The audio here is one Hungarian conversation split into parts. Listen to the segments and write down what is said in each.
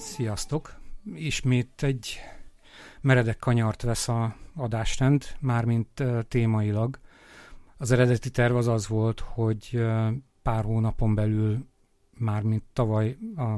Sziasztok! Ismét egy meredek kanyart vesz a adásrend, mármint témailag. Az eredeti terv az volt, hogy pár hónapon belül, mármint tavaly a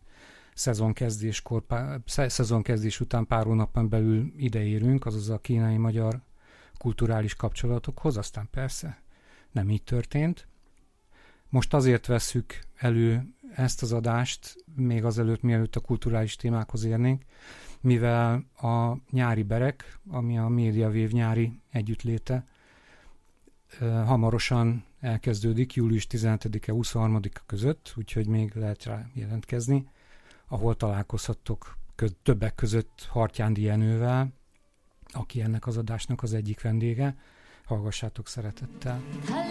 szezonkezdés után pár hónapon belül ideérünk, azaz a kínai-magyar kulturális kapcsolatokhoz, aztán persze nem így történt. Most azért vesszük elő ezt az adást, még azelőtt, mielőtt a kulturális témákhoz érnénk, mivel a nyári berek, ami a MediaWave nyári együttléte, hamarosan elkezdődik, július 17-e 23-a között, úgyhogy még lehet rá jelentkezni, ahol találkozhattok többek között Hartyándi Jenővel, aki ennek az adásnak az egyik vendége. Hallgassátok szeretettel!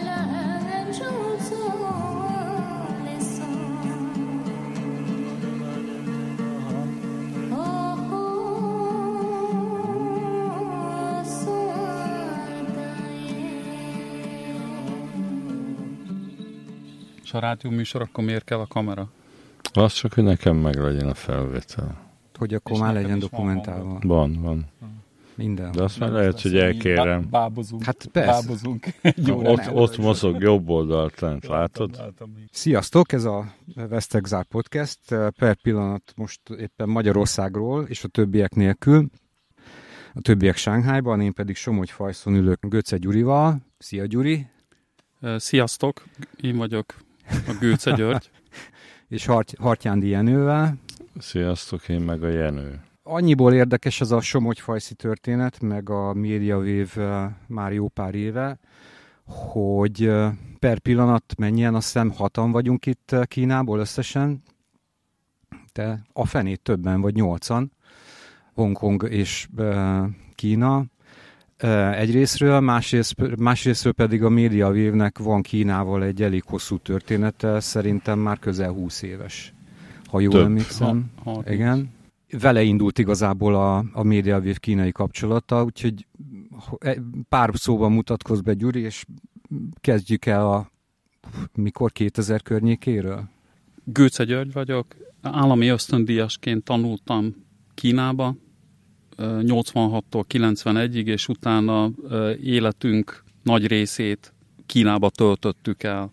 És a rádió műsor, akkor miért kell a kamera? Az csak, hogy nekem meg legyen a felvétel. Hogy akkor már legyen dokumentálva. Van. Minden. De azt már lehet, hogy elkérem. Bábozunk. Hát persze. Bábozunk. Ott mozog jobb oldalt lent, látod? Sziasztok, ez a West Exile Podcast. Per pillanat most éppen Magyarországról, és a többiek nélkül. A többiek Sánghájban, én pedig Somogyfajszon ülök Göce Gyurival. Szia Gyuri! Sziasztok, én vagyok a Gőce György. És Hartyándi Jenővel. Sziasztok, én meg a Jenő. Annyiból érdekes ez a Somogyfajszi történet, meg a MediaWave már jó pár éve, hogy per pillanat mennyien, azt hiszem 6-an vagyunk itt Kínából összesen, de a fenét többen vagy 8-an, Hongkong és Kína. Egyrészről, másrészről pedig a MediaWave-nek van Kínával egy elég hosszú története, szerintem már közel 20 éves, ha jól emlékszem. Igen. Vele indult igazából a MediaWave kínai kapcsolata, úgyhogy pár szóban mutatkozz be, Gyuri, és kezdjük el mikor 2000 környékéről? Gőce György vagyok, állami ösztöndíjasként tanultam Kínába, 86-tól 91-ig, és utána életünk nagy részét Kínába töltöttük el,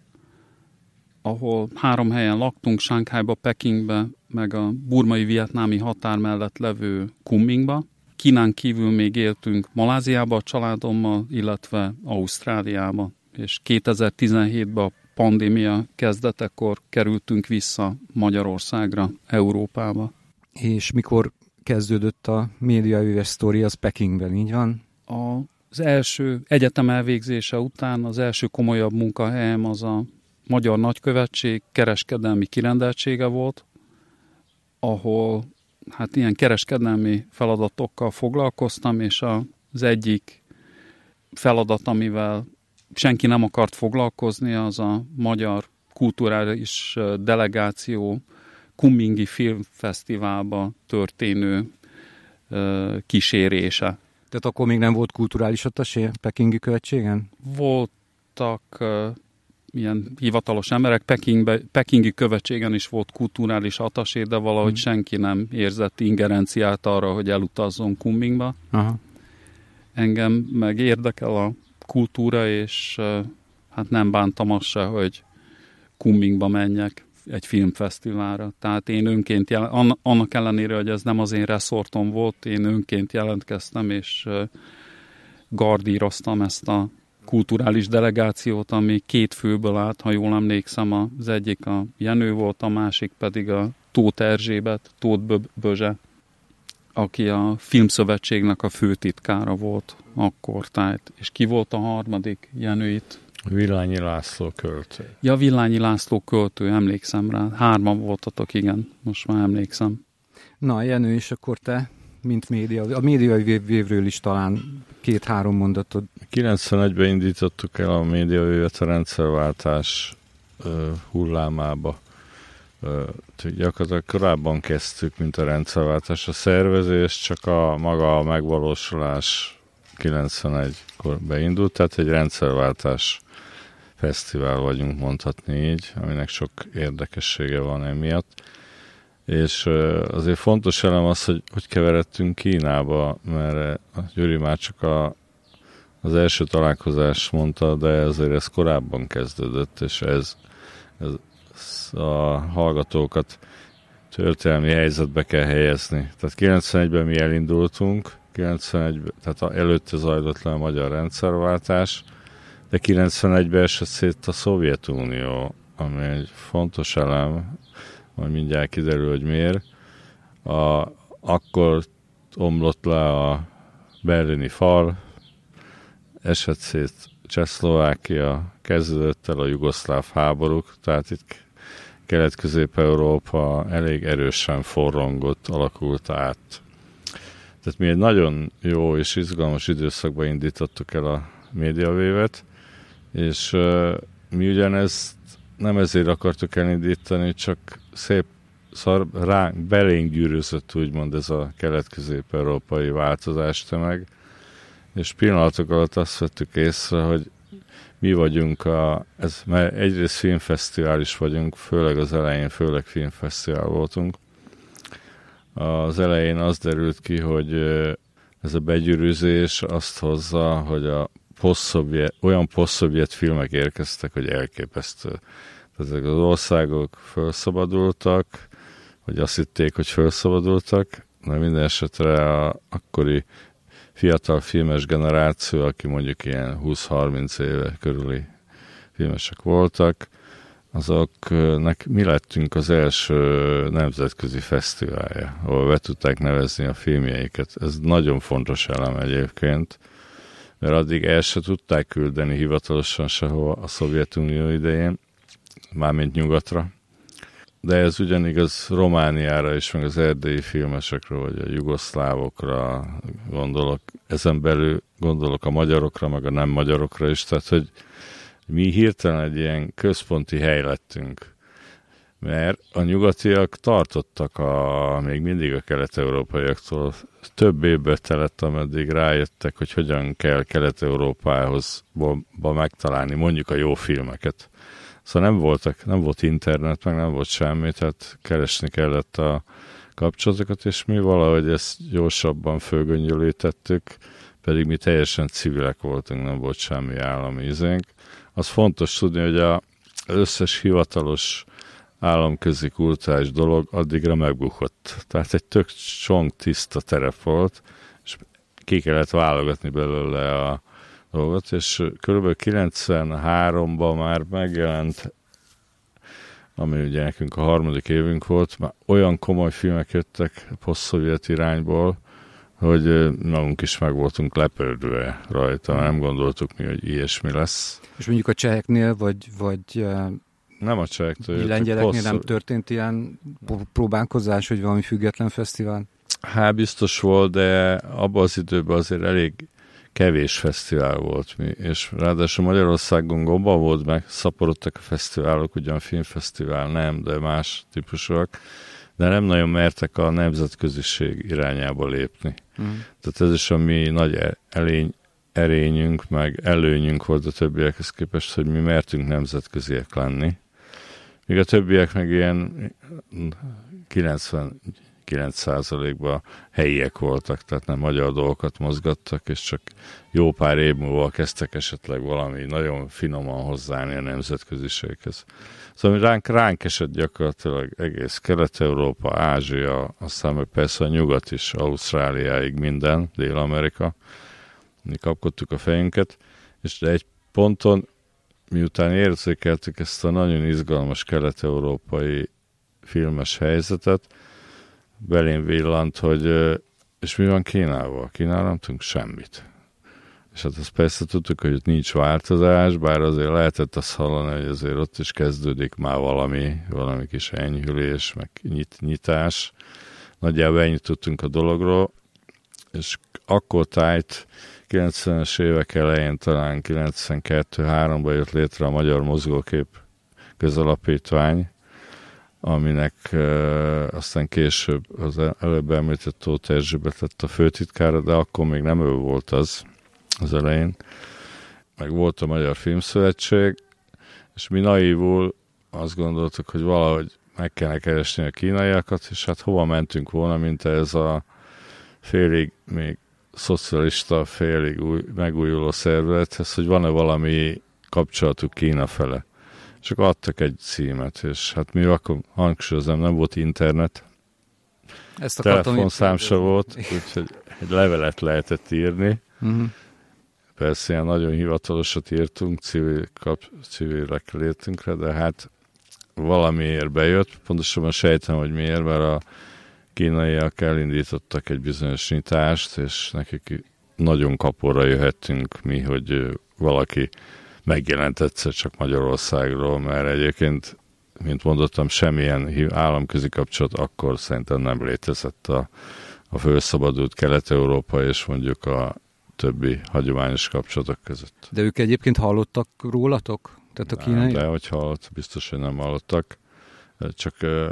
ahol 3 helyen laktunk, Sánghájba, Pekingbe, meg a burmai-vietnámi határ mellett levő Kunmingba. Kínán kívül még éltünk Maláziába a családommal, illetve Ausztráliába, és 2017-ben a pandémia kezdetekor kerültünk vissza Magyarországra, Európába. És mikor kezdődött a MediaWave sztori, az Pekingben, így van? Az első egyetem elvégzése után az első komolyabb munkahelyem az a Magyar Nagykövetség kereskedelmi kirendeltsége volt, ahol hát ilyen kereskedelmi feladatokkal foglalkoztam, és az egyik feladat, amivel senki nem akart foglalkozni, az a magyar kulturális delegáció Kunmingi Filmfesztiválba történő kísérése. Tehát akkor még nem volt kulturális attasé Pekingi követségen? Voltak ilyen hivatalos emberek, Pekingi követségen is volt kulturális attasé, de valahogy senki nem érzett ingerenciát arra, hogy elutazzon Kunmingba. Aha. Engem meg érdekel a kultúra, és hát nem bántam azt se, hogy Kunmingba menjek egy filmfesztiválra. Tehát én önként, annak ellenére, hogy ez nem az én reszortom volt, én önként jelentkeztem, és gardíroztam ezt a kulturális delegációt, ami 2 főből állt, ha jól emlékszem, az egyik a Jenő volt, a másik pedig a Tóth Erzsébet, Tóth Bözse, aki a Filmszövetségnek a főtitkára volt akkor. Tehát, és ki volt a harmadik, Jenő itt? Villányi László költő. Ja, Villányi László költő, emlékszem rá. 3-an voltatok, igen, most már emlékszem. Na, Jenő, és akkor te, mint a MediaWave-ről is talán 2-3 mondatod. 91-ben indítottuk el a MediaWave-et a rendszerváltás hullámába. Gyakorlatilag korábban kezdtük, mint a rendszerváltás a szervezés, csak maga a megvalósulás 91-kor beindult, tehát egy rendszerváltás fesztivál vagyunk, mondhatni így, aminek sok érdekessége van emiatt. És azért fontos elem az, hogy keveredtünk Kínába, mert a Gyuri már csak az első találkozás mondta, de azért ez korábban kezdődött, és ez a hallgatókat történelmi helyzetbe kell helyezni. Tehát 91-ben mi elindultunk, 91-ben, tehát előtte zajlott le a magyar rendszerváltás, de 91-ben esett szét a Szovjetunió, ami egy fontos elem, majd mindjárt kiderül, hogy miért. Akkor omlott le a berlini fal, esett szét Csehszlovákia, kezdődött el a jugoszláv háborúk, tehát itt Kelet-Közép-Európa elég erősen forrongott, alakult át. Tehát mi egy nagyon jó és izgalmas időszakban indítottuk el a médiavévet, és mi ugyanezt nem ezért akartuk elindítani, csak szép belénk gyűrűzött úgymond ez a kelet-közép-európai változástömeg, és pillanatok alatt azt vettük észre, hogy mi vagyunk mert egyrészt filmfesztivál is vagyunk, főleg az elején, főleg filmfesztivál voltunk. Az elején az derült ki, hogy ez a begyűrűzés azt hozza, hogy olyan posztszovjet filmek érkeztek, hogy elképesztő. Ezek az országok felszabadultak, vagy azt hitték, hogy felszabadultak, de minden esetre akkori fiatal filmes generáció, aki mondjuk ilyen 20-30 éve körüli filmesek voltak, azoknak mi lettünk az első nemzetközi fesztiválja, ahol be tudták nevezni a filmjeiket. Ez nagyon fontos elem egyébként, mert addig el se tudták küldeni hivatalosan sehova a Szovjetunió idején, mármint nyugatra. De ez ugyanigaz Romániára is, meg az erdélyi filmesekre, vagy a jugoszlávokra gondolok. Ezen belül gondolok a magyarokra, meg a nem magyarokra is. Tehát, hogy mi hirtelen egy ilyen központi hely lettünk. Mert a nyugatiak tartottak még mindig a kelet-európaiaktól. Több évbe telett, ameddig rájöttek, hogy hogyan kell Kelet-Európához megtalálni mondjuk a jó filmeket. Szóval nem volt internet, meg nem volt semmi, tehát keresni kellett a kapcsolatokat, és mi valahogy ezt gyorsabban fölgöngyölítettük, pedig mi teljesen civilek voltunk, nem volt semmi állami izénk. Az fontos tudni, hogy az összes hivatalos államközi kulturális dolog addigra megbukott. Tehát egy tök csong tiszta terep volt, és ki kellett válogatni belőle a dolgot, és kb. 93-ban már megjelent, ami ugye nekünk a harmadik évünk volt, már olyan komoly filmek jöttek posztszovjet irányból, hogy magunk is meg voltunk lepődve rajta, nem gondoltuk mi, hogy ilyesmi lesz. És mondjuk a cseheknél, vagy nem a csehektől lengyeleknél nem történt ilyen próbálkozás, hogy valami független fesztivál? Hát biztos volt, de abban az időben azért elég kevés fesztivál volt mi, és ráadásul Magyarországon gomba volt meg, szaporodtak a fesztiválok, ugyan filmfesztivál nem, de más típusúak, de nem nagyon mertek a nemzetköziség irányába lépni. Tehát ez is a mi nagy erényünk, meg előnyünk volt a többiekhez képest, hogy mi mertünk nemzetköziek lenni. Míg a többiek meg ilyen 99%-ban helyiek voltak, tehát nem magyar dolgokat mozgattak, és csak jó pár év múlva kezdtek esetleg valami nagyon finoman hozzáállni a nemzetköziséghez. Szóval ránk esett gyakorlatilag egész Kelet-Európa, Ázsia, aztán meg persze a nyugat is, Ausztráliáig minden, Dél-Amerika. Mi kapkodtuk a fejünket, és egy ponton, miután érzékeltük ezt a nagyon izgalmas kelet-európai filmes helyzetet, belém villant, hogy és mi van Kínával? Kínával nem tudunk semmit. És hát azt persze tudtuk, hogy ott nincs változás, bár azért lehetett azt hallani, hogy azért ott is kezdődik már valami kis enyhülés, meg nyitás. Nagyjából ennyit tudtunk a dologról, és akkor tájt 90-es évek elején, talán 92-3-ban jött létre a Magyar Mozgókép Közalapítvány, aminek aztán később az előbb említett Tóth Erzsébet lett a főtitkára, de akkor még nem ő volt az elején. Meg volt a Magyar Filmszövetség, és mi naívul azt gondoltuk, hogy valahogy meg kellene keresni a kínaiakat, és hát hova mentünk volna, mint ez a félig még szocialista, félig megújuló szervezethez, hogy van-e valami kapcsolatuk Kína fele. Csak adtak egy címet, és hát mi akkor hangsúlyozom, nem volt internet, telefonszám se volt, úgyhogy egy levelet lehetett írni. Persze ilyen nagyon hivatalosat írtunk, civilek létünkre, de hát valamiért bejött, pontosabban sejtem, hogy miért, mert a kínaiak elindítottak egy bizonyos nyitást, és nekik nagyon kapóra jöhettünk mi, hogy valaki megjelent egyszer csak Magyarországról, mert egyébként, mint mondottam, semmilyen államközi kapcsolat akkor szerintem nem létezett a felszabadult Kelet-Európa és mondjuk a többi hagyományos kapcsolatok között. De ők egyébként hallottak rólatok? Tehát a kínai? De hogy hallott, biztos, hogy nem hallottak. Csak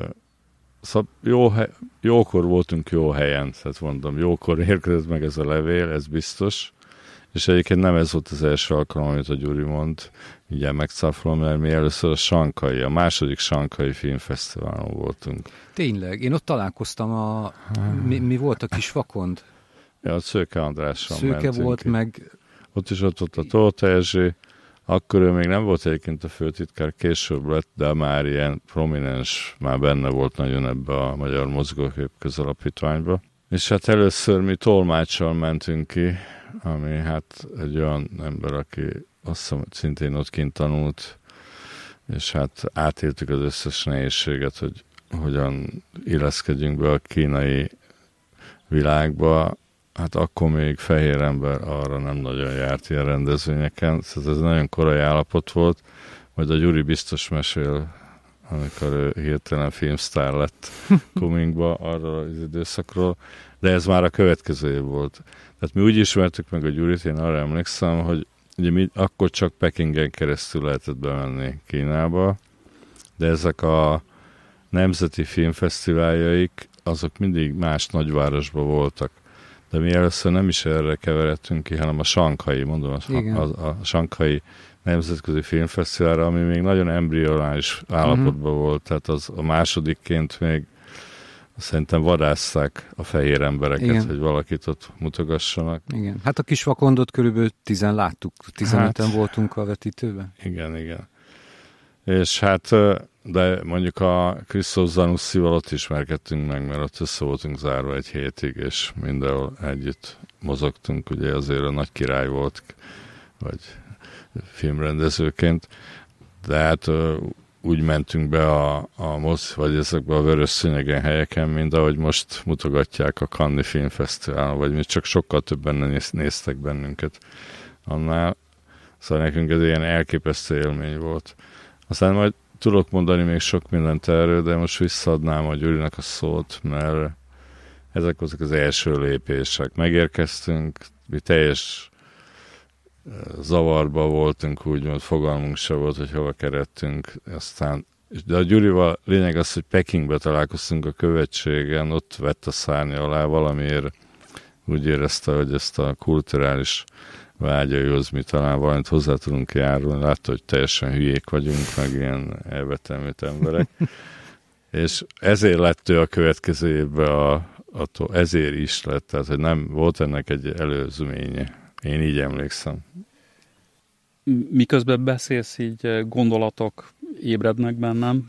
jókor voltunk jó helyen, tehát mondom, jókor érkezett meg ez a levél, ez biztos. És egyébként nem ez volt az első alkalom, amit a Gyuri mond, mindjárt megcáfolom, mert mi először a második Sankai Filmfesztiválon voltunk. Tényleg? Én ott találkoztam mi volt a kis vakond? Ja, a Szőke Andrással Szőke mentünk volt, ki. meg... Ott is ott a Tóth Erzsé, akkor ő még nem volt egyébként a főtitkár, később lett, de már ilyen prominens, már benne volt nagyon ebbe a Magyar Mozgókép Közalapítványba. És hát először mi tolmáccsal mentünk ki, ami hát egy olyan ember, aki azt hiszem, szintén ott kint tanult, és hát átéltük az összes nehézséget, hogy hogyan illeszkedjünk be a kínai világba. Hát akkor még fehér ember arra nem nagyon járt ilyen rendezvényeken, szóval ez nagyon korai állapot volt, majd a Gyuri biztos mesél, amikor ő hirtelen filmsztár lett Kumingba arra az időszakról, de ez már a következő év volt. Tehát mi úgy ismertük meg a Gyurit, én arra emlékszem, hogy ugye mi akkor csak Pekingen keresztül lehetett bemenni Kínába, de ezek a nemzeti filmfesztiváljaik, azok mindig más nagyvárosban voltak. De mi először nem is erre keveredtünk ki, hanem a sankai, mondom, a sankai nemzetközi filmfesztiválra, ami még nagyon embrionális állapotban volt, tehát az a másodikként még szerintem vadászták a fehér embereket, igen, hogy valakit ott mutogassanak. Igen, hát a kis vakondot körülbelül 10 láttuk, 15-en voltunk a vetítőben. Igen. És hát, de mondjuk a Krisztus Zanusszival ott ismerkedtünk meg, mert ott össze voltunk zárva egy hétig, és mindenhol együtt mozogtunk, ugye azért a nagy király volt, vagy filmrendezőként, de hát úgy mentünk be vagy ezekbe a vörös szőnyegen helyeken, mint ahogy most mutogatják a Cannes Filmfesztiválon, vagy mi csak sokkal többen néztek bennünket annál. Szóval nekünk ez ilyen elképesztő élmény volt. Aztán majd tudok mondani még sok mindent erről, de most visszaadnám a Gyurinak a szót, mert ezek azok az első lépések. Megérkeztünk, mi teljes zavarba voltunk, úgymond fogalmunk se volt, hogy hova keredtünk. Aztán, de a Gyurival lényeg az, hogy Pekingbe találkoztunk a követségen, ott vett a szárnya alá, valamiért úgy érezte, hogy ezt a kulturális vágyaihoz mi talán valamit hozzá tudunk járulni. Látta, hogy teljesen hülyék vagyunk, meg ilyen elvetemült emberek. És ezért lett ő a következő évben ezért is lett, tehát hogy nem volt ennek egy előzménye. Én így emlékszem. Miközben beszélsz, így gondolatok ébrednek bennem.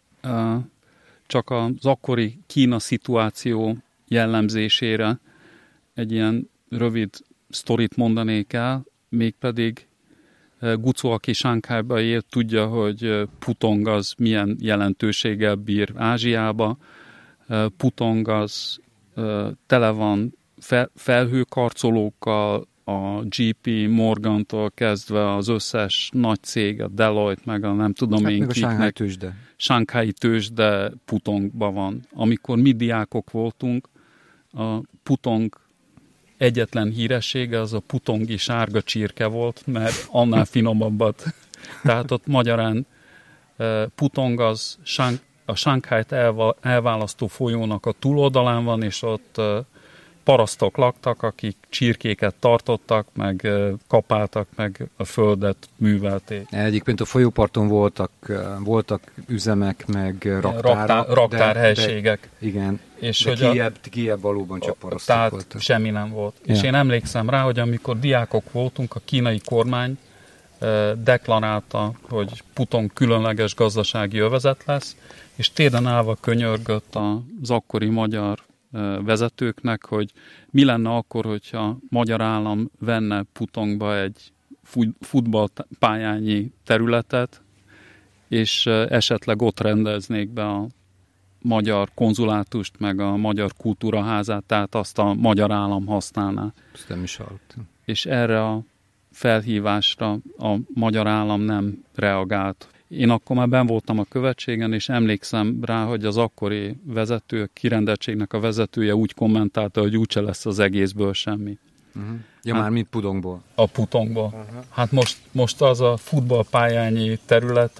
Csak az akkori Kína szituáció jellemzésére egy ilyen rövid sztorit mondanék el, mégpedig Gucó, aki Sánkhájba élt, tudja, hogy Putong az milyen jelentőséggel bír Ázsiába. Putong az tele van felhőkarcolókkal, a GP Morgantól kezdve az összes nagy cég, a Deloitte, meg a nem tudom én kiknek. Sánghái tőzsde Putongban van. Amikor mi diákok voltunk, a Putong egyetlen híressége az a putongi sárga csirke volt, mert annál finomabbat. Tehát ott magyarán Putong az a Sánkhájt elválasztó folyónak a túloldalán van, és ott parasztok laktak, akik csirkéket tartottak, meg kapáltak, meg a földet művelték. Egyébként a folyóparton voltak üzemek, meg raktárhelységek. Igen, és de kijebb valóban csak parasztok tehát voltak. semmi nem volt. Ja. És én emlékszem rá, hogy amikor diákok voltunk, a kínai kormány deklarálta, hogy Putong különleges gazdasági övezet lesz, és téren állva könyörgött az akkori magyar vezetőknek, hogy mi lenne akkor, hogyha magyar állam venne Putongba egy futballpályányi területet, és esetleg ott rendeznék be a magyar konzulátust, meg a magyar kultúraházát, tehát azt a magyar állam használná. Ezt nem is hallottam. És erre a felhívásra a magyar állam nem reagált. Én akkor már benn voltam a követségen, és emlékszem rá, hogy az akkori vezető, a kirendeltségnek a vezetője úgy kommentálta, hogy úgyse lesz az egészből semmi. Uh-huh. Ja, már mint Putongból. A Putongból. Uh-huh. Hát most az a futballpályányi terület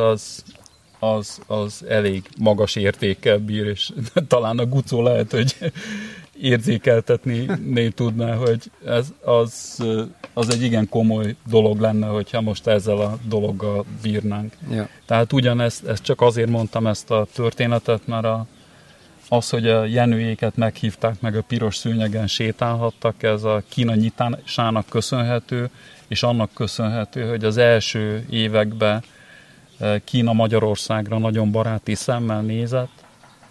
az elég magas értékkel bír, és talán a Gucó lehet, hogy érzékeltetni tudná, hogy az egy igen komoly dolog lenne, hogyha most ezzel a dologgal bírnánk. Ja. Tehát ugyanezt csak azért mondtam ezt a történetet, mert az, hogy a Jenőjéket meghívták, meg a piros szőnyegen sétálhattak, ez a Kína nyitásának köszönhető, és annak köszönhető, hogy az első években Kína Magyarországra nagyon baráti szemmel nézett,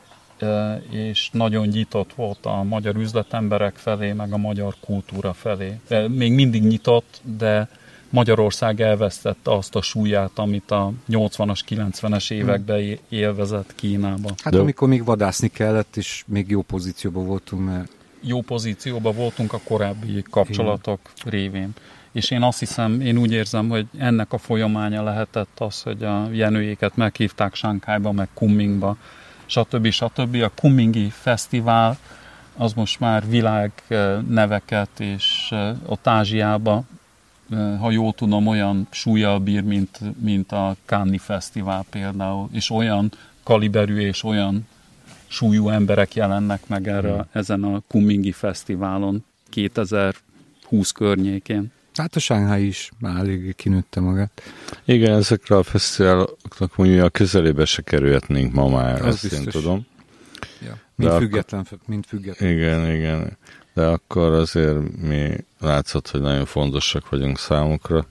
és nagyon nyitott volt a magyar üzletemberek felé, meg a magyar kultúra felé. Még mindig nyitott, de Magyarország elvesztette azt a súlyát, amit a 80-as, 90-es években élvezett Kínában. Hát amikor még vadászni kellett, és még jó pozícióban voltunk, mert... Jó pozícióban voltunk a korábbi kapcsolatok révén. És én azt hiszem, én úgy érzem, hogy ennek a folyamánya lehetett az, hogy a Jenőjéket meghívták Sánkhájba, meg Kunmingba, stb. A Kunmingi Fesztivál az most már világ neveket, és ott Ázsiában, ha jól tudom, olyan súllyal bír, mint a Cannes-i Fesztivál például, és olyan kaliberű és olyan súlyú emberek jelennek meg ezen a Kunmingi Fesztiválon 2020 környékén. Hát a Shanghai is már eléggé kinőtte magát. Igen, ezekre a fesztiváloknak mondjuk a közelébe se kerülhetnénk ma már, az ezt biztos. én tudom. Ja. Mint független. Igen. De akkor azért mi látszott, hogy nagyon fontosak vagyunk számukra.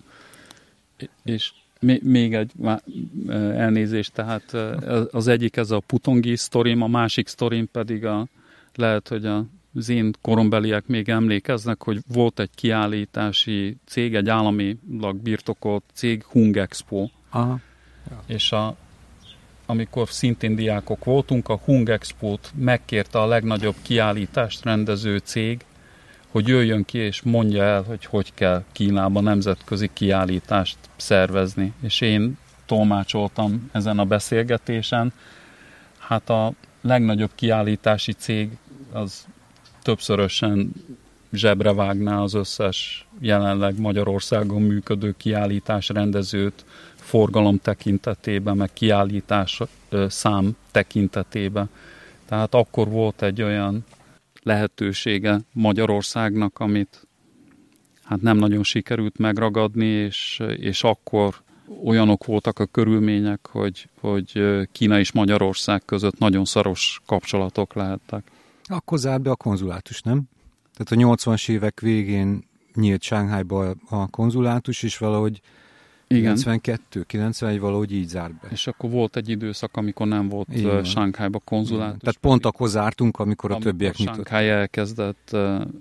És még egy elnézést, tehát az egyik ez a putongi sztorim, a másik sztorim pedig lehet, hogy az én korombeliek még emlékeznek, hogy volt egy kiállítási cég, egy államilag birtokolt cég, Hung Expo. Aha. Ja. És amikor szintén diákok voltunk, a Hung Expo-t megkérte a legnagyobb kiállítást rendező cég, hogy jöjjön ki és mondja el, hogy kell Kínában nemzetközi kiállítást szervezni. És én tolmácsoltam ezen a beszélgetésen. Hát a legnagyobb kiállítási cég az többszörösen zsebre vágná az összes jelenleg Magyarországon működő kiállítás rendezőt forgalom tekintetében, meg kiállítás szám tekintetében. Tehát akkor volt egy olyan lehetősége Magyarországnak, amit hát nem nagyon sikerült megragadni, és akkor olyanok voltak a körülmények, hogy Kína és Magyarország között nagyon szoros kapcsolatok lehettek. Akkor zárt be a konzulátus, nem? Tehát a 80-as évek végén nyílt Shanghaiba a konzulátus, és valahogy 92-91 valahogy így zárt be. És akkor volt egy időszak, amikor nem volt Shanghaiba konzulátus. Igen. Tehát pont akkor zártunk, amikor a többiek nyitott. Shanghai elkezdett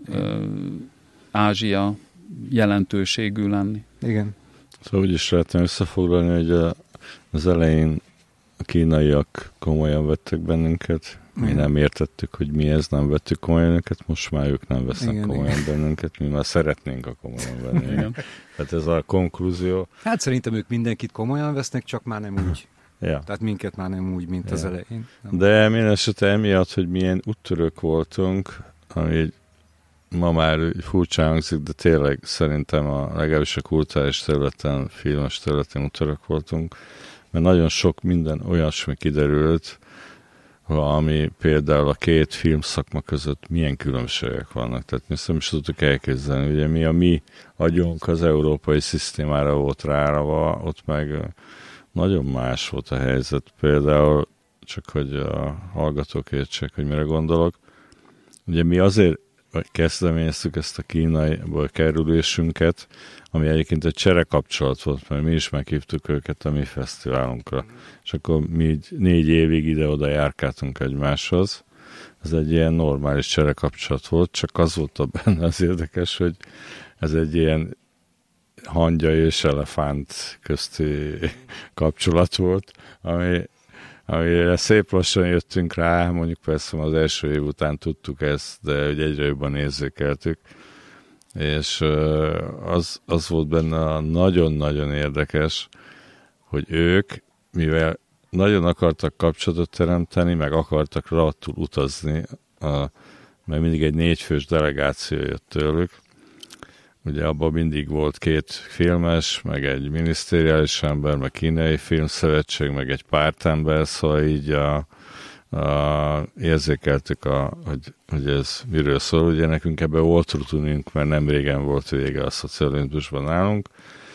Ázsia jelentőségű lenni. Igen. Szóval úgy is lehetne összefoglalni, hogy az elején a kínaiak komolyan vettek bennünket, mi nem értettük, hogy mi ez, nem vettük komolyan őket, most már ők nem vesznek komolyan bennünket, mi már szeretnénk a komolyan venni. Igen. Tehát ez a konklúzió. Hát szerintem ők mindenkit komolyan vesznek, csak már nem úgy. Ja. Tehát minket már nem úgy, mint az elején. De minden esetre emiatt, hogy milyen úttörők voltunk, ami ma már furcsa hangzik, de tényleg szerintem legalábbis a kulturális területen, filmes területen úttörők voltunk, mert nagyon sok minden olyasmi kiderült, ami például a két filmszakma között milyen különbségek vannak. Tehát mi nem is tudtuk elképzelni. Ugye mi agyunk az európai szisztémára volt ráva, ott meg nagyon más volt a helyzet. Például, csak hogy a hallgatók értsék, hogy mire gondolok. Ugye mi azért kezdeményeztük ezt a kínaiból kerülésünket, ami egyébként egy cserekapcsolat volt, mert mi is meghívtuk őket a mi fesztiválunkra. És akkor mi 4 évig ide-oda járkáltunk egymáshoz. Ez egy ilyen normális cserekapcsolat volt, csak az volt benne az érdekes, hogy ez egy ilyen hangya és elefánt közti kapcsolat volt, amire szép lassan jöttünk rá, mondjuk persze az első év után tudtuk ezt, de hogy egyre jobban érzékeltük. És az volt benne nagyon-nagyon érdekes, hogy ők, mivel nagyon akartak kapcsolatot teremteni, meg akartak rajtul utazni, mert mindig egy 4 fős delegáció jött tőlük. Ugye abban mindig volt 2 filmes, meg egy minisztériális ember, meg kínai filmszövetség, meg egy pártember, szóval így érzékeltük, hogy ez miről szól. Ugye nekünk ebben volt rutinunk, mert nem régen volt vége a szocializmusban nálunk,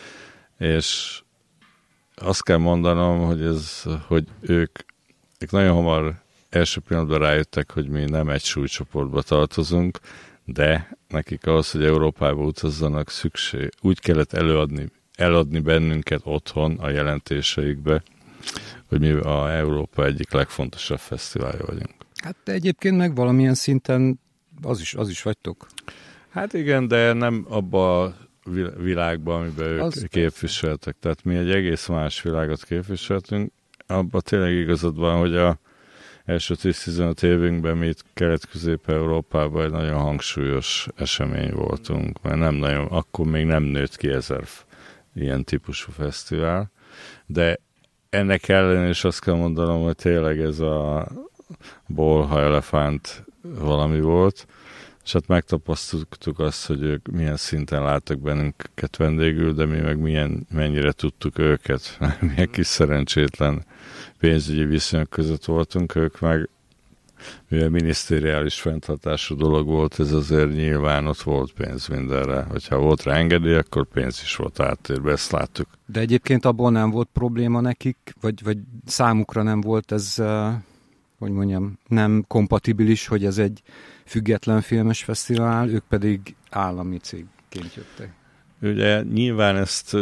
és azt kell mondanom, hogy ők nagyon hamar első pillanatban rájöttek, hogy mi nem egy súlycsoportba tartozunk, de nekik ahhoz, hogy Európába utazzanak, úgy kellett eladni bennünket otthon a jelentéseikbe, hogy mi a Európa egyik legfontosabb fesztiválja vagyunk. Hát de egyébként meg valamilyen szinten az is vagytok. Hát igen, de nem abba a világban, amiben ők képviseltek. Tehát mi egy egész más világot képviseltünk. Abban tényleg igazad van, hogy a első 10-15 évünkben mi itt Kelet-Közép-Európában egy nagyon hangsúlyos esemény voltunk, mert akkor még nem nőtt ki 1000 ilyen típusú fesztivál, de ennek ellenére is azt kell mondanom, hogy tényleg ez a bolha elefánt valami volt, és hát megtapasztaltuk azt, hogy ők milyen szinten láttak bennünket vendégül, de mi meg mennyire tudtuk őket, milyen kis szerencsétlen pénzügyi viszonyok között voltunk, ők meg mivel minisztériális fenntartású dolog volt, ez azért nyilván ott volt pénz mindenre. Hogyha volt rá engedély, akkor pénz is volt áttérve, ezt láttuk. De egyébként abból nem volt probléma nekik, vagy számukra nem volt ez, hogy mondjam, nem kompatibilis, hogy ez egy független filmes fesztivál, ők pedig állami cégként jöttek. Ugye nyilván ezt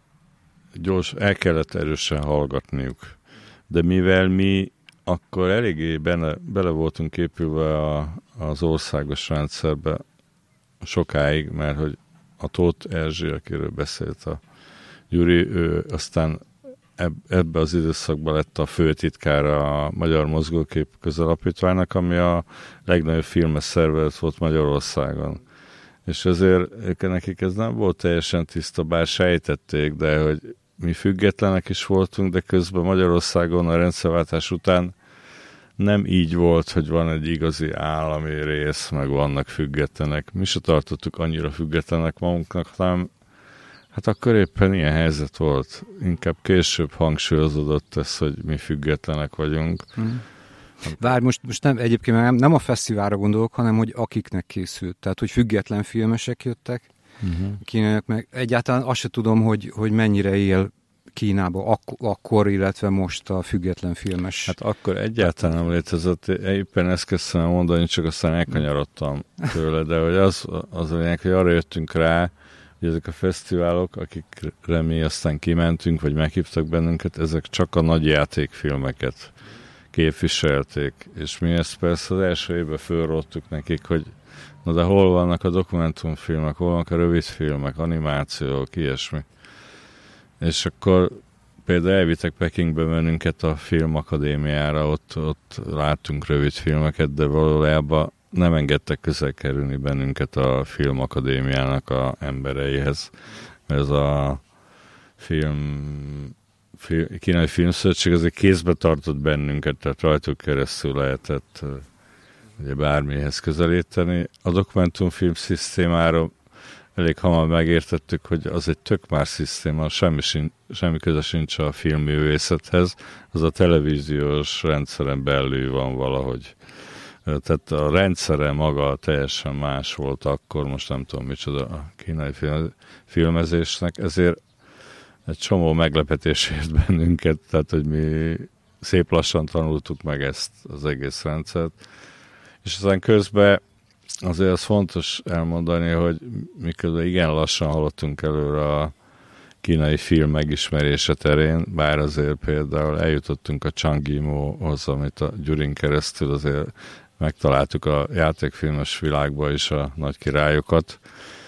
el kellett erősen hallgatniuk, de mivel mi akkor eléggé bele voltunk épülve az országos rendszerbe sokáig, mert hogy a Tóth Erzsi, akiről beszélt a Gyuri, ő aztán ebbe az időszakban lett a főtitkára a Magyar Mozgókép Közalapítványnak, ami a legnagyobb filmes szervezet volt Magyarországon. És ezért nekik ez nem volt teljesen tiszta, bár sejtették, de hogy mi függetlenek is voltunk, de közben Magyarországon a rendszerváltás után nem így volt, hogy van egy igazi állami rész, meg vannak függetlenek. Mi se tartottuk annyira függetlenek magunknak, hanem hát akkor éppen ilyen helyzet volt. Inkább később hangsúlyozódott ez, hogy mi függetlenek vagyunk. Várj, most nem, egyébként nem a fesztiválra gondolok, hanem hogy akiknek készült. Tehát, hogy független filmesek jöttek, kínaiak meg. Egyáltalán azt se tudom, hogy mennyire él Kínában akkor, illetve most a független filmes. Hát akkor egyáltalán nem létezett. Éppen ezt kezdtem mondani, csak aztán elkanyarodtam tőle, de hogy az lényeg, hogy arra jöttünk rá, hogy ezek a fesztiválok, akikre mi aztán kimentünk, vagy meghívtak bennünket, ezek csak a nagy játékfilmeket képviselték. És mi ezt persze az első évben fölróttuk nekik, hogy na de hol vannak a dokumentumfilmek, hol vannak a rövidfilmek, animációk, ilyesmi. És akkor például elvittek Pekingbe bennünket a filmakadémiára, ott láttunk rövidfilmeket, de valójában nem engedtek közel kerülni bennünket a filmakadémiának a embereihez. Mert ez a kínai filmszövetség azért kézbe tartott bennünket, tehát rajtuk keresztül lehetett ugye bármihez közelíteni. A dokumentumfilm szisztémára elég hamar megértettük, hogy az egy tök más szisztéma, semmi köze sincs a filmművészethez, az a televíziós rendszeren belül van valahogy. Tehát a rendszere maga teljesen más volt akkor, most nem tudom micsoda a kínai filmezésnek, ezért egy csomó meglepetés ért bennünket, tehát hogy mi szép lassan tanultuk meg ezt az egész rendszert. És aztán közben azért az fontos elmondani, hogy miközben igen lassan haladtunk előre a kínai film megismerése terén, bár azért például eljutottunk a Zhang Yimouhoz, amit a Gyurin keresztül azért megtaláltuk a játékfilmes világban is a nagy királyokat,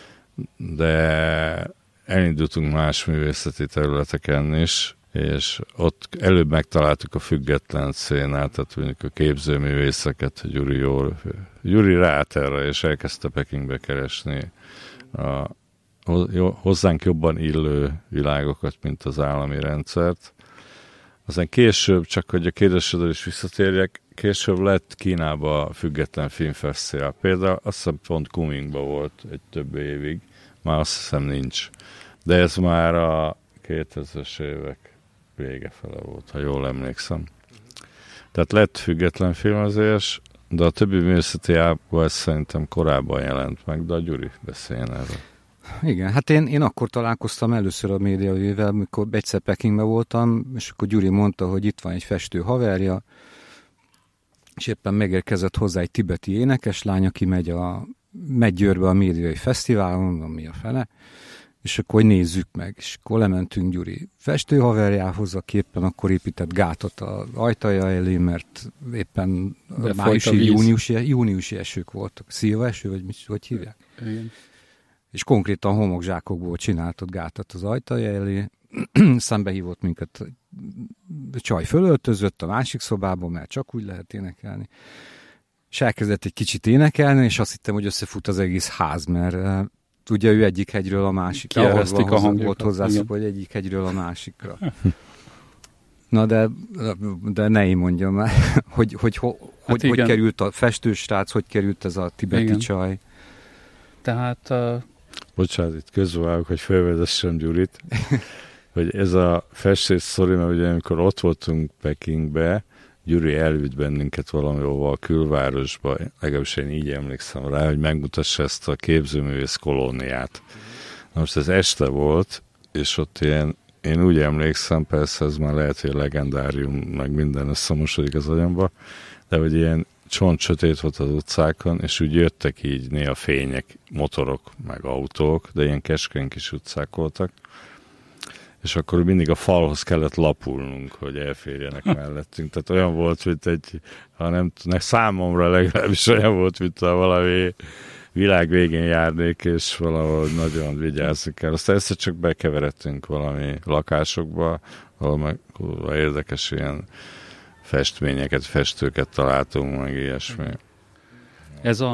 de elindultunk más művészeti területeken is, és ott előbb megtaláltuk a független szénát, tehát mondjuk a képzőművészeket, Gyuri ráállt erre, és elkezdte Pekingbe keresni a hozzánk jobban illő világokat, mint az állami rendszert. Aztán később, csak hogy a kérdésedre is visszatérjek, később lett Kínában a független filmfesztivál. Például azt hiszem pont Kunmingban volt egy több évig, már azt hiszem nincs. De ez már a 2000-es évek vége fele volt, ha jól emlékszem. Tehát lett független filmezés, de a többi művészeti ágban ez szerintem korábban jelent meg, de a Gyuri beszéljen erről. Igen, hát én akkor találkoztam először a médiavével, amikor egyszer Pekingben voltam, és akkor Gyuri mondta, hogy itt van egy festő haverja, és éppen megérkezett hozzá egy tibeti énekeslány, aki megy Győrbe a médiai fesztiválon, mondom, mi a fele, és akkor nézzük meg, és akkor lementünk Gyuri festő haverjához, aki éppen akkor épített gátat az ajtaja elé, mert éppen májusi, júniusi esők voltak. Szilvaeső, vagy hogy hívják? Igen. És konkrétan homokzsákokból csináltott gátat az ajtaja elé, szembe hívott minket, csaj fölöltözött a másik szobába, mert csak úgy lehet énekelni. És elkezdett egy kicsit énekelni, és azt hittem, hogy összefut az egész ház, mert ugye ő egyik hegyről a másikra. Kielezték a hangjukat. Volt hozzászokva, hogy egyik hegyről a másikra. Na de ne én mondjam már, hogy került a festősrác, hogy került ez a tibeti csaj. Tehát... Bocsánat, itt közvágok, hogy felvezessem Gyurit, hogy ez a festés sztori, mert ugye amikor ott voltunk Pekingbe, Gyuri elvitt bennünket valamióval a külvárosba, legalábbis én így emlékszem rá, hogy megmutassa ezt a képzőművész kolóniát. Na most ez este volt, és ott én úgy emlékszem, persze ez már lehet, hogy legendárium, meg minden összemosodik az agyamba, de hogy ilyen csontsötét volt az utcákon, és úgy jöttek így néha fények, motorok, meg autók, de ilyen keskeny kis utcák voltak, és akkor mindig a falhoz kellett lapulnunk, hogy elférjenek mellettünk. Tehát olyan volt, mint ha nem tudom, számomra legalábbis olyan volt, mint ha valami világ végén járnék, és valahol nagyon vigyázni kell. Aztán egyszer csak bekeveredtünk valami lakásokba, ahol érdekes ilyen festményeket, festőket találtunk, meg ilyesmi. Ez a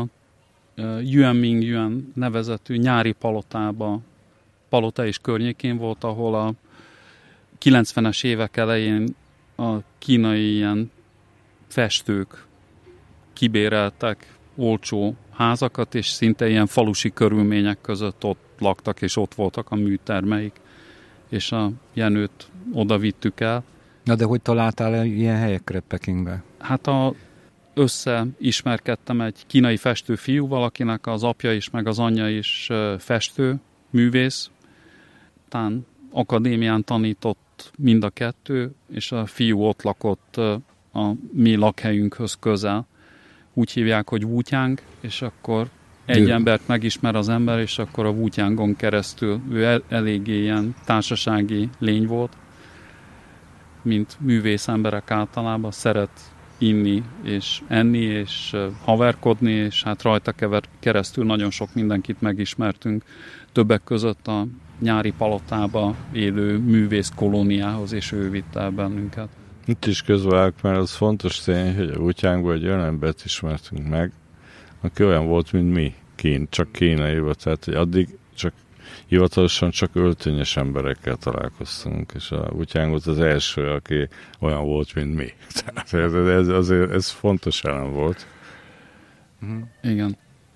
Yuan nevezetű nyári palota és környékén volt, ahol a 90-es évek elején a kínai ilyen festők kibéreltek olcsó házakat, és szinte ilyen falusi körülmények között ott laktak, és ott voltak a műtermeik, és a Jenőt oda vittük el. Na de hogy találtál ilyen helyekre Pekingbe? Hát összeismerkedtem egy kínai festő fiúval, akinek az apja is, meg az anyja is festő, művész. Tán akadémián tanított mind a kettő, és a fiú ott lakott a mi lakhelyünkhöz közel. Úgy hívják, hogy Wutyang, és akkor egy embert megismer az ember, és akkor a Wutyangon keresztül ő eléggé ilyen társasági lény volt, mint művész emberek általában szeret inni és enni és haverkodni, és hát rajta keresztül nagyon sok mindenkit megismertünk, többek között a nyári palotába élő művész kolóniához, és ő vitt el bennünket. Itt is közvágok, mert az fontos tény, hogy a Wutyangból egy olyan embert ismertünk meg, aki olyan volt, mint mi, csak kínai volt, tehát hogy addig csak hivatalosan csak öltönyös emberekkel találkoztunk, és a Wutyang volt az első, aki olyan volt, mint mi. Tehát ez fontos elem volt. Igen.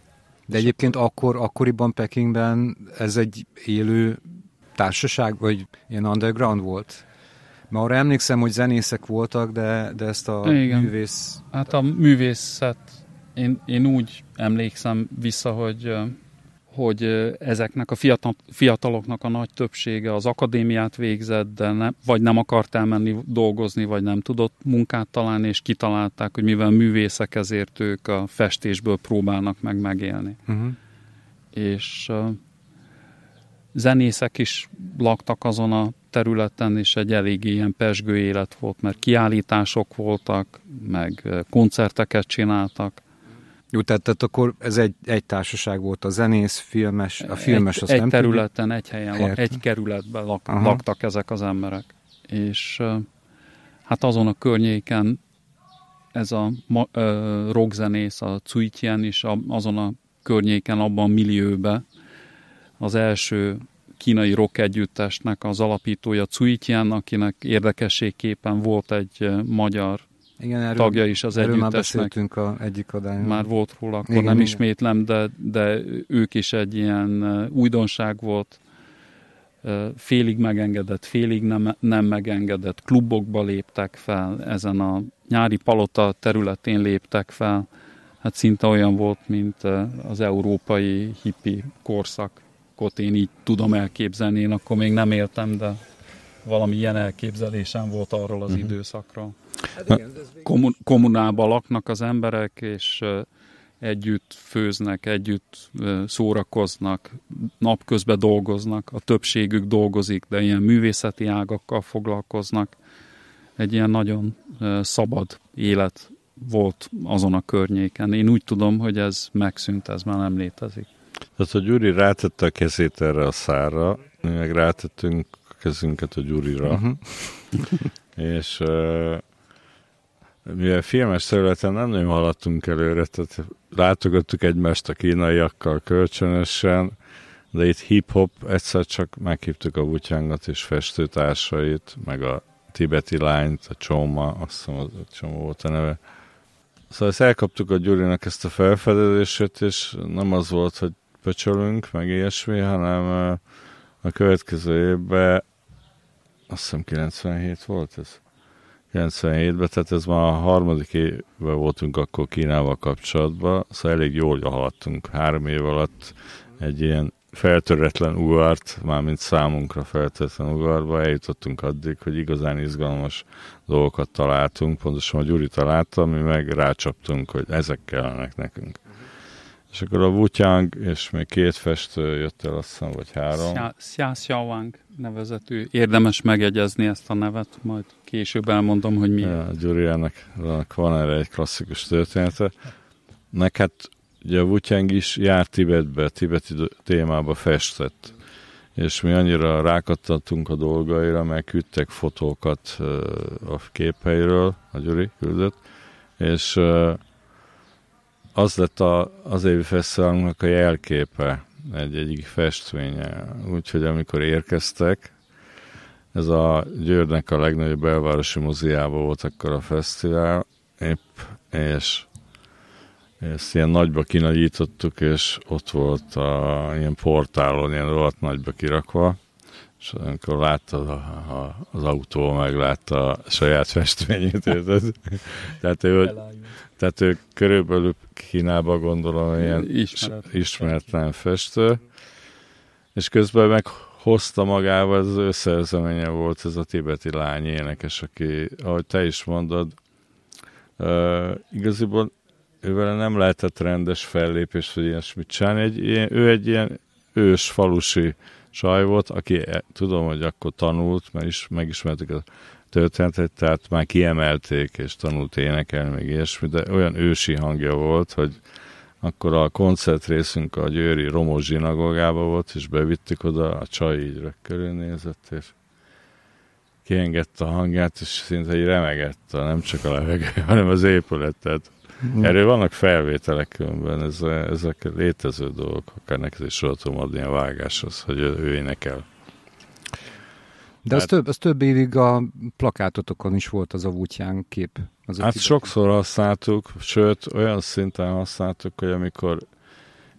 De egyébként akkoriban Pekingben ez egy élő társaság, vagy ilyen underground volt? Mert arra emlékszem, hogy zenészek voltak, de ezt a igen. művész... Hát a művészet, én úgy emlékszem vissza, hogy ezeknek a fiataloknak a nagy többsége az akadémiát végzett, de vagy nem akart elmenni dolgozni, vagy nem tudott munkát találni, és kitalálták, hogy mivel művészek, ezért ők a festésből próbálnak meg megélni. És zenészek is laktak azon a területen, és egy eléggé ilyen pezsgő élet volt, mert kiállítások voltak, meg koncerteket csináltak. Jó, tehát akkor ez egy társaság volt, a zenész, filmes, a filmes azt egy nem területen, tudjuk. egy helyen, egy kerületben laktak ezek az emberek. És hát azon a környéken ez a rockzenész, a Cui Tian is azon a környéken, abban a millióben az első kínai rock együttesnek az alapítója Cui Tian, akinek érdekességképpen volt egy magyar tagja is az együttesnek. Már beszéltünk egyik adányon. Már volt róla, akkor nem ismétlem, de ők is egy ilyen újdonság volt. Félig megengedett, félig nem megengedett. Klubokba léptek fel, ezen a Nyári Palota területén léptek fel. Hát szinte olyan volt, mint az európai hippi korszakot én így tudom elképzelni. Én akkor még nem éltem, de valami ilyen elképzelésem volt arról az időszakról. Hát kommunában laknak az emberek, és együtt főznek, együtt szórakoznak, napközben dolgoznak, a többségük dolgozik, de ilyen művészeti ágakkal foglalkoznak. Egy ilyen nagyon szabad élet volt azon a környéken. Én úgy tudom, hogy ez megszűnt, ez már nem létezik. Tehát, hogy Gyuri rátette a kezét erre a szárra, mi meg rátettünk a kezünket a Gyurira. És mivel filmes területen nem nagyon haladtunk előre, tehát látogattuk egymást a kínaiakkal kölcsönösen, de itt hip-hop, egyszer csak meghívtuk a Wu-Tangot és festőtársait, meg a tibeti lányt, a Choma, azt hiszem a Choma volt a neve. Szóval ezt elkaptuk a Gyurinak ezt a felfedezését, és nem az volt, hogy pöcsölünk, meg ilyesmi, hanem a következő évben, azt hiszem 97 volt ez? 97-ben, tehát ez már a harmadik évben voltunk akkor Kínával kapcsolatban, szóval elég jól haladtunk 3 év alatt egy ilyen feltöretlen ugart, mármint számunkra feltöretlen ugarba eljutottunk addig, hogy igazán izgalmas dolgokat találtunk, pontosan a Gyuri találta, mi meg rácsaptunk, hogy ezek kellenek nekünk. És akkor a Wu-Tang és még 2 festő jött el, azt hiszem, vagy 3. Xia Xiaowang nevezetű. Érdemes megjegyezni ezt a nevet, majd később elmondom, hogy mi. Ja, Gyuriának van erre egy klasszikus története. Hát ugye a Wu-Tang is járt Tibetbe, tibeti témába festett. És mi annyira rákattantunk a dolgaira, mert küldtek fotókat a képhelyről, a Gyuri küldött, és az lett az évi fesztiválunknak a jelképe, egyik festménye. Úgyhogy amikor érkeztek, ez a Győrnek a legnagyobb belvárosi moziában volt akkor a fesztivál, és ezt ilyen nagyba kinagyítottuk, és ott volt ilyen portálon, ilyen rohadt nagyba kirakva, és amikor látta az autó, meglátta a saját festményét, tehát ő körülbelül Kínában gondolom ilyen ismeretlen festő, és közben meg hozta magával, az ő szerzeménye volt ez a tibeti lány énekes, aki, ahogy te is mondod, igaziból ővele nem lehetett rendes fellépés, vagy ilyesmit csinálni. Ő egy ilyen ős falusi csaj volt, aki tudom, hogy akkor tanult, mert is megismertük a történetet, tehát már kiemelték, és tanult énekelni, meg ilyesmi, de olyan ősi hangja volt, hogy akkor a koncertrészünk a győri Romos zsinagógába volt, és bevittük oda, a csaj így körülnézett, és kiengedte a hangját, és szinte így remegett, nem csak a levegő, hanem az épület. Tehát erről vannak felvételek különben, ezek létező dolgok, akár neked is oda tudom adni a vágáshoz, hogy ő énekel. De az több évig a plakátotokon is volt az a Wu-Tang kép. Hát sokszor használtuk, sőt olyan szinten használtuk, hogy amikor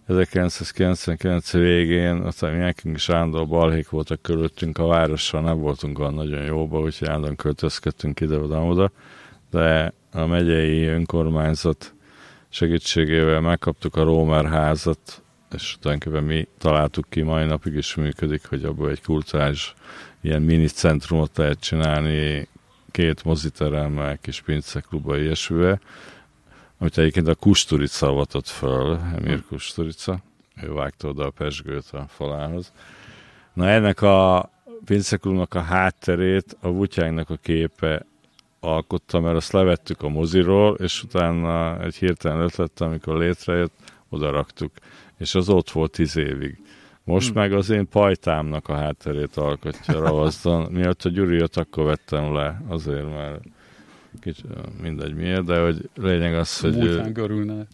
1999 végén, aztán nekünk is állandóan balhék voltak körülöttünk a várossal, nem voltunk olyan nagyon jóba, úgyhogy állandóan költözködtünk ide-oda, de a megyei önkormányzat segítségével megkaptuk a Rómer házat, és tulajdonképpen mi találtuk ki, mai napig is működik, hogy abból egy kulturális ilyen mini centrumot lehet csinálni, 2 moziteremmel, kis pincekluba, ilyesmivel, amit egyébként a Kusturica avatott föl, Emir Kusturica, ő vágta oda a pezsgőt a falához. Na ennek a pinceklubnak a hátterét a Vutyángnak a képe alkotta, mert azt levettük a moziról, és utána egy hirtelen ötlet, amikor létrejött, oda raktuk, és az ott volt 10 évig. Most meg az én pajtámnak a hátterét alkotja Ravazdon. Miatt a Gyuri jött, akkor vettem le, azért, mert mindegy miért, de hogy lényeg az, hogy... Vutyáng örülne.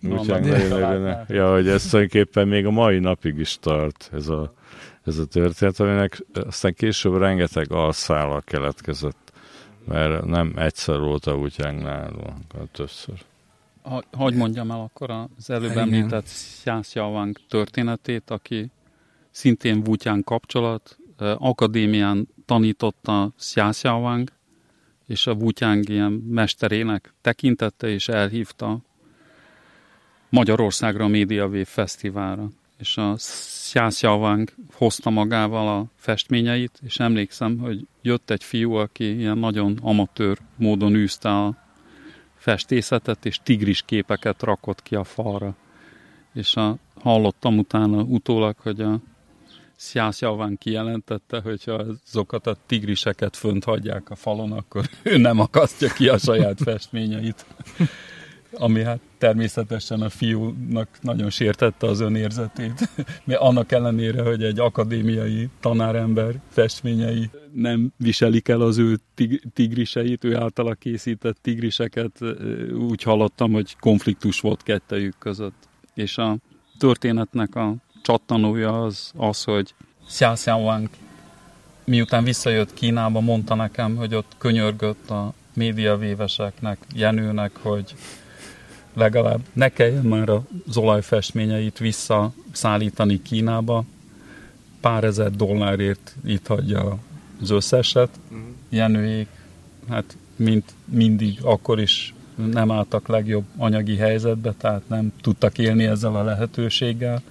Ja, hogy ez tulajdonképpen még a mai napig is tart ez a történet, aminek aztán később rengeteg alszállal keletkezett, mert nem egyszer volt a Vutyángnál, hanem többször. Hogy mondjam el akkor az előbb említett Sziászjavang történetét, aki szintén Vutyáng kapcsolat, akadémián tanította Sziászjavang, és a Vutyáng ilyen mesterének tekintette, és elhívta Magyarországra a Médiavév Fesztiválra. És a Sziászjavang hozta magával a festményeit, és emlékszem, hogy jött egy fiú, aki ilyen nagyon amatőr módon űzte a festészetet, és tigris képeket rakott ki a falra. És hallottam utólag, hogy a Sziászjavang kijelentette, hogyha azokat a tigriseket fönt hagyják a falon, akkor ő nem akasztja ki a saját festményeit. Ami hát természetesen a fiúnak nagyon sértette az önérzetét. Mert annak ellenére, hogy egy akadémiai tanárember festményei nem viselik el az ő tigriseit, ő általa készített tigriseket, úgy hallottam, hogy konfliktus volt kettejük között. És a történetnek a csattanója az, hogy Sziászjavang miután visszajött Kínába, mondta nekem, hogy ott könyörgött a médiavéveseknek, Jenőnek, hogy legalább ne kelljen már az olajfestményeit visszaszállítani Kínába, pár ezer dollárért itt hagyja az összeset. Jenőék, hát mint mindig, akkor is nem álltak legjobb anyagi helyzetbe, tehát nem tudtak élni ezzel a lehetőséggel,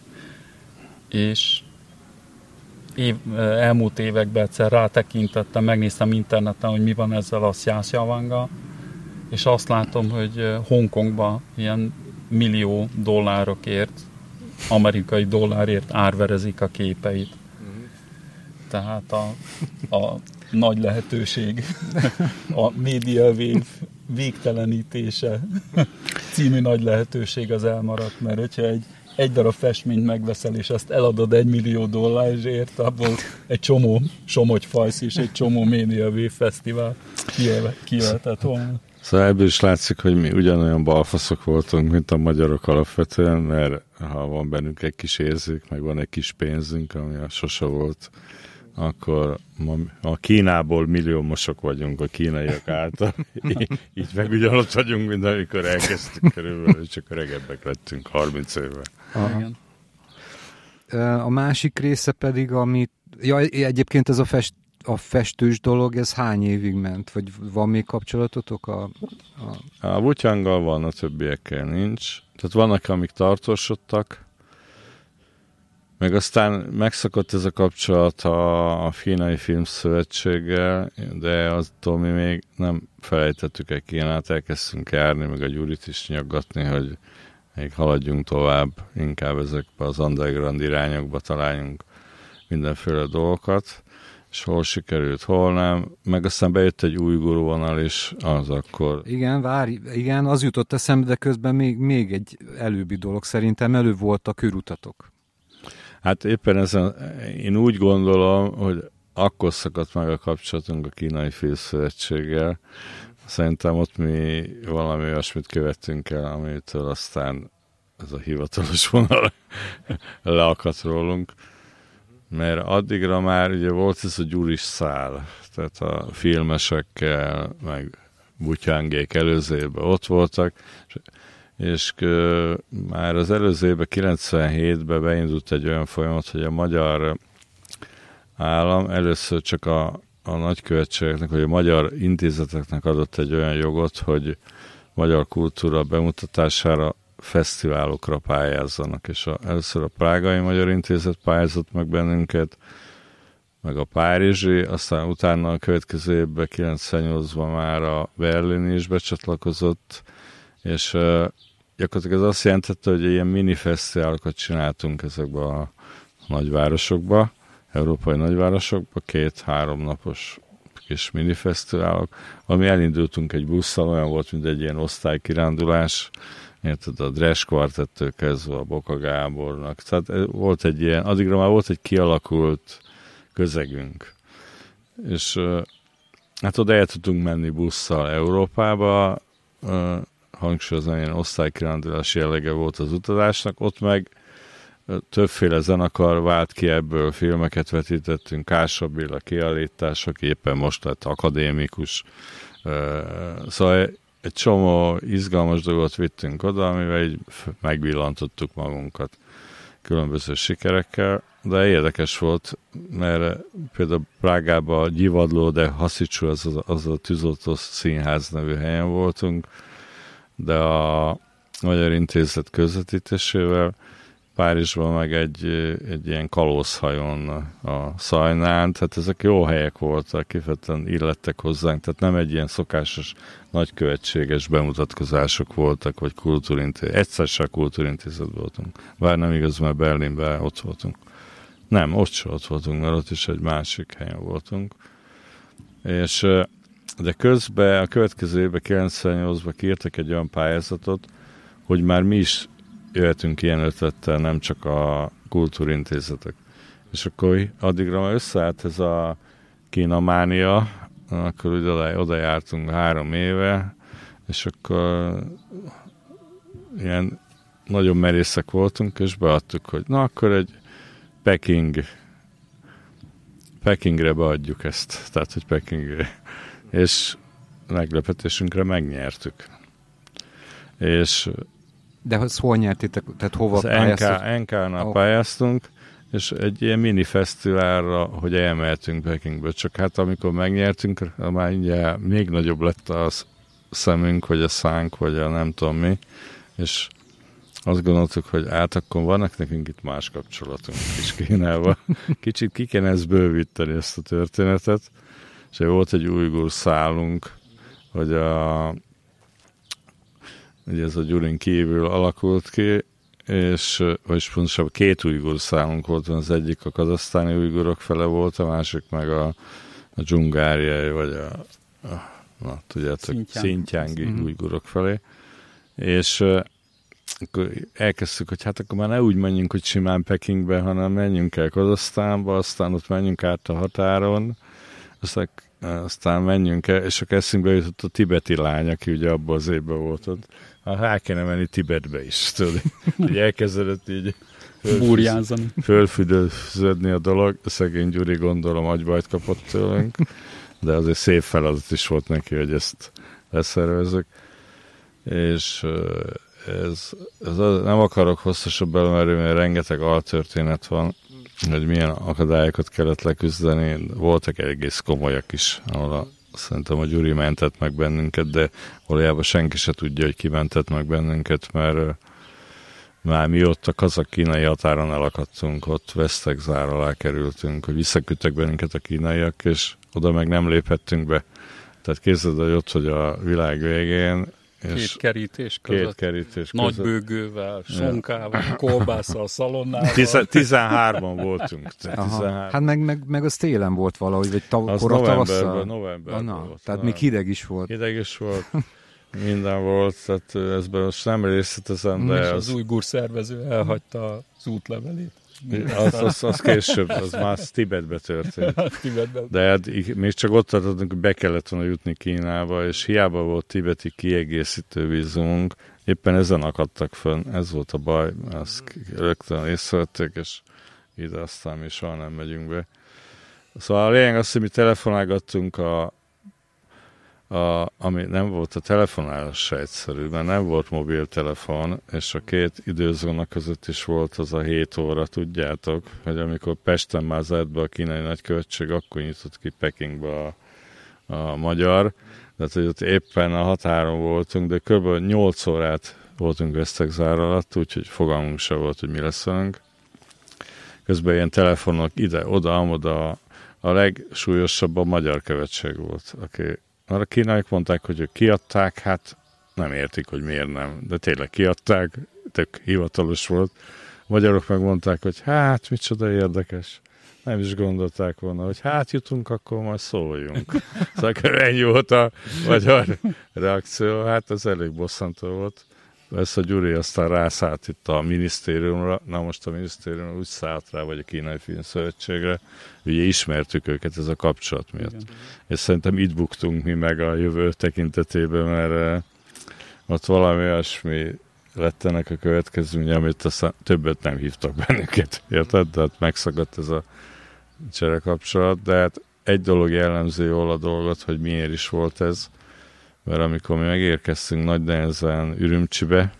és elmúlt években egyszer rátekintettem, megnéztem interneten, hogy mi van ezzel a Sziászjavanggal, és azt látom, hogy Hongkongban ilyen $1 millió amerikai dollárért árverezik a képeit. Tehát a nagy lehetőség, a Médiavév végtelenítése című nagy lehetőség az elmaradt, mert hogyha egy darab festményt megveszel, és azt eladod $1 millió abból egy csomó Somogy-Fajsz és egy csomó Médiavév Fesztivál kijöhetett volna. Szóval ebből is látszik, hogy mi ugyanolyan balfaszok voltunk, mint a magyarok alapvetően, mert ha van bennünk egy kis érzék, meg van egy kis pénzünk, ami sose volt, akkor a Kínából milliómosok vagyunk a kínaiak által. Így meg ugyanott vagyunk, mint amikor elkezdtük körülbelül, csak öregebbek lettünk 30 évvel. A másik része pedig, amit... Ja, egyébként ez a festős dolog, ez hány évig ment? Vagy van még kapcsolatotok? A Vutyánggal van, a többiekkel nincs. Tehát vannak, amik tartósodtak, meg aztán megszakadt ez a kapcsolat a Kínai Filmszövetséggel, de attól mi még nem felejtettük el Kínát, elkezdtünk járni, meg a Gyurit is nyaggatni, hogy még haladjunk tovább, inkább ezekbe az underground irányokba találjunk mindenféle dolgokat, és hol sikerült, hol nem, meg aztán bejött egy új guruvonal is, az akkor... Igen, az jutott eszembe, de közben még egy előbbi dolog, szerintem előbb volt a körutatok. Hát éppen ezen, én úgy gondolom, hogy akkor szakadt meg a kapcsolatunk a Kínai Filmszövetséggel. Szerintem ott mi valami olyasmit követtünk el, amitől aztán ez a hivatalos vonal leakadt rólunk. Mert addigra már ugye volt ez a Gyuris szál, tehát a filmesekkel, meg Vutyángék előző évben ott voltak, és és már az előző évben, 97-ben beindult egy olyan folyamat, hogy a magyar állam először csak a nagykövetségeknek, vagy a magyar intézeteknek adott egy olyan jogot, hogy magyar kultúra bemutatására fesztiválokra pályázzanak, és először a Prágai Magyar Intézet pályázott meg bennünket, meg a párizsi, aztán utána a következő évben, 98-ban már a berlini is becsatlakozott, és gyakorlatilag ez azt jelentette, hogy ilyen mini fesztiválokat csináltunk ezekbe a nagyvárosokba, európai nagyvárosokba, 2-3 napos kis mini fesztiválok, ami elindultunk egy busszal, olyan volt, mint egy ilyen osztálykirándulás, érted, a Dres Kvartettől kezdve a Boka Gábornak. Tehát volt egy ilyen, addigra már volt egy kialakult közegünk. És hát oda el tudtunk menni busszal Európába, hangsúlyozom, ilyen osztálykirándulás jellege volt az utazásnak, ott meg többféle zenekar vált ki ebből, filmeket vetítettünk, Kásab Béla kiállítás, aki éppen most lett akadémikus. Szóval egy csomó izgalmas dolgot vittünk oda, amivel így megvillantottuk magunkat különböző sikerekkel, de érdekes volt, mert például Prágában a Gyivadló, de Hasicsú, az a Tűzoltó Színház nevű helyen voltunk, de a Magyar Intézet közvetítésével, Párizsban meg egy ilyen kalózhajón a Szajnán, tehát ezek jó helyek voltak, kifejezetten illettek hozzánk, tehát nem egy ilyen szokásos, nagykövetséges bemutatkozások voltak, vagy kultúrintézet. Egyszer se kultúrintézetben voltunk. Bár nem igaz, mert Berlinben ott voltunk. Nem, ott se ott voltunk, mert ott is egy másik helyen voltunk. És, de közben a következő évben, 98-ban kiírtak egy olyan pályázatot, hogy már mi is jöhetünk ilyen ötlettel, nem csak a kultúrintézetek. És akkor addigra már összeállt ez a kínamánia, akkor oda jártunk 3 éve, és akkor ilyen nagyon merészek voltunk, és beadtuk, hogy na akkor egy Pekingre beadjuk ezt, tehát hogy Pekingre. És meglepetésünkre megnyertük. És de hol nyertétek? Tehát hova pályáztunk? NK-nál pályáztunk, és egy ilyen mini fesztiválra, hogy elmehetünk Pekingbe. Csak hát amikor megnyertünk, már még nagyobb lett a szemünk, vagy a szánk, vagy a nem tudom mi, és azt gondoltuk, hogy akkor vannak nekünk itt más kapcsolatunk is Kínával. Kicsit ki kéne ezt bővíteni, ezt a történetet, és volt egy ujgur szálunk, hogy ugye ez a Gyurin kívül alakult ki, és vagyis pontosabban 2 ujgur szálunk volt, az egyik a kazahsztáni ujgurok fele volt, a másik meg a dzsungáriai, vagy na, tudjátok, szintjángi ujgurok felé. És akkor elkezdtük, hogy hát akkor már ne úgy menjünk, hogy simán Pekingbe, hanem menjünk el Kazahsztánba, aztán ott menjünk át a határon, aztán menjünk el, és akkor eszünkbe jutott a tibeti lány, aki ugye abban az évben volt ott. Rá kéne menni Tibetbe is, tudod. Így elkezdett így fölfüdöződni a dolog. A szegény Gyuri, gondolom, agybajt kapott tőlünk, de azért szép feladat is volt neki, hogy ezt leszervezzük. És nem akarok hosszasabb belemerülni, mert rengeteg altörténet van, hogy milyen akadályokat kellett leküzdeni. Voltak egész komolyak is, ahol szerintem a Gyuri mentett meg bennünket, de valójában senki se tudja, hogy ki mentett meg bennünket, mert már mi ott a kazak-kínai határon elakadtunk, ott vesztegzár alá kerültünk, hogy visszaküldtek bennünket a kínaiak, és oda meg nem léphettünk be. Tehát képzeld, hogy ott, hogy a világ végén, és 2 kerítés között. Nagy bőgővel, sonkával, kolbásszal, szalonnával. 13-an voltunk. 13. Hát meg az télen volt valahogy, vagy korai tavasszal? Novemberben volt. Tehát még hideg is volt. Hideg is volt. Minden volt, tehát ezben most nem részletezem, de az ujgur szervező elhagyta az útlevelét. Az később, az már Tibetbe történt. De hát még csak ott tartottunk, hogy be kellett volna jutni Kínába, és hiába volt tibeti kiegészítő vízumunk, éppen ezen akadtak fönn, ez volt a baj, azt rögtön észrevették, és ide aztán mi soha nem megyünk be. Szóval a lényeg az, hogy mi telefonálgattunk ami nem volt a telefonálás se egyszerű, mert nem volt mobiltelefon, és a két időzóna között is volt az a 7 óra, tudjátok, hogy amikor Pesten mázelt be a kínai nagykövetség, akkor nyitott ki Pekingbe a magyar, tehát hogy ott éppen a határon voltunk, de kb. 8 órát voltunk Vesztegzár alatt, úgyhogy fogalmunk se volt, hogy mi lesz velünk. Közben ilyen telefonok ide-oda, amoda, a legsúlyosabb a magyar követség volt, mert a kínaiak mondták, hogy ők kiadták, hát nem értik, hogy miért nem, de tényleg kiadták, tök hivatalos volt. A magyarok megmondták, hogy hát micsoda érdekes, nem is gondolták volna, hogy hát jutunk, akkor majd szóljunk. Szóval ennyi volt a magyar reakció, hát ez elég bosszantó volt. Ezt a Gyuri aztán rászállt itt a minisztériumra, na most a minisztérium úgy szállt rá, vagy a Kínai Filmszövetségre, ugye ismertük őket ez a kapcsolat miatt. Igen. És szerintem itt buktunk mi meg a jövő tekintetében, mert ott valami olyasmi lett ennek a következménye, amit aztán többet nem hívtak bennünket, érted? Tehát megszakadt ez a cserekapcsolat, de hát egy dolog jellemző jól a dolgot, hogy miért is volt ez, mert amikor mi megérkeztünk nagy nehezen Ürümcsibe,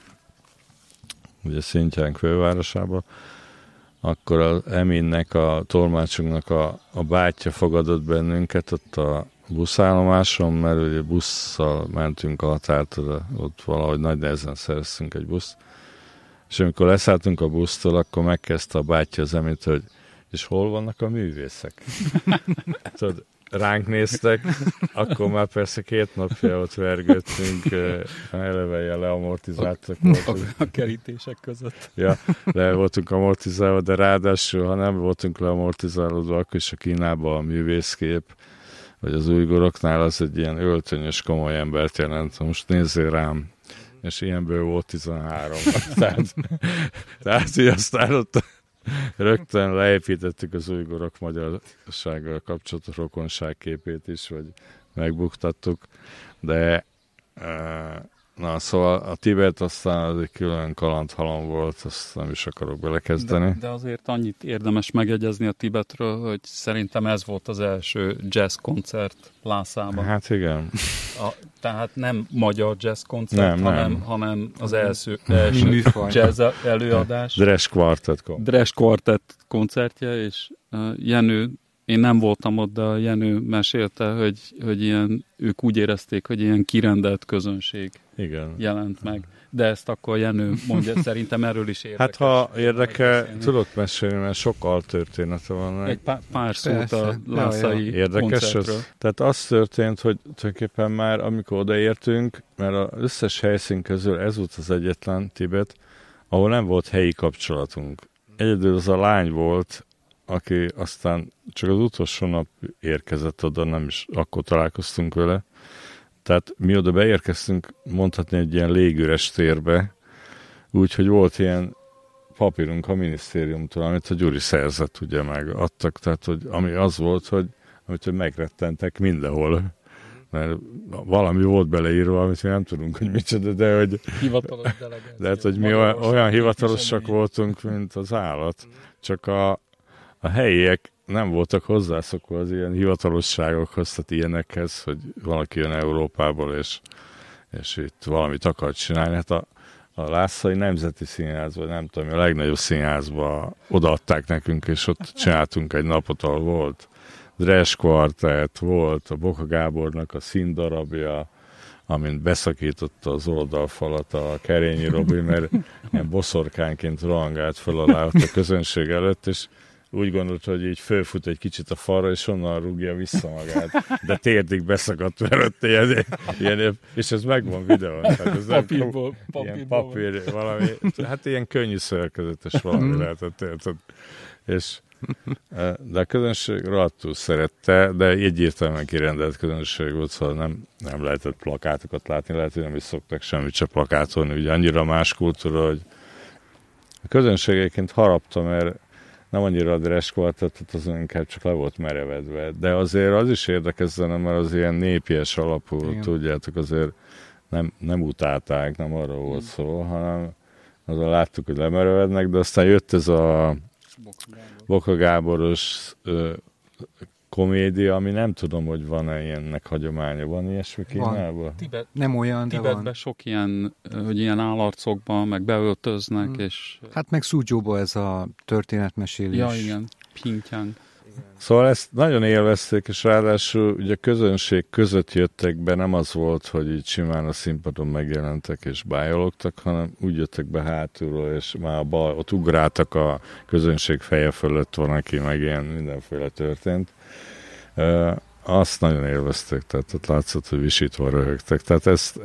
ugye Szintján fővárosába, akkor az Eminnek, a tolmácsunknak a bátyja fogadott bennünket ott a buszállomáson, mert ugye busszal mentünk a határtól, ott valahogy nagy nehezen szereztünk egy buszt, és amikor leszálltunk a busztól, akkor megkezdte a bátyja az Emint, hogy és hol vannak a művészek? Tudod, ránk néztek, akkor már persze 2 napja ott vergődtünk, eleve ilyen leamortizáltak voltunk. A kerítések között. Ja, le voltunk amortizálva, de ráadásul, ha nem voltunk leamortizálódva, akkor is a Kínában a művészkép, vagy az ujguroknál az egy ilyen öltönyös, komoly embert jelent. Most nézzél rám. És ilyenből volt 13. tehát így aztán ott rögtön leépítettük az ujgurok magyarsággal kapcsolatos rokonságképét is, vagy megbuktattuk, de na, szóval a Tibet aztán az egy külön kalandhalom volt, azt nem is akarok belekezdeni. De azért annyit érdemes megjegyezni a Tibetről, hogy szerintem ez volt az első jazz koncert Lászában. Hát igen. Tehát nem magyar jazz koncert, hanem az első jazz előadás. Dres Quartet koncertje, és Jenő, én nem voltam ott, de Jenő mesélte, hogy ilyen, ők úgy érezték, hogy ilyen kirendelt közönség jelent meg. De ezt akkor Jenő mondja, szerintem erről is érdekes. Hát ha érdekel, tudok mesélni, mert sok altörténete van. Egy pár szót a lászai érdekes koncertről. Tehát az történt, hogy tulajdonképpen már amikor odaértünk, mert az összes helyszín közül ez volt az egyetlen Tibet, ahol nem volt helyi kapcsolatunk. Egyedül az a lány volt, aki aztán csak az utolsó nap érkezett oda, nem is akkor találkoztunk vele. Tehát mi oda beérkeztünk, mondhatni egy ilyen légüres térbe, úgyhogy volt ilyen papírunk a minisztériumtól, amit a Gyuri szerzett, ugye megadtak, tehát hogy ami az volt, hogy megrettentek mindenhol, mert valami volt beleírva, amit mi nem tudunk, hogy micsoda, de hogy hivatalos delegáció. Lehet, hogy mi olyan hivatalosak voltunk, mint az állat, csak a helyiek nem voltak hozzászokva az ilyen hivatalosságokhoz, tehát ilyenekhez, hogy valaki jön Európából, és itt valamit akar csinálni. Hát a Lászai Nemzeti Színházba, nem tudom, a legnagyobb színházba odaadták nekünk, és ott csináltunk egy napot, ahol volt Dres Quartet, volt a Boka Gábornak a színdarabja, amint beszakította az oldalfalat a Kerényi Robi, mert ilyen boszorkányként rohangált fel alá ott a közönség előtt, és úgy gondolt, hogy így fölfut egy kicsit a falra, és onnan rúgja vissza magát. De térdig beszakadt előtt ilyen, és ez megvan videón. Hát ez papírból. Ilyen papír, valami, hát ilyen könnyű szerkezetes valami lehetett, érted? És de a közönség rohadtul szerette, de egyértelműen kirendelt közönség volt, szóval nem lehetett plakátokat látni, lehet, hogy nem is szoktak semmit se plakátolni, ugye annyira más kultúra, hogy a közönség egyébként harapta, mert nem annyira a Dres Quartetet, az inkább csak le volt merevedve. De azért az is érdekes zene, mert az ilyen népies alapú, igen. Tudjátok, azért nem utálták, nem arra volt szó, hanem azon láttuk, hogy lemerevednek, de aztán jött ez a Boka Gáboros komédia, ami nem tudom, hogy van-e ilyennek hagyománya. Van ilyesmi Kínában? Nem olyan, de Tibetben van. sok ilyen, hogy ilyen állarcokban, meg beöltöznek, és... Hát meg Suzhouban ez a történetmesélés. Ja, igen, Pyeongchang. Szóval ezt nagyon élvezték, és ráadásul ugye a közönség között jöttek be, nem az volt, hogy így simán a színpadon megjelentek és bájologtak, hanem úgy jöttek be hátulról, és már ott ugráltak a közönség feje fölött van, aki meg ilyen mindenféle történt. Azt nagyon élvezték, tehát ott látszott, hogy visítva röhögtek, tehát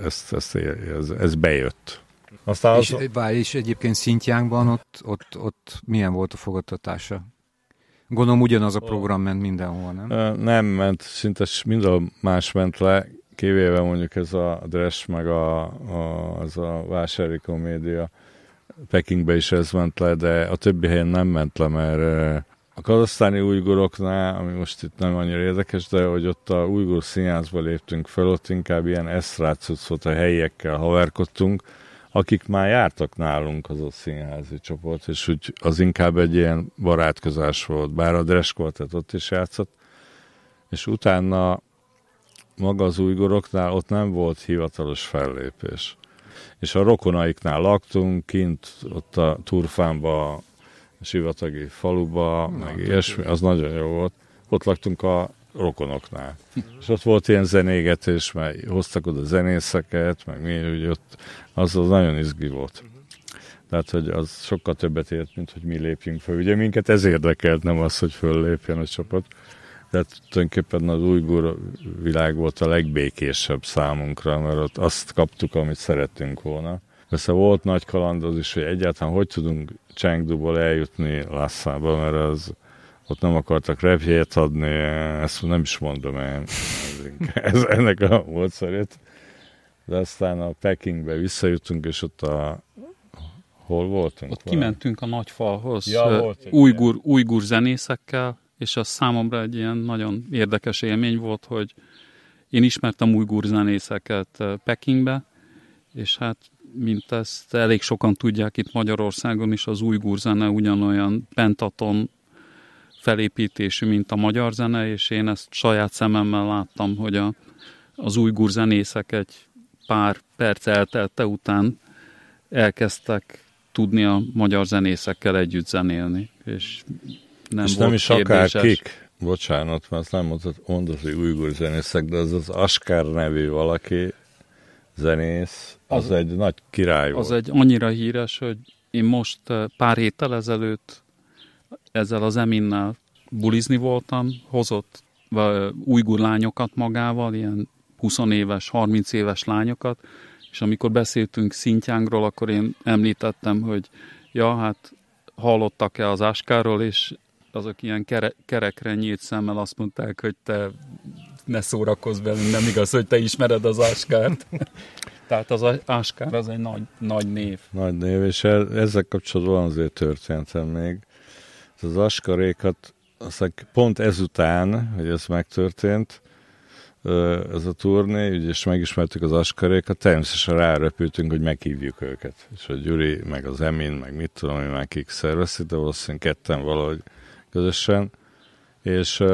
ez bejött. Aztán és egyébként Xinjiangban ott milyen volt a fogadtatása? Gondolom ugyanaz a program ment mindenhol, nem? Nem ment, szinte minden más ment le, kivéve mondjuk ez a Dress, meg az a vásári komédia. Pekingbe is ez ment le, de a többi helyen nem ment le, mert a kazahsztáni ujguroknál, ami most itt nem annyira érdekes, de hogy ott a ujgur színházba léptünk fel, ott inkább ilyen esztrácot volt, a helyiekkel haverkodtunk, akik már jártak nálunk az a színházi csoport, és úgy az inkább egy ilyen barátkozás volt, bár a Dress Quartet ott is játszott, és utána maga az ujguroknál ott nem volt hivatalos fellépés. És a rokonaiknál laktunk, kint ott a Turfánba, a sivatagi faluba, meg ilyesmi, az nagyon jó volt. Ott laktunk a rokonoknál. És ott volt ilyen zenégetés, mert hoztak oda zenészeket, meg mi, úgy ott, az nagyon izgi volt. Tehát, hogy az sokkal többet ért, mint hogy mi lépjünk fel. Ugye minket ez érdekelt, nem az, hogy föllépjen a csapat. Tehát tulajdonképpen az ujgur világ volt a legbékésebb számunkra, mert ott azt kaptuk, amit szerettünk volna. Persze volt nagy kalandoz is, hogy egyáltalán hogy tudunk Chengduból eljutni Lhasa-ba, mert ott nem akartak repjegyet adni, ezt nem is mondom én, ennek a módszerét. De aztán a Pekingbe visszajutunk, és ott hol voltunk? Ott kimentünk a nagy falhoz, ja, ujgur zenészekkel, és az számomra egy ilyen nagyon érdekes élmény volt, hogy én ismertem ujgur zenészeket Pekingbe, és hát mint ezt elég sokan tudják itt Magyarországon is, az ujgur zene ugyanolyan pentaton felépítésű, mint a magyar zene, és én ezt saját szememmel láttam, hogy az ujgur zenészek egy pár perc eltelte után elkezdtek tudni a magyar zenészekkel együtt zenélni, és nem és volt nem is kérdéses. akár kik, bocsánat, mert nem mondod, hogy ujgur zenészek, de az Askar nevű valaki zenész, az egy nagy király volt. Az egy annyira híres, hogy én most pár héttel ezelőtt ezzel az Eminnel bulizni voltam, hozott ujgur lányokat magával, ilyen 20 éves, 30 éves lányokat, és amikor beszéltünk Xinjiangról, akkor én említettem, hogy ja, hát hallottak-e az Askarról, és azok ilyen kerekre nyílt szemmel azt mondták, hogy te ne szórakozz velünk, nem igaz, hogy te ismered az Askart. Tehát az Askar az egy nagy név. Nagy név, és ezzel kapcsolatban van azért történetem még. Az Askarékat pont ezután, hogy ez megtörtént, ez a turné, és megismertük az Askarékat, természetesen rárepültünk, hogy meghívjuk őket. És a Gyuri, meg az Emin, meg mit tudom, hogy már kik szervezték, de valószínűleg ketten valahogy közösen. És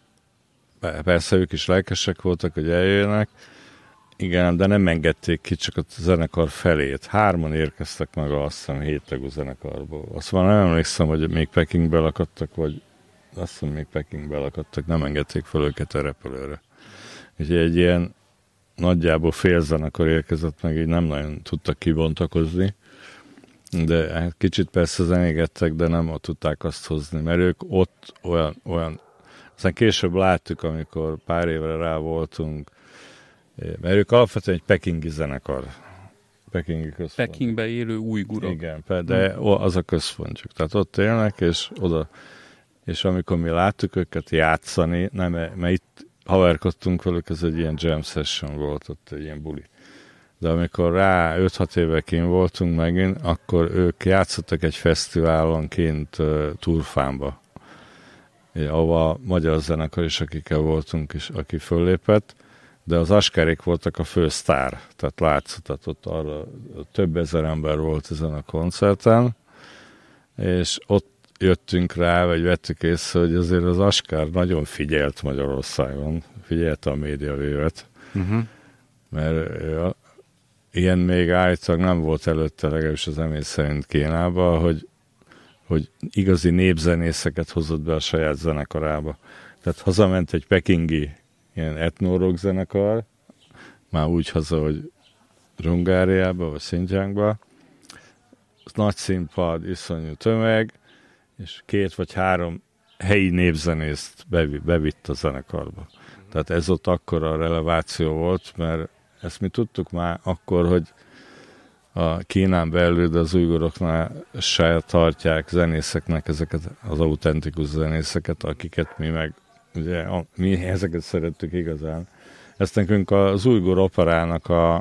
persze ők is lelkesek voltak, hogy eljöjjenek. Igen, de nem engedték ki csak a zenekar felét. 3-an érkeztek meg, azt hiszem 7 tagú zenekarból. Azt már nem emlékszem, hogy még Pekingbe lakadtak, vagy azt hiszem még Pekingbe lakadtak, nem engedték fel őket a repülőre. Úgyhogy egy ilyen nagyjából fél zenekar érkezett meg, így nem nagyon tudtak kibontakozni. De hát kicsit persze zenégettek, de nem tudták azt hozni, mert ők ott olyan aztán később láttuk, amikor pár évre rá voltunk, mert ők alapvetően egy pekingi zenekar. Pekingi központ. Pekingbe élő ujgurok. Igen, de az a központjuk. Tehát ott élnek, és oda, és amikor mi láttuk őket játszani, mert itt haverkodtunk velük, ez egy ilyen jam session volt, ott egy ilyen buli. De amikor rá 5-6 éve kint voltunk megint, akkor ők játszottak egy fesztiválon kint Turfánba, ahova a magyar zenekar is, akikkel voltunk is, aki föllépett, de az Askarék voltak a fő sztár, tehát látszott, tehát ott arra több ezer ember volt ezen a koncerten, és ott jöttünk rá, vagy vettük észre, hogy azért az Askár nagyon figyelt Magyarországon, figyelte a médiavévet, mert ilyen még állítólag nem volt előtte, legalábbis az emény szerint Kínában, hogy igazi népzenészeket hozott be a saját zenekarába. Tehát hazament egy pekingi ilyen etno-rock zenekar, már úgy haza, hogy Hungáriába, vagy Xinjiangba, nagy színpad, iszonyú tömeg, és 2 vagy 3 helyi népzenészt bevitt a zenekarba. Tehát ez ott akkora releváció volt, mert ezt mi tudtuk már akkor, hogy a Kínán belül, de az ujguroknál se tartják zenészeknek ezeket az autentikus zenészeket, akiket mi meg, ugye, mi ezeket szerettük igazán. Ezt nekünk az ujgur operának a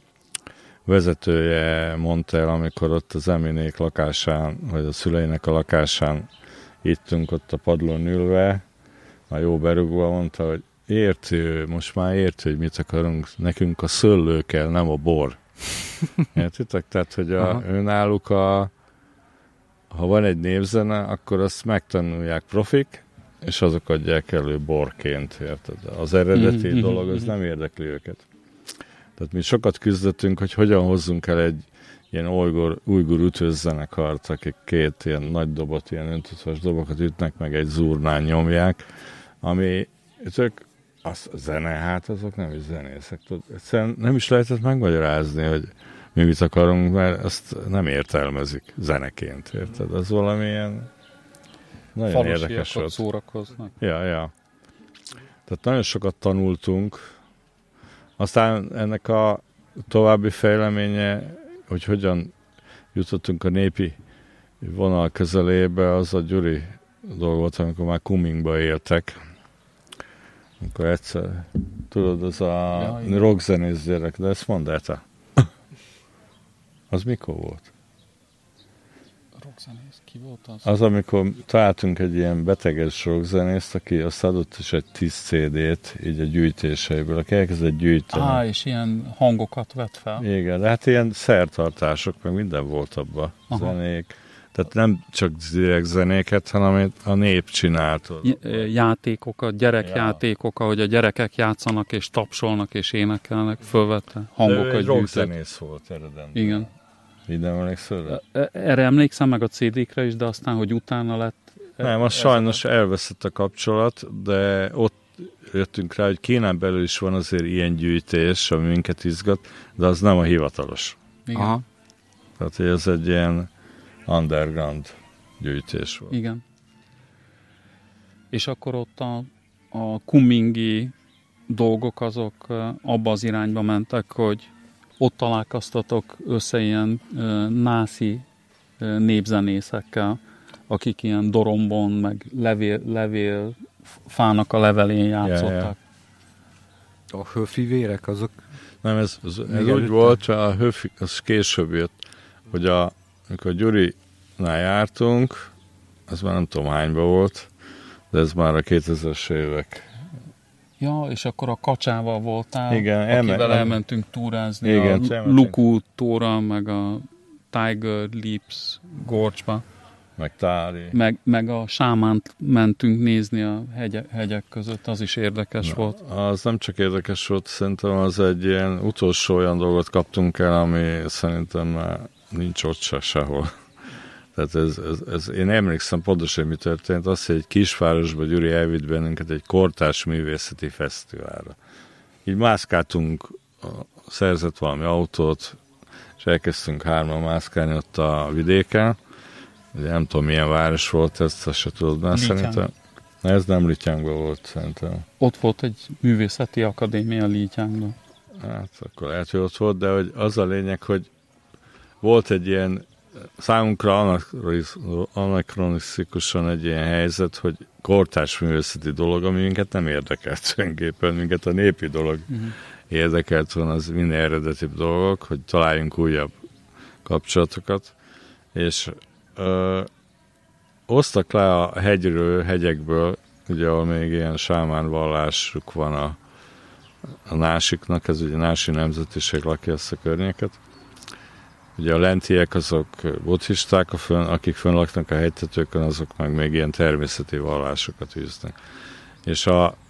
vezetője mondta el, amikor ott az Eminék lakásán, vagy a szüleinek a lakásán ittünk ott a padlón ülve, a jó berugva, mondta, hogy most már érti, hogy mit akarunk, nekünk a szőlő kell, nem a bor. Értitek? Tehát, hogy önálluk ha van egy népzene, akkor azt megtanulják profik, és azok adják elő borként, érted? Az eredeti dolog, az nem érdekli őket. Tehát mi sokat küzdöttünk, hogy hogyan hozzunk el egy ilyen ujgur ütőszenekart, akik 2 ilyen nagy dobot, ilyen öntudvas dobokat ütnek, meg egy zurnán nyomják, ami tök az zene, hát azok nem is zenészek. Egyszerűen nem is lehetett megmagyarázni, hogy mi mit akarunk, mert azt nem értelmezik zeneként, érted? Az valamilyen nagyon érdekes volt. Szórakoznak. Ja. Tehát nagyon sokat tanultunk. Aztán ennek a további fejleménye, hogy hogyan jutottunk a népi vonal közelébe, az a Gyuri dolog volt, amikor már Kunmingba éltek. Amikor egyszer, tudod, az a rockzenész gyerek, de ezt mondd el te. Az mikor volt? Rockzenész? Ki volt az? Az, amikor találtunk egy ilyen beteges rockzenészt, aki azt adott is egy 10 CD-t, így a gyűjtéseiből, aki elkezdett gyűjteni. És ilyen hangokat vett fel. Igen, de hát ilyen szertartások, meg minden volt abban. Zenék. Tehát nem csak direkt zenéket, hanem a nép csinált. Játékokat, gyerekjátékok, ahogy a gyerekek játszanak, és tapsolnak, és énekelnek, fölvette hangokat gyűjtött. Rockzenész volt eredendően. Igen. Így nem emlékszel? Erre emlékszem meg a CD-kre is, de aztán, hogy utána lett... Nem, az sajnos elveszett a kapcsolat, de ott jöttünk rá, hogy Kínán belül is van azért ilyen gyűjtés, ami minket izgat, de az nem a hivatalos. Igen. Aha. Tehát, hogy ez egy ilyen underground gyűjtés volt. Igen. És akkor ott a kunmingi dolgok azok abba az irányba mentek, hogy ott találkoztatok össze ilyen nászi népzenészekkel, akik ilyen dorombon, meg levél fának a levelén játszottak. A höfivérek azok? Nem, ez úgy volt, a höfi, az később jött, hogy amikor Gyurinál jártunk, az már nem tudom hányban volt, de ez már a 2000-es évek. Ja, és akkor a kacsával voltál, igen, akivel elmentünk túrázni, igen, a Luku tóra, meg a Tiger Lips gorcsba. Meg Tári. Meg a Sámánt mentünk nézni a hegyek között, az is érdekes volt. Az nem csak érdekes volt, szerintem az egy ilyen utolsó olyan dolgot kaptunk el, ami szerintem már nincs ott sehol. Tehát én emlékszem pontosan, mi történt. Az, hogy egy kisvárosban Gyuri elvitt bennünket egy kortárs művészeti fesztiválra. Így mászkáltunk, szerzett valami autót, és elkezdtünk 3-an mászkálni ott a vidéken. Nem tudom, milyen város volt ez, azt se tudod már szerintem. Ez nem Lityángban volt szerintem. Ott volt egy művészeti akadémia Lityángban. Hát akkor lehet, hogy ott volt, de hogy az a lényeg, hogy volt egy ilyen számunkra anakronisztikusan egy ilyen helyzet, hogy kortárs művészeti dolog, ami minket nem érdekelt tulajdonképpen, minket a népi dolog érdekelt volna, az minél eredetibb dolgok, hogy találjunk újabb kapcsolatokat, és osztak le a hegyekből, ugye ahol még ilyen sámán vallásuk van a násiknak, ez ugye nási nemzetiség lakja ezt a környéket, Ugye a lentiek azok buddhisták, akik fönn laknak a hegytetőkön, azok meg még ilyen természeti vallásokat űznek. És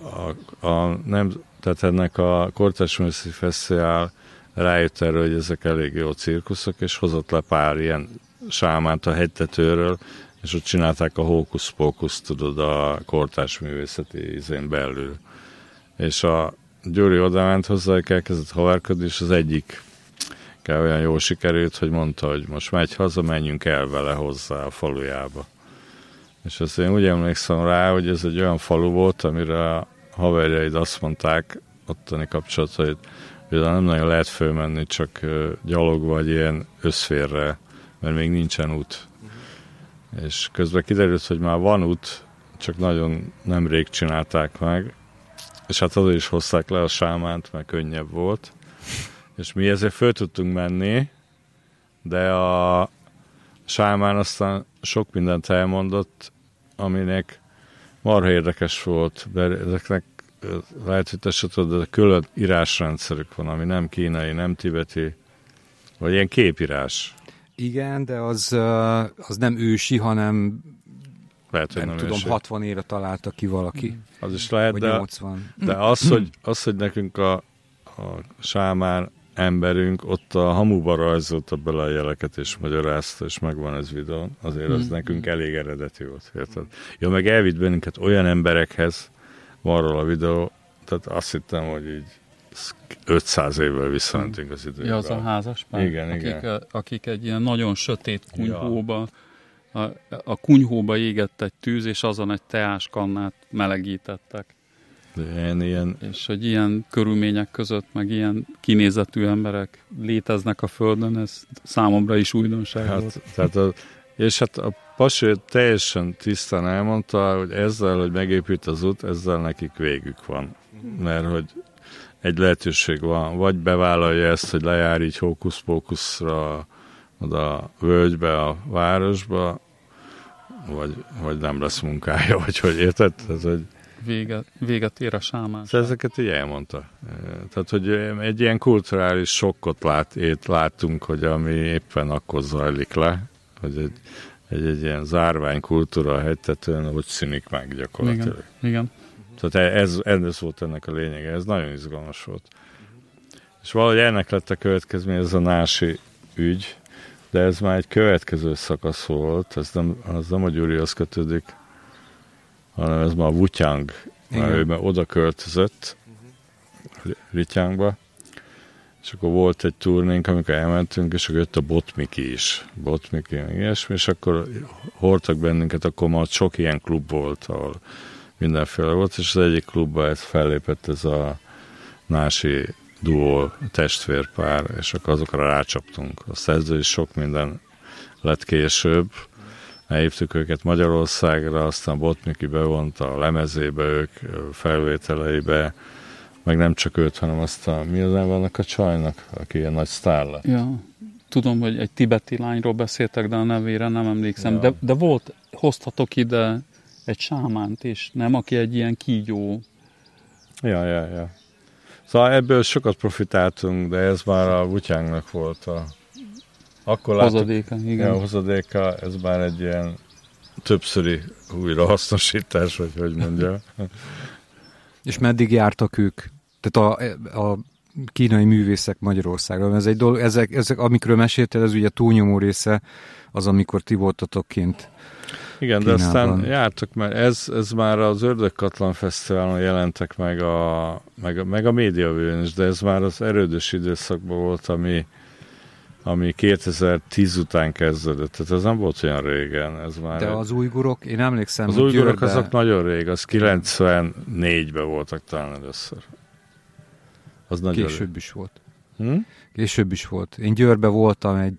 tehát ennek a Kortárs Művészeti Fesztivál rájött erre, hogy ezek elég jó cirkuszok, és hozott le pár ilyen sámánt a hegytetőről, és ott csinálták a hókusz-pókuszt, tudod, a kortárs művészeti izén belül. És a Gyuri odament hozzá, hogy elkezdett haverkodni, és az egyik olyan jól sikerült, hogy mondta, hogy most megy haza, menjünk el vele hozzá a falujába. És azt én úgy emlékszem rá, hogy ez egy olyan falu volt, amire a haverjaid azt mondták, ottani kapcsolatban, hogy nem nagyon lehet fölmenni, csak gyalog vagy ilyen összférre, mert még nincsen út. És közben kiderült, hogy már van út, csak nagyon nemrég csinálták meg, és hát azért is hozták le a sámánt, mert könnyebb volt. És mi ezért föl tudtunk menni, de a sámán aztán sok mindent elmondott, aminek marha érdekes volt, de ezeknek lehet, hogy te se tudod, de külön írásrendszerük van, ami nem kínai, nem tibeti, vagy ilyen képírás. Igen, de az nem ősi, hanem lehet, hogy nem tudom, ősi. 60 éve találta ki valaki. Az is lehet, vagy de 80. De az, hogy nekünk a sámán emberünk ott a hamuba rajzolta bele a jeleket, és magyarázta, és megvan ez videón, azért az nekünk elég eredeti volt, érted? Ja, meg elvitt bennünket olyan emberekhez, van arról a videó, tehát azt hittem, hogy így 500 évvel visszamentünk az időben. Ja, az a házaspár? Igen. Akik egy ilyen nagyon sötét kunyhóba, a kunyhóba égett egy tűz, és azon egy teáskannát melegítettek. Ilyen... És hogy ilyen körülmények között, meg ilyen kinézetű emberek léteznek a Földön, ez számomra is újdonság volt. És hát a pasi teljesen tisztán elmondta, hogy ezzel, hogy megépült az út, ezzel nekik végük van. Mert hogy egy lehetőség van, vagy bevállalja ezt, hogy lejár így hókusz-pókuszra oda a völgybe, a városba, vagy nem lesz munkája, vagy hogy érted? Ez, hogy véget ér a sámán. Ezeket így elmondta. Tehát, hogy egy ilyen kulturális sokkot láttunk, hogy ami éppen akkor zajlik le, hogy egy ilyen zárvány kultúra a hegytetőn, hogy szűnik meg gyakorlatilag. Igen. Tehát ez volt ennek a lényege, ez nagyon izgalmas volt. És valahogy ennek lett a következmény, ez a nási ügy, de ez már egy következő szakasz volt, az nem a Gyurihoz kötődik, hanem ez már a Wutyang, mert ő már oda költözött, Rityángba, és akkor volt egy turnénk, amikor elmentünk, és akkor jött a Botmiki is. Botmiki, ilyesmi, és akkor hordtak bennünket, akkor már sok ilyen klub volt, ahol mindenféle volt, és az egyik klubban fellépett ez a nási duó, testvérpár, és akkor azokra rácsaptunk. Aztán ezzel is sok minden lett később. Elhívtuk őket Magyarországra, aztán Botmiki bevonta a lemezébe ők, felvételeibe, meg nem csak őt, hanem aztán mi az vannak a csajnak, aki ilyen nagy sztár lett. Ja, tudom, hogy egy tibeti lányról beszéltek, de a nevére nem emlékszem. Ja. De hoztatok ide egy sámánt is, nem? Aki egy ilyen kígyó. Ja. Szóval ebből sokat profitáltunk, de ez már a Wutyangnak volt akkor hozadéka, igen. A hozadéka, ez már egy ilyen többszöri újrahasznosítás, vagy hogy mondja. És meddig jártak ők? Tehát a kínai művészek Magyarországra. Ez egy dolog, ezek, amikről meséltél, ez ugye a túlnyomó része az, amikor ti voltatok kint. Igen, Kínában. De aztán jártak, mert ez már az Ördögkatlan Fesztiválon jelentek meg a médiavőn is, de ez már az erődös időszakban volt, ami 2010 után kezdődött, tehát ez nem volt olyan régen. Ez már de az ujgurok, én emlékszem, az ujgurok azok nagyon rég, az 94-ben voltak talán először. Az később is volt. Később is volt. Én Győrbe voltam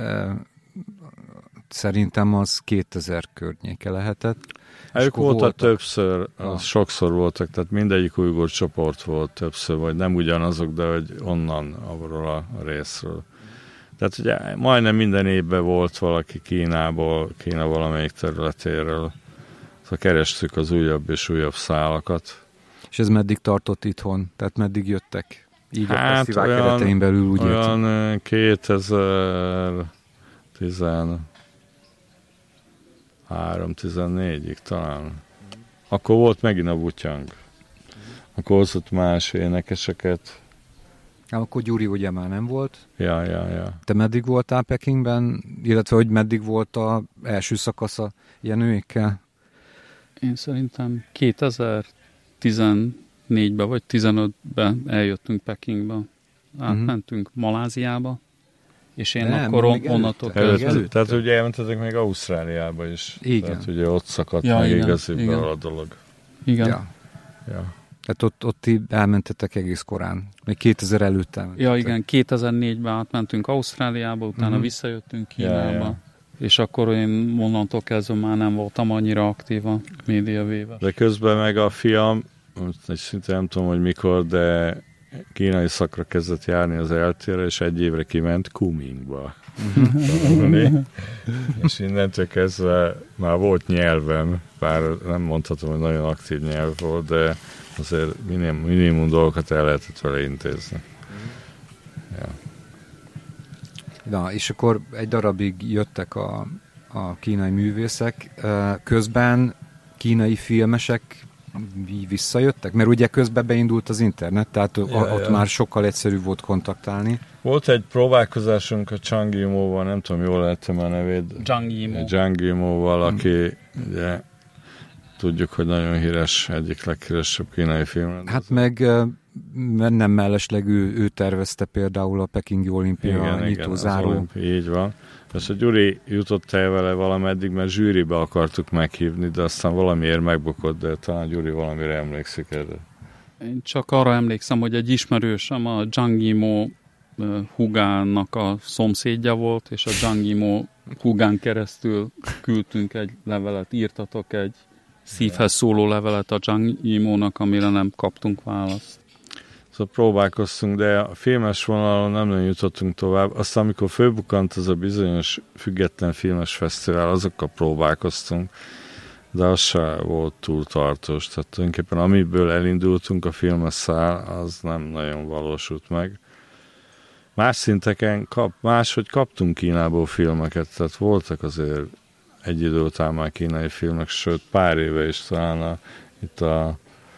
szerintem az 2000 környéke lehetett. Ők voltak többször, sokszor voltak, tehát mindegyik ujgur csoport volt többször, vagy nem ugyanazok, de hogy onnan, arról a részről. Tehát ugye majdnem minden évben volt valaki Kína valamelyik területéről. Szóval kerestük az újabb és újabb szálakat. És ez meddig tartott itthon? Tehát meddig jöttek? Így a fesztivál keretein belül úgy olyan 2013-14-ig talán. Akkor volt megint a Butyang. Akkor hozott más énekeseket. Akkor Gyuri ugye már nem volt. Ja. Te meddig voltál Pekingben, illetve hogy meddig volt az első szakasza Jenőékkel? Én szerintem 2014-ben vagy 15-ben eljöttünk Pekingbe. Átmentünk Maláziába, és én akkor onnantól kezdve... Tehát ugye elmentetek még Ausztráliába is. Igen. Tehát ugye ott szakadt meg igaziból a dolog. Igen. Ja. Tehát ott elmentetek egész korán. Még 2000 előtt elmentetek. Ja, igen, 2004-ben átmentünk Ausztráliába, utána visszajöttünk Kínába. És akkor én onnantól kezdve már nem voltam annyira aktív a médiavével. De közben meg a fiam, szinte nem tudom, hogy mikor, de kínai szakra kezdett járni az eltére, és egy évre kiment Kunmingba. És innentől kezdve már volt nyelvem, bár nem mondhatom, hogy nagyon aktív nyelv volt, de azért minimum dolgokat el lehetett vele intézni. Ja. Na, és akkor egy darabig jöttek a kínai művészek, közben kínai filmesek visszajöttek? Mert ugye közben beindult az internet, tehát ott már sokkal egyszerűbb volt kontaktálni. Volt egy próbálkozásunk a Zhang Yimouval, nem tudom, jól lehetem a nevét. Zhang Yimouval, aki ugye tudjuk, hogy nagyon híres, egyik leghíresebb kínai film. Hát meg nem mellesleg ő tervezte például a Pekingi olimpia nyitózáró. Így van. És a Gyuri jutott el vele valameddig, mert zsűribe akartuk meghívni, de aztán valamiért megbukott, de talán Gyuri valamire emlékszik erre. Én csak arra emlékszem, hogy egy ismerősöm a Zhang Yimou húgának a szomszédja volt, és a Zhang Yimou húgán keresztül küldtünk egy levelet, írtatok egy szívhez szóló levelet a Zhang Yimounak, amire nem kaptunk választ. Szóval próbálkoztunk, de a filmes vonalon nem nagyon jutottunk tovább. Aztán, amikor fölbukkant az a bizonyos független filmes fesztivál, azokkal próbálkoztunk, de az se volt túl tartós. Tehát tulajdonképpen amiből elindultunk, a filmes szál, az nem nagyon valósult meg. Más szinteken máshogy kaptunk Kínából filmeket, tehát voltak azért egy idő után már kínai filmek, sőt pár éve is talán itt a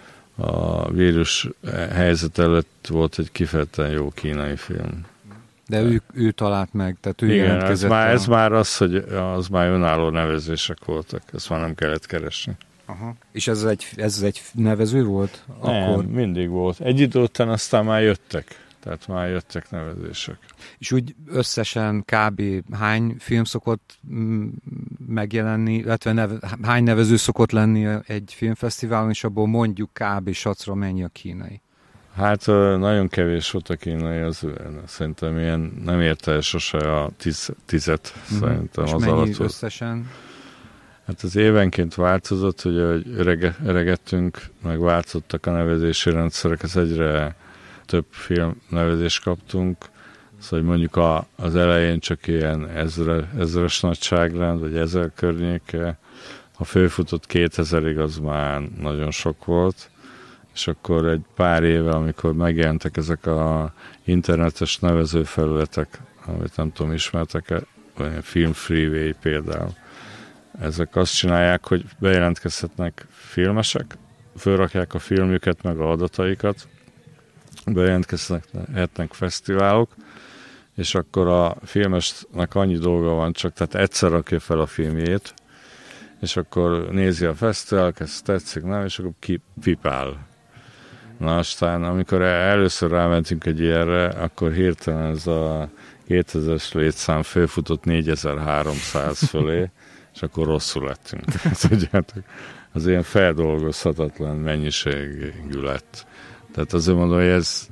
vírus helyzet előtt volt egy kifejezetten jó kínai film. De ő talált meg, tehát ő jelentkezett. Ez már az, hogy az már önálló nevezések voltak, ezt már nem kellett keresni. Aha. És ez egy nevező volt? Nem, akkor mindig volt. Egy idő után aztán már jöttek. Tehát már jöttek nevezések. És úgy összesen kb. Hány film szokott megjelenni, illetve hány nevező szokott lenni egy filmfesztiválon, és abból mondjuk kb. Sacra mennyi a kínai? Hát nagyon kevés volt a kínai, az szerintem ilyen nem érte el sose a tizet, szerintem és az mennyi alatt összesen? Hát az évenként változott, hogy öregettünk, meg változottak a nevezési rendszerek, ez egyre több film nevezést kaptunk, szóval mondjuk az elején csak ilyen ezres nagyságrend, vagy 1000 környéke, ha fölfutott 2000-ig, az már nagyon sok volt, és akkor egy pár éve, amikor megjelentek ezek a internetes nevezőfelületek, amit nem tudom, ismertek-e, vagy Film Freeway például, ezek azt csinálják, hogy bejelentkezhetnek filmesek, fölrakják a filmjüket, meg a adataikat, bejelentkezhetnek fesztiválok, és akkor a filmesnek annyi dolga van csak, tehát egyszer rakja fel a filmjét, és akkor nézi a fesztivál, ezt tetszik, nem, és akkor kipipál. Na aztán, amikor először rámentünk egy ilyenre, akkor hirtelen ez a 2000-es létszám fölfutott 4300 fölé, és akkor rosszul lettünk. Tudjátok, az ilyen feldolgozhatatlan mennyiségű lett. Tehát azért mondom, hogy ez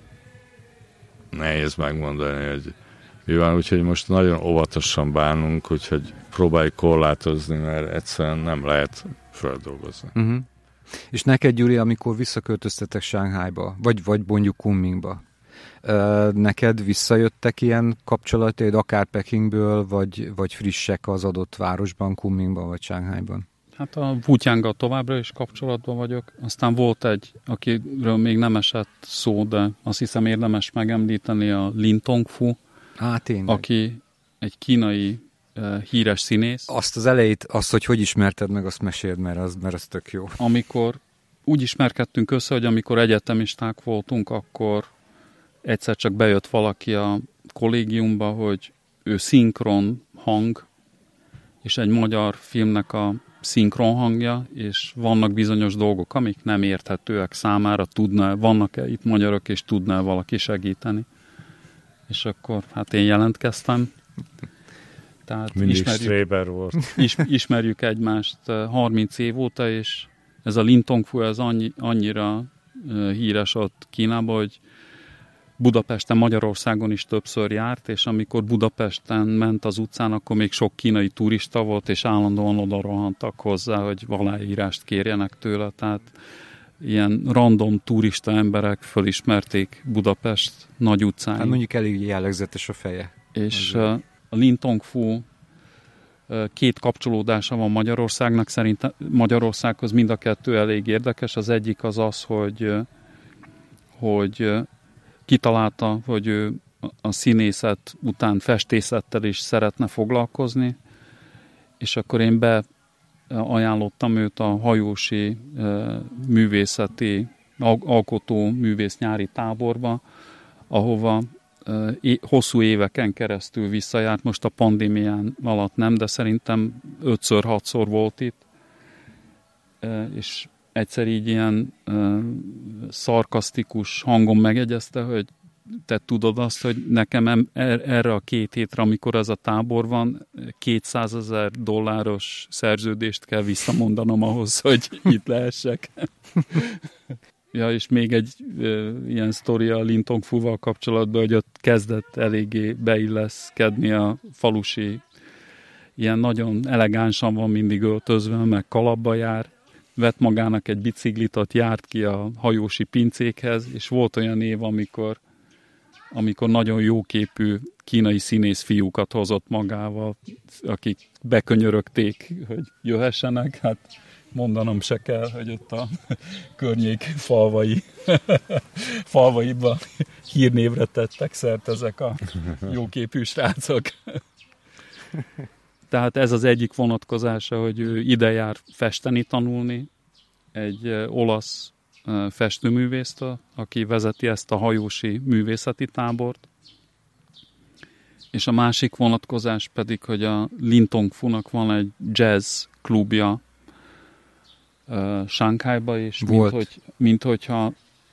nehéz megmondani, hogy mi van, úgyhogy most nagyon óvatosan bánunk, úgyhogy próbáljuk korlátozni, mert egyszerűen nem lehet feldolgozni. Uh-huh. És neked, Gyuri, amikor visszaköltöztetek Shanghaiba, vagy mondjuk Kunmingba, neked visszajöttek ilyen kapcsolataid, akár Pekingből, vagy frissek az adott városban, Kunmingban vagy Shanghaiban? Hát a Wu Tianggal továbbra is kapcsolatban vagyok. Aztán volt egy, akiről még nem esett szó, de azt hiszem érdemes megemlíteni, a Lin Tongfu, aki egy kínai híres színész. Azt az elejét, hogy ismerted meg, azt meséld, mert az tök jó. Amikor úgy ismerkedtünk össze, hogy amikor egyetemisták voltunk, akkor egyszer csak bejött valaki a kollégiumba, hogy ő szinkron hang, és egy magyar filmnek a szinkron hangja, és vannak bizonyos dolgok, amik nem érthetőek számára, vannak-e itt magyarok, és tudná valaki segíteni. És akkor hát én jelentkeztem. Tehát mindig Stréber volt. Ismerjük egymást 30 év óta, és ez a Lin Tongfu, ez annyira híres ott Kínában, hogy Budapesten, Magyarországon is többször járt, és amikor Budapesten ment az utcán, akkor még sok kínai turista volt, és állandóan oda rohantak hozzá, hogy aláírást kérjenek tőle. Tehát ilyen random turista emberek fölismerték Budapest nagy utcáin. Hát mondjuk elég jellegzetes a feje. És a Lin Tongfu két kapcsolódása van Magyarországnak, szerintem Magyarországhoz mind a kettő elég érdekes. Az egyik az, hogy kitalálta, hogy ő a színészet után festészettel is szeretne foglalkozni, és akkor én beajánlottam őt a hajósi művészeti, alkotó művész nyári táborba, ahova hosszú éveken keresztül visszajárt, most a pandémián alatt nem, de szerintem 5-6-szor volt itt, és egyszer így ilyen szarkasztikus hangon megegyezte, hogy te tudod azt, hogy nekem erre a 2 hétre, amikor ez a tábor van, $200,000 szerződést kell visszamondanom ahhoz, hogy itt lehessek. Ja, és még egy ilyen sztori a Lin Tongfuval kapcsolatban, hogy ott kezdett eléggé beilleszkedni a falusi, ilyen nagyon elegánsan van mindig öltözve, meg kalapba jár, vett magának egy biciklit, ott járt ki a hajósi pincékhez, és volt olyan év, amikor nagyon jóképű kínai színész fiúkat hozott magával, akik bekönyörögték, hogy jöhessenek. Hát mondanom se kell, hogy ott a környék falvaiban hírnévre tettek szert ezek a jóképű srácok. Tehát ez az egyik vonatkozása, hogy ő ide jár festeni tanulni, egy olasz festőművésztől, aki vezeti ezt a hajósi művészeti tábort. És a másik vonatkozás pedig, hogy a Lin Tongfunak van egy jazz klubja Sánkhájba, és minthogyha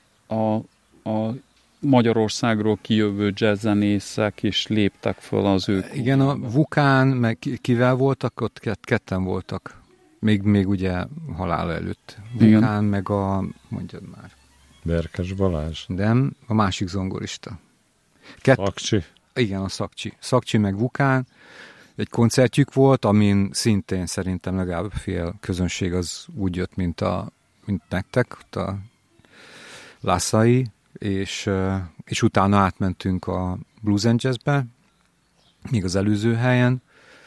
a Magyarországról kijövő jazzzenészek is léptek föl az ők. Igen, a Vukán, meg kivel voltak? Ott ketten voltak. Még ugye halál előtt. Vukán, meg mondjad már. Berkes Balázs. Nem, a másik zongorista. Szakcsi. Igen, a Szakcsi. Szakcsi meg Vukán. Egy koncertjük volt, amin szintén szerintem legalább fél közönség az úgy jött, mint nektek, a Lászai, és utána átmentünk a Blues and Jazzbe, még az előző helyen,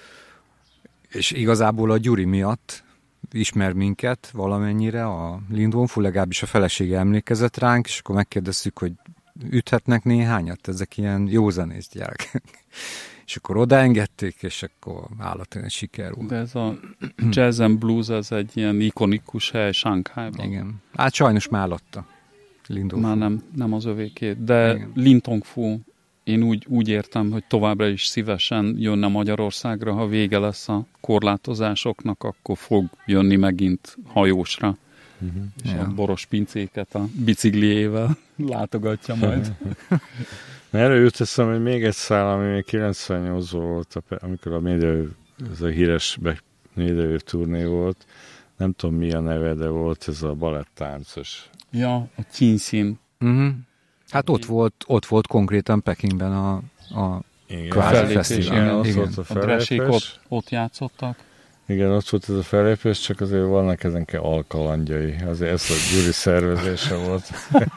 és igazából a Gyuri miatt ismer minket valamennyire, a Lin Tongfu, legalábbis a felesége emlékezett ránk, és akkor megkérdeztük, hogy üthetnek néhányat, ezek ilyen józanész gyerekek. És akkor odaengedték, és akkor állatlan siker volt. De ez a Jazz and Blues, ez egy ilyen ikonikus hely Sánkhájban. Igen. Hát sajnos már alatta. Már nem az övékét. De igen. Lin Tongfu, én úgy értem, hogy továbbra is szívesen jönne Magyarországra, ha vége lesz a korlátozásoknak, akkor fog jönni megint hajósra. És a boros pincéket a bicikliével látogatja majd. Erről jut eszem, hogy még egy szál, ami még 98 volt, amikor a ez a híres médiavév turné volt. Nem tudom, mi a neve, de volt ez a balettáncos. Ja, a Qinxin. Hát ott volt konkrétan Pekingben a kvázi fesztivál. A Dressék ott játszottak. Igen, ott volt ez a fellépés, csak azért vannak ezenke alkalandjai. Azért ez a Gyuri szervezése volt.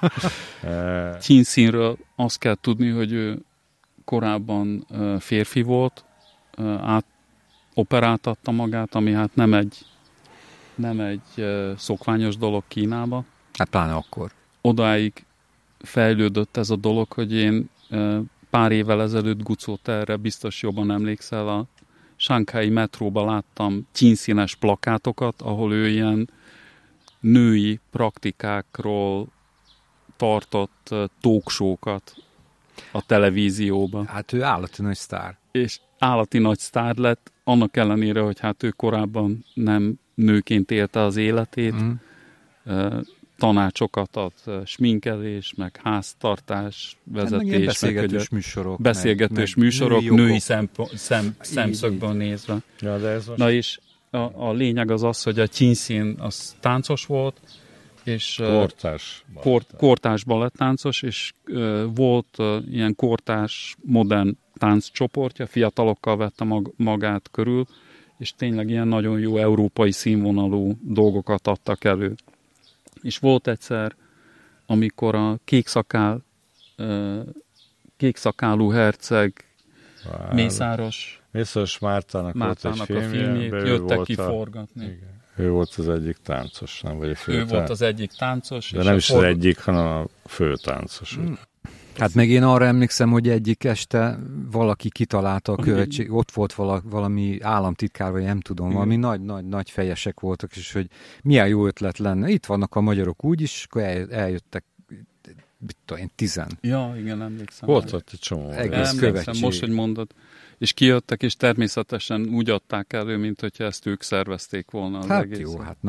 Qinxinről azt kell tudni, hogy ő korábban férfi volt, operáltatta magát, ami hát nem egy nem egy szokványos dolog Kínába. Hát pláne akkor. Odáig fejlődött ez a dolog, hogy én pár évvel ezelőtt, Gucó, te erre biztos jobban emlékszel, a shanghai metróban láttam csínszínes plakátokat, ahol ő ilyen női praktikákról tartott talkshow-kat a televízióban. Hát ő állati nagy sztár. És állati nagy sztár lett, annak ellenére, hogy hát ő korábban nem nőként élte az életét, tanácsokat ad, sminkelés, meg háztartás, vezetés, beszélgetős műsorok. Beszélgetős műsorok, női szemszögből nézve. Ja, de ez most... Na és a lényeg az, hogy a csínszín az táncos volt, és kortárs ballettáncos, és volt ilyen kortárs modern tánccsoportja, fiatalokkal vette magát körül, és tényleg ilyen nagyon jó európai színvonalú dolgokat adtak elő. És volt egyszer, amikor a kékszakálú herceg Mészáros Mártának volt egy filmjét, jöttek kiforgatni. Igen. Ő volt az egyik táncos, nem? Vagy a fő volt az egyik táncos. De nem is az egyik, hanem a fő táncos. Hát meg én arra emlékszem, hogy egyik este valaki kitalálta a költség, ott volt valami államtitkár, vagy nem tudom, valami nagy fejesek voltak, és hogy milyen jó ötlet lenne. Itt vannak a magyarok úgyis, akkor eljöttek, én 10. Ja, igen, emlékszem. Volt ott egy csomó. Egész követség. Most, hogy mondod. És kijöttek, és természetesen úgy adták elő, mint hogyha ezt ők szervezték volna az egész. Jó, hát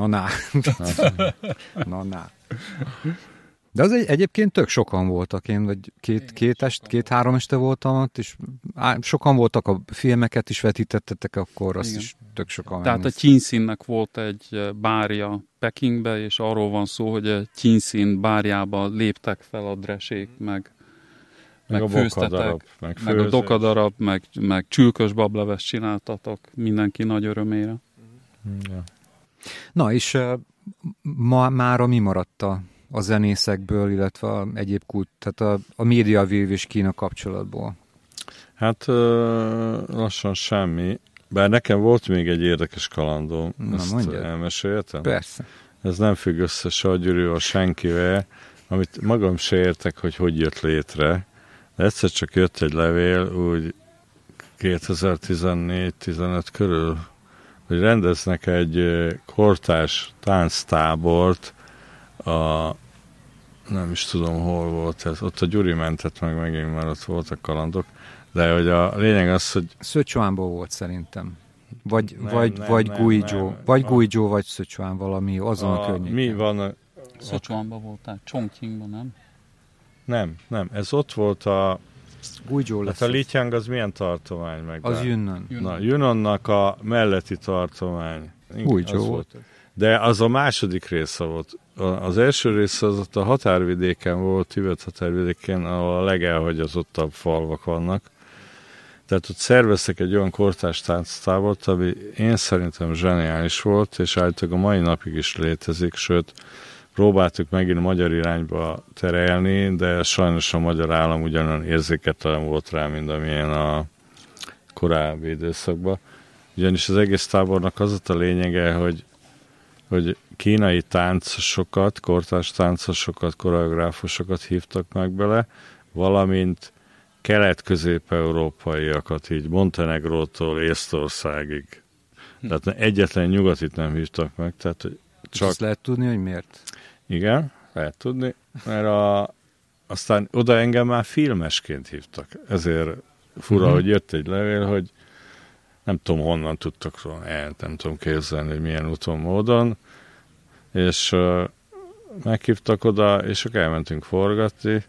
na. De az egyébként tök sokan voltak, én vagy két-három este voltam ott, és sokan voltak, a filmeket is vetítettetek, akkor azt is tök sokan. Tehát a csínszínnek volt egy bárja Pekingbe, és arról van szó, hogy a csínszín bárjába léptek fel a dresék, meg főztetek, meg a dokadarab, meg csülkös bablevest csináltatok mindenki nagy örömére. Ja. Na, és mára mi maradt a zenészekből, illetve egyéb tehát a médiavév és Kína kapcsolatból? Hát lassan semmi. Bár nekem volt még egy érdekes kalandom. Ezt elmeséltem? Persze. Ez nem függ össze se a Gyurival, senkivel, amit magam se értek, hogy jött létre. De egyszer csak jött egy levél, úgy 2014-15 körül, hogy rendeznek egy kortárs tánctábort, nem is tudom, hol volt ez. Ott a Gyuri mentett meg megint, mert ott voltak kalandok. De hogy a lényeg az, hogy... Szöcsuánból volt szerintem. Vagy Guizhou. Vagy Guizhou, vagy Szöcsuán valami, azon a környéken. Mi van Szöcsuánban voltál? Chongqingban, nem? Nem. Ez ott volt a... Guizhou lesz. Hát a Lityang az milyen tartomány? Meg az Yunnan. Na, Yunnannak a melletti tartomány. Guizhou volt. De az a második része volt. Az első része az ott a határvidéken volt, Tibet határvidéken, ahol a legelhagyozottabb falvak vannak. Tehát ott szerveztek egy olyan kortárs tánctábort, ami én szerintem zseniális volt, és állítólag a mai napig is létezik, sőt, próbáltuk megint a magyar irányba terelni, de sajnos a magyar állam ugyanolyan érzéketlen volt rá, mint amilyen a korábbi időszakban. Ugyanis az egész tábornak az a lényege, hogy kínai táncosokat, kortárs táncosokat, koreográfusokat hívtak meg bele, valamint kelet-közép-európaiakat, így Montenegrótól Észtországig. Tehát egyetlen nyugatit nem hívtak meg. Tehát csak... Azt lehet tudni, hogy miért? Igen, lehet tudni, mert aztán oda engem már filmesként hívtak. Ezért fura, hogy jött egy levél, hogy nem tudom, honnan tudtak róla, nem tudom képzelni, hogy milyen úton, módon, és meghívtak oda, és akkor elmentünk forgatni,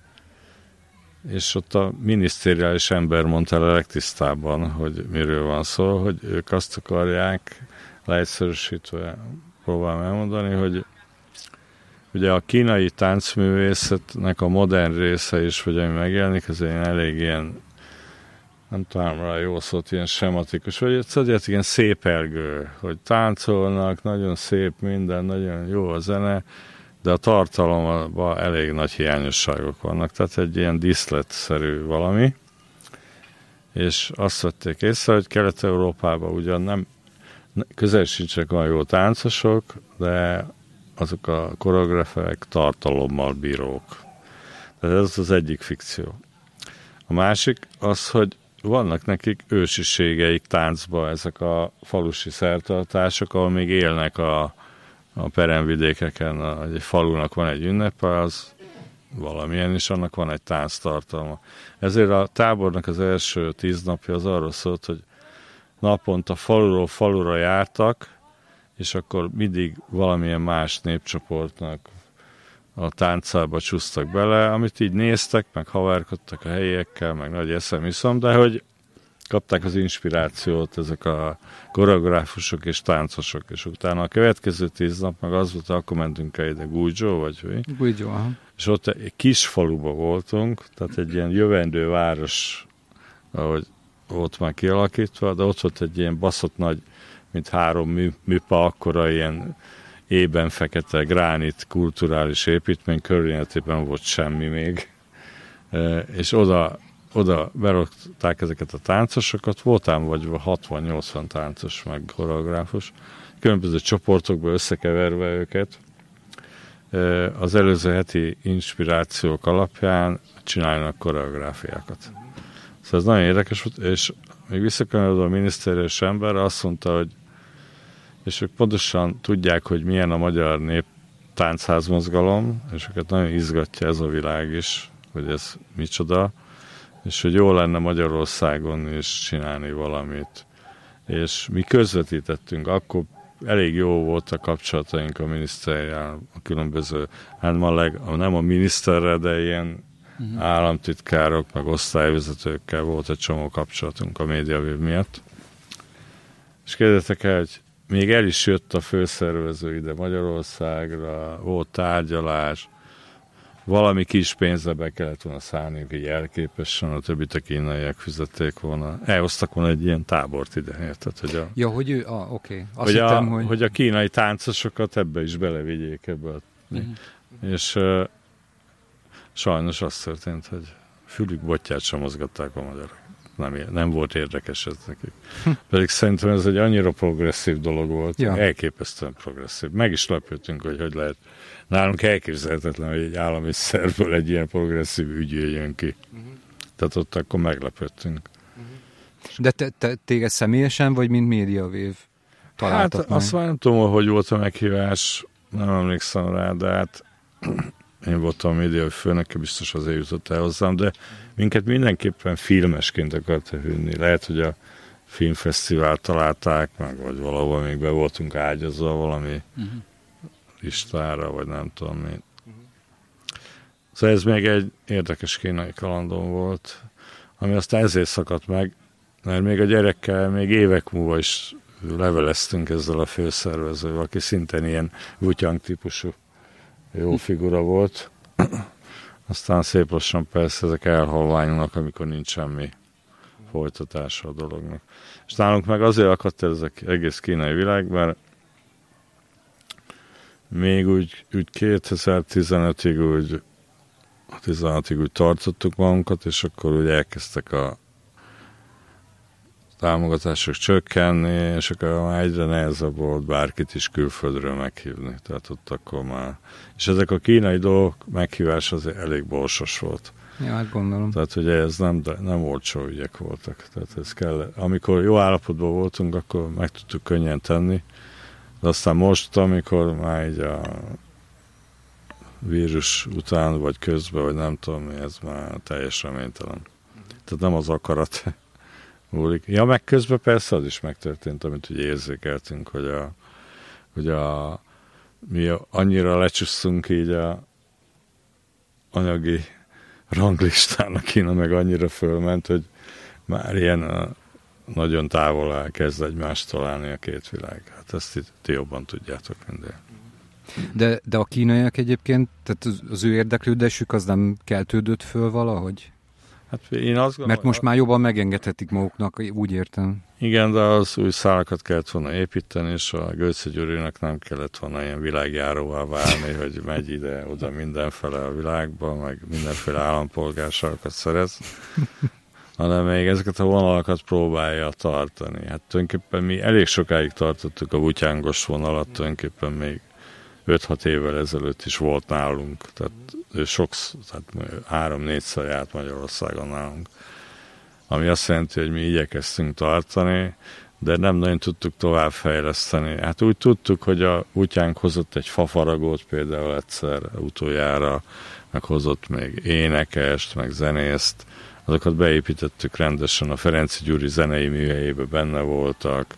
és ott a minisztériális ember mondta el a legtisztábban, hogy miről van szó, hogy ők azt akarják, leegyszerűsítve próbálom elmondani, hogy ugye a kínai táncművészetnek a modern része is, hogy ami megjelenik, ez egy elég ilyen, nem tudom rá jó szót, ilyen sematikus, vagy szóval ilyen szépelgő, hogy táncolnak, nagyon szép minden, nagyon jó a zene, de a tartalomban elég nagy hiányosságok vannak, tehát egy ilyen diszletszerű valami, és azt vették észre, hogy Kelet-Európában ugyan közel sincsenek olyan jó táncosok, de azok a koreográfek tartalommal bírók. Tehát ez az egyik fikció. A másik az, hogy vannak nekik ősiségeik táncba, ezek a falusi szertartások, ahol még élnek a peremvidékeken, egy falunak van egy ünnepe, az valamilyen is, annak van egy tánctartalma. Ezért a tábornak az első 10 napja az arról szólt, hogy naponta faluról falura jártak, és akkor mindig valamilyen más népcsoportnak a táncába csúsztak bele, amit így néztek, meg haverkodtak a helyiekkel, meg nagy eszem-iszom, de hogy kapták az inspirációt ezek a koreográfusok és táncosok, és utána a következő 10 nap meg az volt, akkor mentünk el ide Guizhou, vagy mi? Guizhou, aha. És ott egy kis faluba voltunk, tehát egy ilyen jövendő város, ahogy volt már kialakítva, de ott volt egy ilyen baszott nagy, mint 3 műpa, akkora ilyen ében fekete gránit kulturális építmény, környezetében volt semmi még. És oda berakták ezeket a táncosokat, voltám vagy 60-80 táncos, meg koreográfus, különböző csoportokba összekeverve őket. Az előző heti inspirációk alapján csinálnak koreográfiákat. Szóval ez nagyon érdekes volt, és még visszakanyarodva a miniszteriós ember azt mondta, hogy és ők pontosan tudják, hogy milyen a magyar nép táncházmozgalom, és őket nagyon izgatja ez a világ is, hogy ez micsoda, és hogy jó lenne Magyarországon is csinálni valamit. És mi közvetítettünk, akkor elég jó volt a kapcsolataink a miniszterrel, a különböző, hát nem a miniszterrel, de ilyen államtitkárok, meg osztályvezetőkkel volt egy csomó kapcsolatunk a médiavév miatt. És kérdeztek el, hogy még el is jött a főszervező ide Magyarországra, volt tárgyalás, valami kis pénzbe be kellett volna szállni, hogy jelképesen, a többit a kínaiak fizették volna. Elhoztak volna egy ilyen tábort ide, érted? Hogy hogy ő, oké. Azt hittem, hogy a kínai táncosokat ebbe is belevigyék ebbe. És sajnos az történt, hogy fülük botját sem mozgatták a magyarok. Nem volt érdekes ez nekik. Pedig szerintem ez egy annyira progresszív dolog volt, elképesztően progresszív. Meg is lepődtünk, hogy lehet. Nálunk elképzelhetetlen, hogy egy állami szervből egy ilyen progresszív ügy jöjjön ki. Tehát ott akkor meglepődtünk. De téged személyesen, vagy mint médiavév találtak meg? Azt már nem tudom, hogy volt a meghívás, nem emlékszem rá, de hát én voltam a médiavév főnöke, biztos azért jutott el hozzám, de minket mindenképpen filmesként akartak hívni. Lehet, hogy a filmfesztivál találták meg, vagy valahol még be voltunk ágyazva valami listára, vagy nem tudom mi. Szóval ez még egy érdekes kínai kalandom volt, ami aztán ezért szakadt meg, mert még a gyerekkel még évek múlva is leveleztünk ezzel a főszervezővel, aki szintén ilyen Wu-Tang típusú jó figura volt. Aztán szép lassan persze ezek elhalványulnak, amikor nincs semmi folytatása a dolognak. És nálunk meg azért akadt ez az egész kínai világ, mert még úgy 2015-ig úgy tartottuk magunkat, és akkor úgy elkezdtek a támogatások csökkenni, és akkor már egyre nehezebb volt bárkit is külföldről meghívni. Tehát ott akkor már... És ezek a kínai dolgok meghívás azért elég borsos volt. Ja, hát gondolom. Tehát ugye ez nem olcsó ügyek voltak. Tehát ez kell. Amikor jó állapotban voltunk, akkor meg tudtuk könnyen tenni. De aztán most, amikor már így a vírus után, vagy közben, vagy nem tudom mi, ez már teljes reménytelen. Tehát nem az akarat múlik. Ja, meg közben persze az is megtörtént, amit ugye érzékeltünk, hogy mi annyira lecsusszunk így a anyagi ranglistának, Kína meg annyira fölment, hogy már ilyen nagyon távol elkezd egymást találni a két világ. Hát ezt itt jobban tudjátok mindig. De a kínaiak egyébként, tehát az ő érdeklődésük az nem keltődött föl valahogy? Hát én azt gondolom, mert most már jobban megengedhetik maguknak, úgy értem. Igen, de az új szálakat kellett volna építeni, és a Götze Gyurinak nem kellett volna ilyen világjáróvá válni, hogy megy ide-oda mindenfele a világba, meg mindenféle állampolgárságokat szerez. hanem még ezeket a vonalakat próbálja tartani. Hát tulajdonképpen mi elég sokáig tartottuk a vutyángos vonalat, tulajdonképpen még 5-6 évvel ezelőtt is volt nálunk, tehát ő tehát 3-4-szer járt Magyarországon nálunk. Ami azt jelenti, hogy mi igyekeztünk tartani, de nem nagyon tudtuk továbbfejleszteni. Hát úgy tudtuk, hogy a vutyánk hozott egy fafaragót például egyszer utoljára, meg hozott még énekest, meg zenészt, azokat beépítettük rendesen, a Ferenczy Gyuri zenei műhelyébe benne voltak.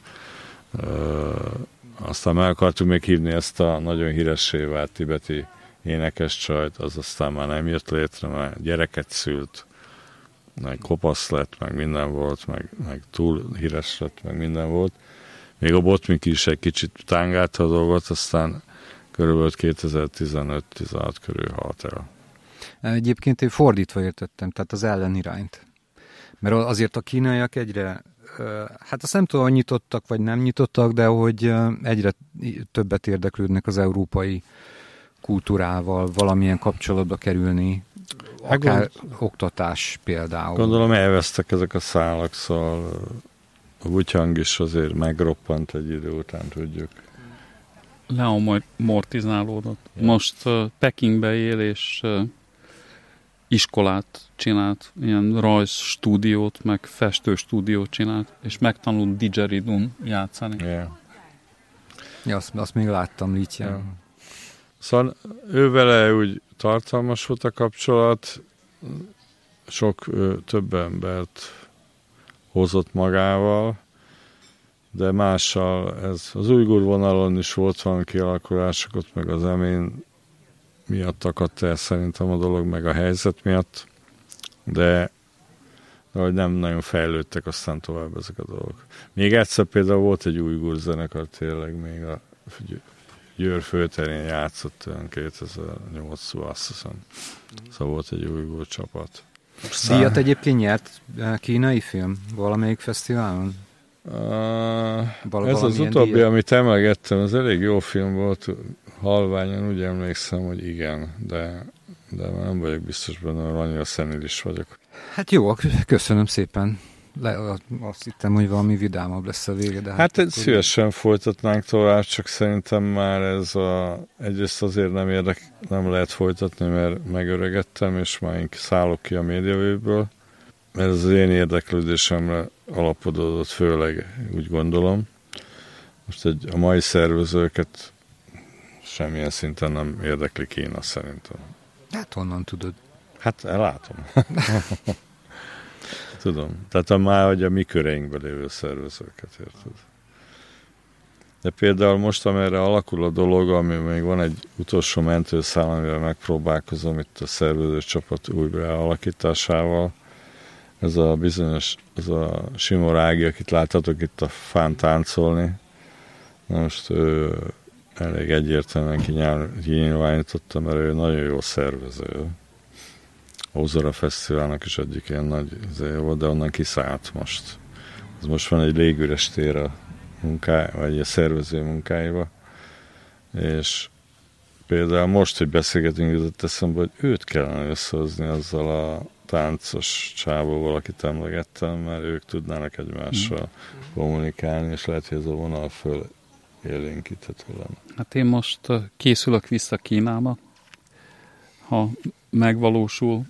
Aztán meg akartuk még hívni ezt a nagyon híressé vált tibeti énekes csajt, az aztán már nem jött létre, mert gyereket szült, meg kopasz lett, meg minden volt, meg túl híres lett, meg minden volt. Még a Botmik is egy kicsit tángálta a dolgot, aztán körülbelül 2015-16 körül halt el. Egyébként én fordítva értettem, tehát az ellenirányt. Mert azért a kínaiak egyre, hát azt nem tudom, hogy nyitottak vagy nem nyitottak, de hogy egyre többet érdeklődnek az európai kultúrával, valamilyen kapcsolatba kerülni, akár oktatás például. Gondolom elvesztek ezek a szálak, szóval a vutyang is azért megroppant egy idő után, tudjuk. Leamortizálódott. Most Pekingbe él, és iskolát csinált, ilyen rajzstúdiót, meg festőstúdiót csinált, és megtanult didgeridún játszani. Yeah. Ja, azt még láttam Litján. Yeah. Szóval ő vele úgy tartalmas volt a kapcsolat, több embert hozott magával, de mással ez az ujgur vonalon is volt valami kialakulásokat, meg az emén miatt akadt el szerintem a dolog, meg a helyzet miatt, de hogy nem nagyon fejlődtek aztán tovább ezek a dolgok. Még egyszer például volt egy ujgur zenekar, tényleg még a Győr főterén játszott olyan 2008-ban, azt hiszem. Szóval volt egy ujgur csapat. Díjat egyébként nyert kínai film valamelyik fesztiválon? Ez az utóbbi, díjat? Amit emlegettem, az elég jó film volt, halványan úgy emlékszem, hogy igen, de már nem vagyok biztos benne, mert annyira szenilis vagyok. Hát jó, köszönöm szépen. Azt hittem, hogy valami vidámabb lesz a vége. De hát szívesen folytatnánk tovább, csak szerintem már ez egyrészt azért nem lehet folytatni, mert megöregettem, és már én szállok ki a médiavőből, mert ez az én érdeklődésemre alapodott, főleg úgy gondolom. Most a mai szervezőket semmilyen szinten nem érdekli Kína szerintem. Hát honnan tudod? Hát látom. Tudom. Tehát már hogy a mi köreinkben lévő szervezőket, érted? De például most, amerre alakul a dolog, ami még van egy utolsó mentőszám, amivel megpróbálkozom itt a szervező csapat újra alakításával. Ez a Simor Ági, akit láthatok itt a fán táncolni. Na most ő elég egyértelműen kinyilvánította, mert ő nagyon jó szervező. A Uzora Fesztiválnak is egyik ilyen nagy volt, de onnan kiszállt most. Ez most van egy légüres tér a vagy a szervező munkáiba. És például most, hogy beszélgetünk, jutott eszembe, hogy őt kellene összehozni azzal a táncos csávóval, akit emlegettem, mert ők tudnának egymással kommunikálni, és lehet, hogy ez a vonal föl élénkíthető lenne. Hát én most készülök vissza Kínába. Ha megvalósul,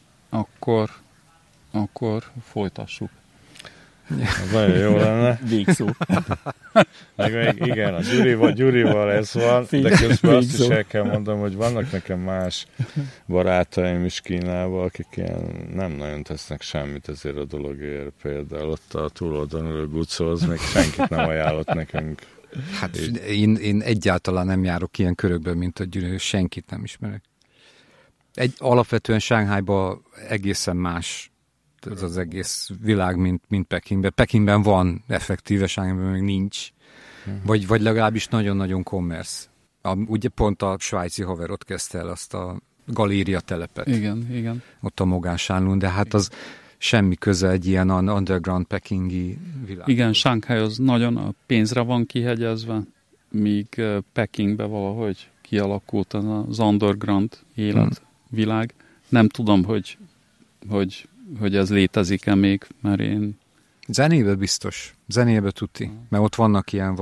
akkor folytassuk. Ez nagyon jó lenne. Végszó. Igen, a Gyurival ez van, de közben azt is el kell mondanom, hogy vannak nekem más barátaim is Kínában, akik ilyen nem nagyon tesznek semmit ezért a dologért. Például ott a túloldalon ülő Gucóz, még senkit nem ajánlott nekünk. Hát én egyáltalán nem járok ilyen körökben, mint a Gyuri, senkit nem ismerek. Alapvetően Sánghájban egészen más ez az egész világ, mint Pekingben. Pekingben van effektíve, Sánghájban még nincs. Vagy legalábbis nagyon-nagyon commerce. Ugye pont a svájci haver ott kezdte el azt a galéria telepet. Igen. Ott a Mogánsánlón, de hát az semmi köze egy ilyen underground pekingi világ. Igen, Shanghai az nagyon a pénzre van kihegyezve, míg Pekingben valahogy kialakult az underground életvilág. Nem tudom, hogy hogy ez létezik-e még, mert én... Zenébe biztos. Zenébe tuti. Mert ott vannak ilyen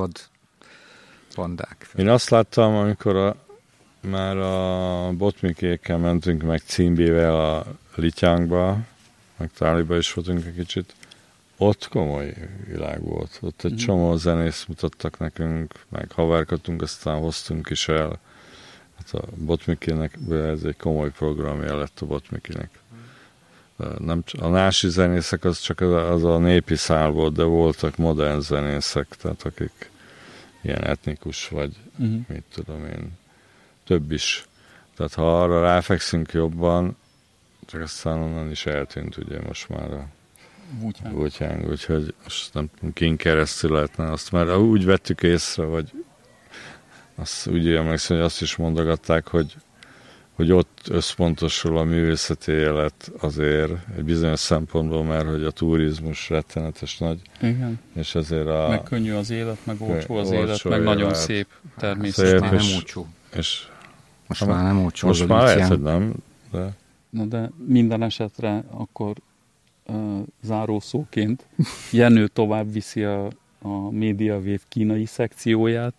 bandák. Én azt láttam, amikor már a Botmikékkel mentünk meg Címbével a Lityánkba, meg Táliba is voltunk egy kicsit, ott komoly világ volt. Ott egy csomó zenész mutattak nekünk, meg haverkodtunk, aztán hoztunk is el. Hát a Botmikének ez egy komoly programja lett a Botmikének. Nem, a nási zenészek az csak az a népi szál volt, de voltak modern zenészek, tehát akik ilyen etnikus vagy, mit tudom én, több is. Tehát ha arra ráfekszünk jobban, csak aztán onnan is eltűnt ugye most már a Wutyang, úgyhogy most nem tudom, kin keresztül lehetne azt, mert úgy vettük észre, vagy azt úgy emlékszem, hogy azt is mondogatták, hogy ott összpontosul a művészeti élet azért egy bizonyos szempontból, mert hogy a turizmus rettenetes nagy. Igen. És ezért meg könnyű az élet, meg olcsó az élet, meg nagyon szép természetesen. Már nem olcsó. Most már nem olcsó. Most már lehet, hogy nem. De minden esetre akkor zárószóként Jenő tovább viszi a MediaWave kínai szekcióját.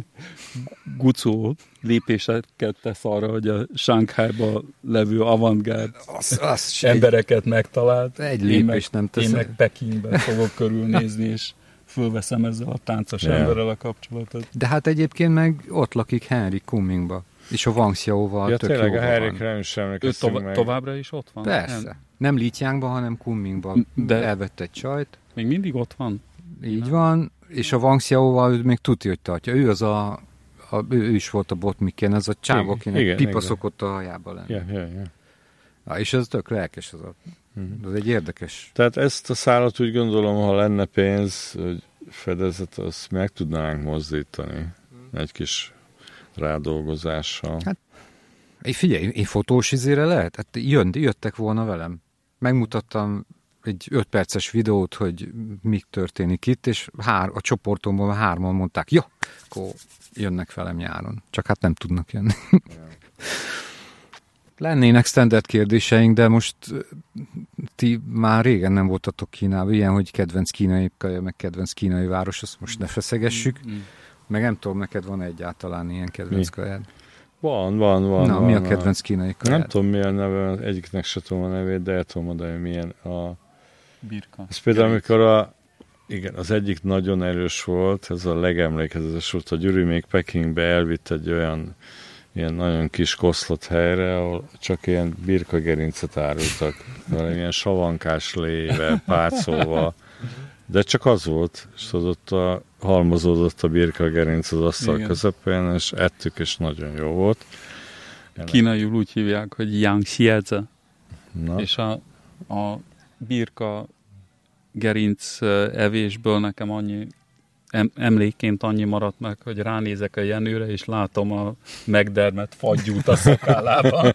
Gucó lépéseket tesz arra, hogy a Shanghaiban levő avantgárd embereket megtalált. Egy lépés nem tesz. Én meg Pekingben fogok körülnézni, és fölveszem ezzel a táncos emberrel a kapcsolatot. De hát egyébként meg ott lakik Henry Kunmingba. És a Wang Xiaoval tök tényleg jó a Henrykre nem is emlékeztünk meg. Továbbra is ott van? Persze. Nem Lityánkban, hanem Kunmingban. De elvett egy csajt. Még mindig ott van? Így van. És a Wang Xiaoval még tuti, hogy tartja. Ő az ő is volt a Botmiken, az a csáv, akinek pipa szokott a hajába lenni. Yeah. És ez tök lelkes az egy érdekes. Tehát ezt a szálat úgy gondolom, ha lenne pénz, hogy fedezet, azt meg tudnánk mozdítani. Egy kis rádolgozással. Hát, figyelj, én fotós izére lehet? Hát jöttek volna velem. Megmutattam egy 5 perces videót, hogy mi történik itt, és a csoportomban 3-an mondták, jó, akkor jönnek velem nyáron. Csak hát nem tudnak jönni. Lennének standard kérdéseink, de most ti már régen nem voltatok Kínában, ilyen, hogy kedvenc kínai kaja, meg kedvenc kínai város, azt most ne feszegessük. Meg nem tudom, neked van egyáltalán ilyen kedvenc kajád? Van. Na, mi a kedvenc kínai kajád? Nem tudom, milyen neve, egyiknek se tudom a nevét, de el tudom mondani, hogy milyen a... Birka. Ez például, amikor igen, az egyik nagyon erős volt, ez a legemlékezetes volt, a Gyuri még Pekingbe elvitt egy olyan ilyen nagyon kis koszlott helyre, ahol csak ilyen birkagerincet árultak, ilyen savankás lével, párcolva, de csak az volt, és ott halmozódott a birkagerinc az asztal közepén, és ettük, és nagyon jó volt. Kínaiul úgy hívják, hogy Yangxieze, és a birka gerinc evésből nekem annyi emlékként annyi maradt meg, hogy ránézek a Jenőre, és látom a megdermet fagyút a szakállában.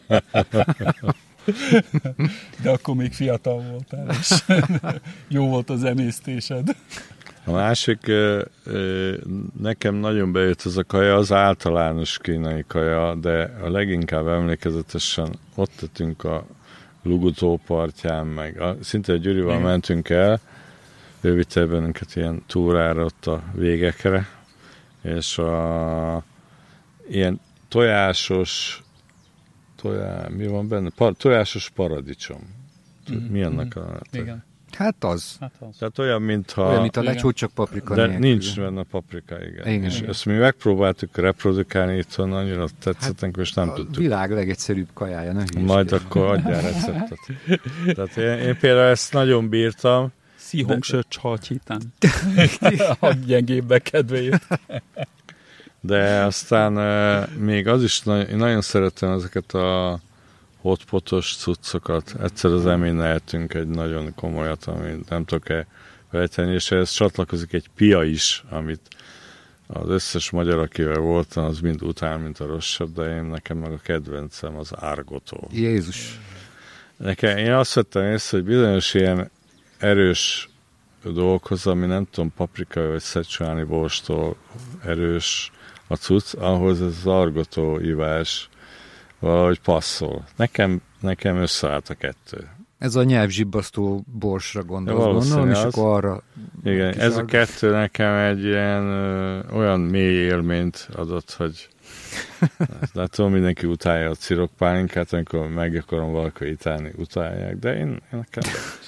De akkor még fiatal voltál, és jó volt az emésztésed. A másik, nekem nagyon bejött az a kaja, az általános kínai kaja, de a leginkább emlékezetesen ott tettünk a Lugutó partján, meg szinte a Gyurival mentünk el, ő vitte bennünket ilyen túrára ott a végekre, és ilyen tojásos mi van benne? Tojásos paradicsom. Mi annak a... Igen. Hát az. Tehát olyan, mintha... Olyan, mint a lecsó, csak paprika de nélkül. nincs benne paprika, igen. És ezt mi megpróbáltuk reprodukálni itthon, annyira tetszett, és nem tudtuk. A világ legegyszerűbb kajája, ne hülyeskedj. Majd akkor adjál receptet. Tehát én például ezt nagyon bírtam. Szihongse csalcsítán. A gyengébbek kedvéért. De aztán még az is, én nagyon szeretem ezeket a hotpotos cuccokat. Egyszer az Emin eltünk egy nagyon komolyat, amit nem tudok felejteni, és ehhez csatlakozik egy pia is, amit az összes magyar, akivel voltam, az mind után, mint a rosszabb, de nekem meg a kedvencem az árgotó. Jézus! Én azt vettem észre, hogy bizonyos ilyen erős dolgokhoz, ami nem tudom, paprika vagy szecsuáni borstól erős a cucc, ahhoz ez az argotó ivás valahogy passzol. Nekem összeállt a kettő. Ez a nyelvzsibbasztó borsra gondolom, és akkor arra... Igen, ez a kettő nekem egy ilyen olyan mély élményt adott, hogy látom, mindenki utálja a cirokpálinkát, amikor meg akarom valaki itálni, utálják, de én nekem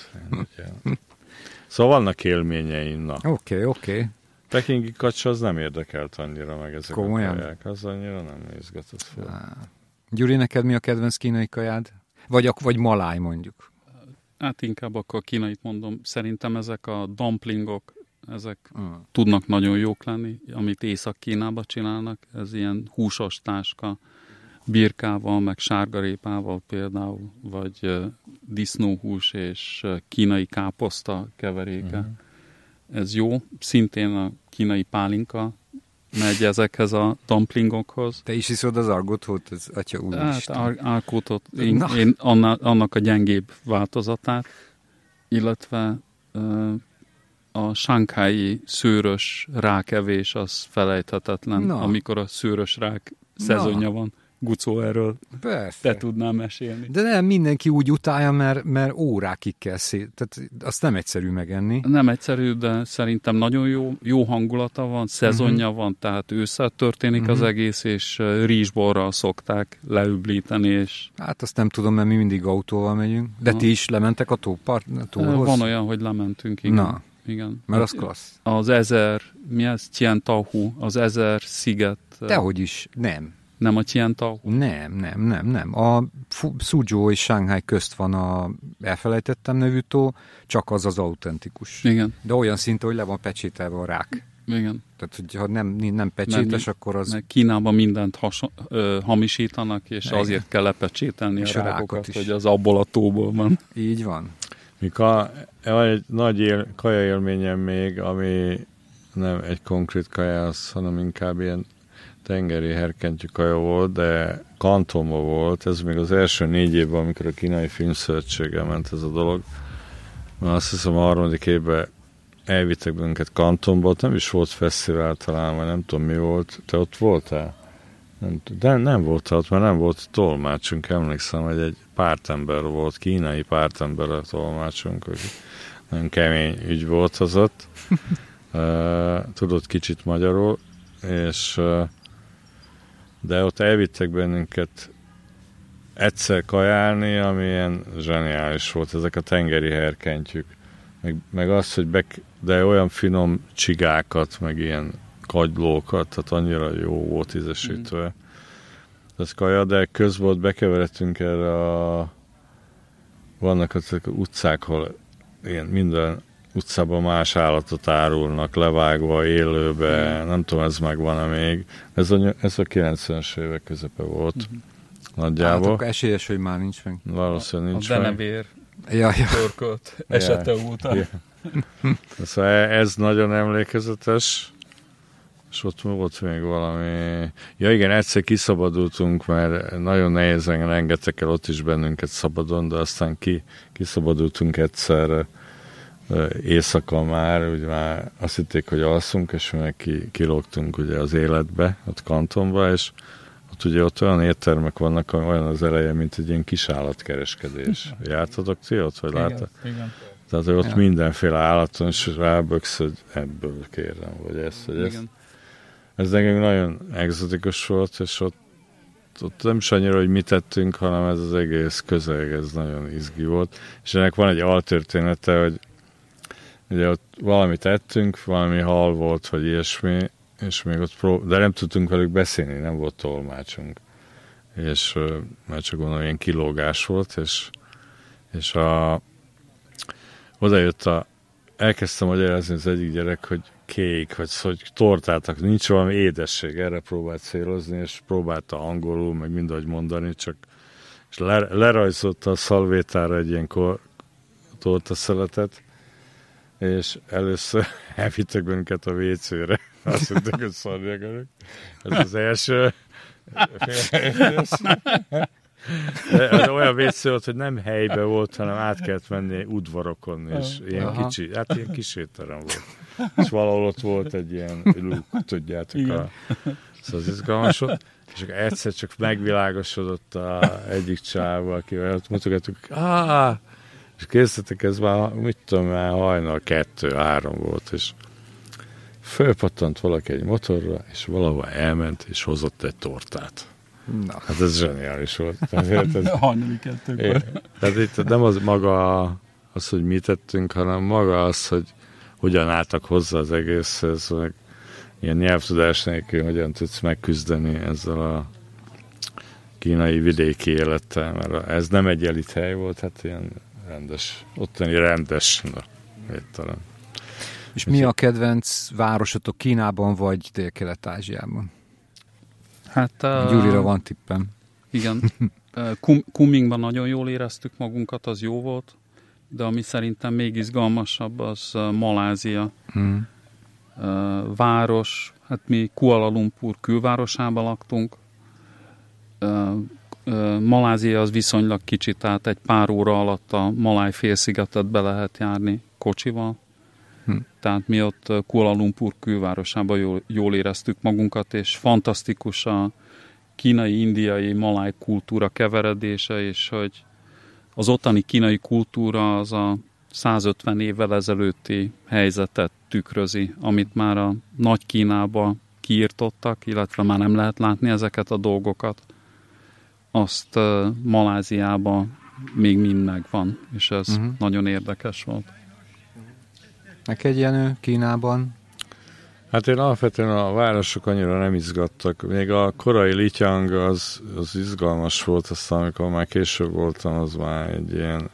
szóval vannak élményeim, na. Oké. Pekingi kacsa az nem érdekelt annyira meg ezek komolyan? A kaják, az annyira nem izgatott fel. Gyuri, neked mi a kedvenc kínai kajád? Vagy maláj mondjuk? Hát inkább akkor kínait mondom. Szerintem ezek a dumplingok, ezek tudnak nagyon jók lenni, amit Észak-Kínában csinálnak. Ez ilyen húsos táska, birkával, meg sárgarépával például, vagy disznóhús és kínai káposzta keveréke. Ez jó. Szintén a kínai pálinka megy ezekhez a dumplingokhoz. Te is iszod az argotót? Ez atya úristen. Hát argotót, én annak a gyengébb változatát, illetve a sanghái szőrös rákevés az felejthetetlen, amikor a szőrös rák szezonja van. Gucó, erről te tudnál mesélni. De nem, mindenki úgy utálja, mert órákig kell tehát azt nem egyszerű megenni. Nem egyszerű, de szerintem nagyon jó hangulata van, szezonja van, tehát ősszel történik az egész, és rizsborral szokták leüblíteni. És... Hát azt nem tudom, mert mi mindig autóval megyünk. De ti is lementek a tóhoz? Van olyan, hogy lementünk, igen. Na, igen. Mert az klassz. Az 1000, mi ez? Tiantahu, az 1000 sziget. Dehogy is, nem. Nem a Tiantahu? Nem. A Suzhou és Shanghai közt van elfelejtettem nevű tó, csak az autentikus. Igen. De olyan szinte, hogy le van pecsételve a rák. Igen. Tehát, hogyha nem pecsétes, akkor az... Mert Kínában mindent hamisítanak, és igen. Azért kell lepecsételni és a rákokat, hogy az abból a tóból van. Így van. Van egy nagy kaja élményem még, ami nem egy konkrét kajász, hanem inkább ilyen tengeri herkentyű kaja volt, de Kantonban volt, ez még az első 4 évben, amikor a Kínai Filmszövetséggel ment ez a dolog. Mert azt hiszem a 3. évben elvittek bennünket Kantonba, ott nem is volt fesztivál talán, vagy nem tudom mi volt. Te ott voltál? Nem voltál ott, mert nem volt tolmácsunk, emlékszem, hogy egy pártember volt, kínai pártember a tolmácsunk, hogy nagyon kemény ügy volt az ott. Tudott kicsit magyarul, és de ott elvittek bennünket egyszer kajálni, ami ilyen zseniális volt, ezek a tengeri herkentyűk. Meg az, hogy de olyan finom csigákat, meg ilyen kagylókat, tehát annyira jó volt ízesítve. Ez kaja, de közben ott bekeveredtünk erre vannak azok utcák, ahol ilyen minden utcában más állatot árulnak, levágva, élőbe, nem tudom, ez megvan-e még. Ez a 90-es évek közepe volt. Nagyjából. Hát akkor esélyes, hogy már nincs meg. Valószínűleg nincs meg. A denevér törkölt esete óta. Szóval ez nagyon emlékezetes. És ott volt még valami... Ja igen, egyszer kiszabadultunk, mert nagyon nehézen rengeteg el ott is bennünket szabadon, de aztán kiszabadultunk egyszer éjszaka már, ugye már azt hitték, hogy alszunk, és meg kilógtunk ugye az életbe, ott Kantonba, és ott olyan éttermek vannak, olyan az eleje, mint egy ilyen kis állatkereskedés. Jártatok ti ott, vagy láttad? Igen. Tehát, hogy ott mindenféle állaton, és ráböksz, hogy ebből kérem, vagy ezt, vagy ezt. Ez nekünk nagyon egzotikus volt, és ott nem is annyira, hogy mit tettünk, hanem ez az egész közeg, ez nagyon izgi volt. És ennek van egy altörténete, hogy ugye ott valamit ettünk, valami hal volt, vagy ilyesmi, és még ott de nem tudtunk velük beszélni, nem volt tolmácsunk. És már csak gondolom, ilyen kilógás volt, és odajött elkezdtem magyarázni az egyik gyerek, hogy kék, hogy tortátak, nincs valami édesség, erre próbált célozni, és próbálta angolul, meg mindahogy mondani, és lerajzolta a szalvétára egy ilyen tortaszeletet, és először elvittek bennünket a WC-re. Azt mondták, hogy szarják önök. Ez az első. De olyan WC volt, hogy nem helyben volt, hanem át kellett menni udvarokon, és ilyen kicsi, hát ilyen kis étterem volt. És valahol ott volt egy ilyen luk, tudjátok, szóval az izgalmas volt. És akkor egyszer csak megvilágosodott egyik csávval, akivel ott mutogattuk, És készítettek, ez már, mit tudom, már hajnal 2-3 volt, és fölpattant valaki egy motorra, és valahova elment, és hozott egy tortát. Na. Hát ez zseniális volt. Hajnali 2-kor. Tehát itt nem az maga az, hogy mit tettünk, hanem maga az, hogy hogyan álltak hozzá az egészhez, meg ilyen nyelvtudás nélkül hogyan tudsz megküzdeni ezzel a kínai vidéki élettel, mert ez nem egy elit hely volt, hát ilyen rendes, ottani rendes, talán. És mi a kedvenc városotok Kínában vagy Dél-Kelet-Ázsiában? Hát, Gyurira van tippem. Igen. Kunmingban nagyon jól éreztük magunkat, az jó volt, de ami szerintem még izgalmasabb, az Malázia. Város, hát mi Kuala Lumpur külvárosában laktunk. Malázia az viszonylag kicsi, tehát egy pár óra alatt a Maláj félszigetet be lehet járni kocsival. Tehát mi ott Kuala Lumpur külvárosában jól éreztük magunkat, és fantasztikus a kínai, indiai, maláj kultúra keveredése, és hogy az ottani kínai kultúra az a 150 évvel ezelőtti helyzetet tükrözi, amit már a Nagy Kínába kiirtottak, illetve már nem lehet látni ezeket a dolgokat. Azt Maláziában még mind megvan, és ez nagyon érdekes volt. Neked, Jenő, Kínában? Hát én alapvetően a városok annyira nem izgattak. Még a korai Lityang az izgalmas volt, aztán amikor már később voltam, az már egy ilyen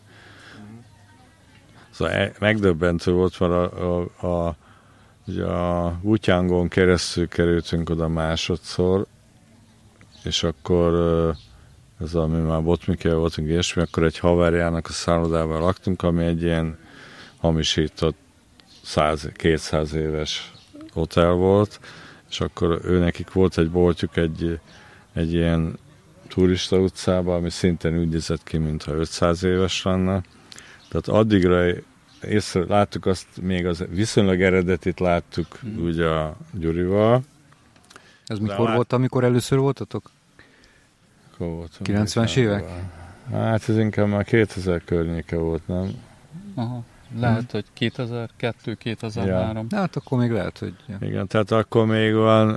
megdöbbentő volt, mert ugye a Wutyángon keresztül kerültünk oda másodszor, és akkor ez ami már Botmikel voltunk, és mi akkor egy haverjának a szállodában laktunk, ami egy ilyen hamisított 200 éves hotel volt, és akkor nekik volt egy boltjuk egy ilyen turista utcában, ami szintén úgy nézett ki, mintha 500 éves lenne. Tehát addigra láttuk azt, még az viszonylag eredetit láttuk ugye a Gyurival. Ez mikor volt, amikor először voltatok? 90-es évek? Hát ez inkább már 2000 környéke volt, nem? Aha. Lehet, hogy 2002-2003. Ja. Hát akkor még lehet, hogy... Ja. Igen, tehát akkor még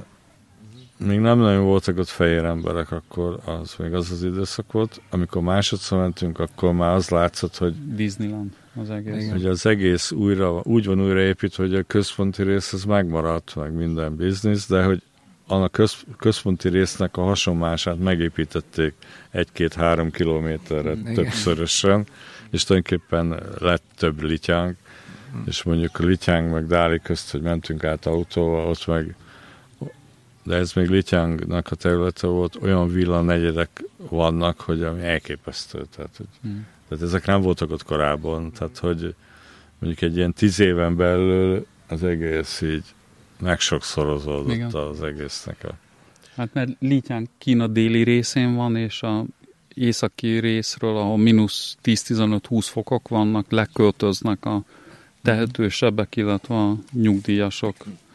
nem nagyon voltak ott fehér emberek, akkor az még az időszak volt. Amikor másodszor mentünk, akkor már az látszott, hogy... Disneyland az egész. Igen. Hogy az egész úgy van újraépítve, hogy a központi rész az megmaradt, meg minden biznisz, de hogy annak központi résznek a hasonmását megépítették 1-2-3 kilométerre többszörösen, és tulajdonképpen lett több Lityáng, és mondjuk a Lityáng meg Dáli közt, hogy mentünk át autóval, ott meg, de ez még Lityángnak a területe volt, olyan villanegyedek vannak, hogy ami elképesztő. Tehát ezek nem voltak ott korábban, tehát hogy mondjuk egy ilyen 10 éven belül az egész így megsokszorozódott. Igen. Az egésznek a... Hát mert Lityáng Kína déli részén van, és a északi részről, ahol mínusz 10-15-20 fokok vannak, leköltöznek a tehetősebbek, illetve a nyugdíjasok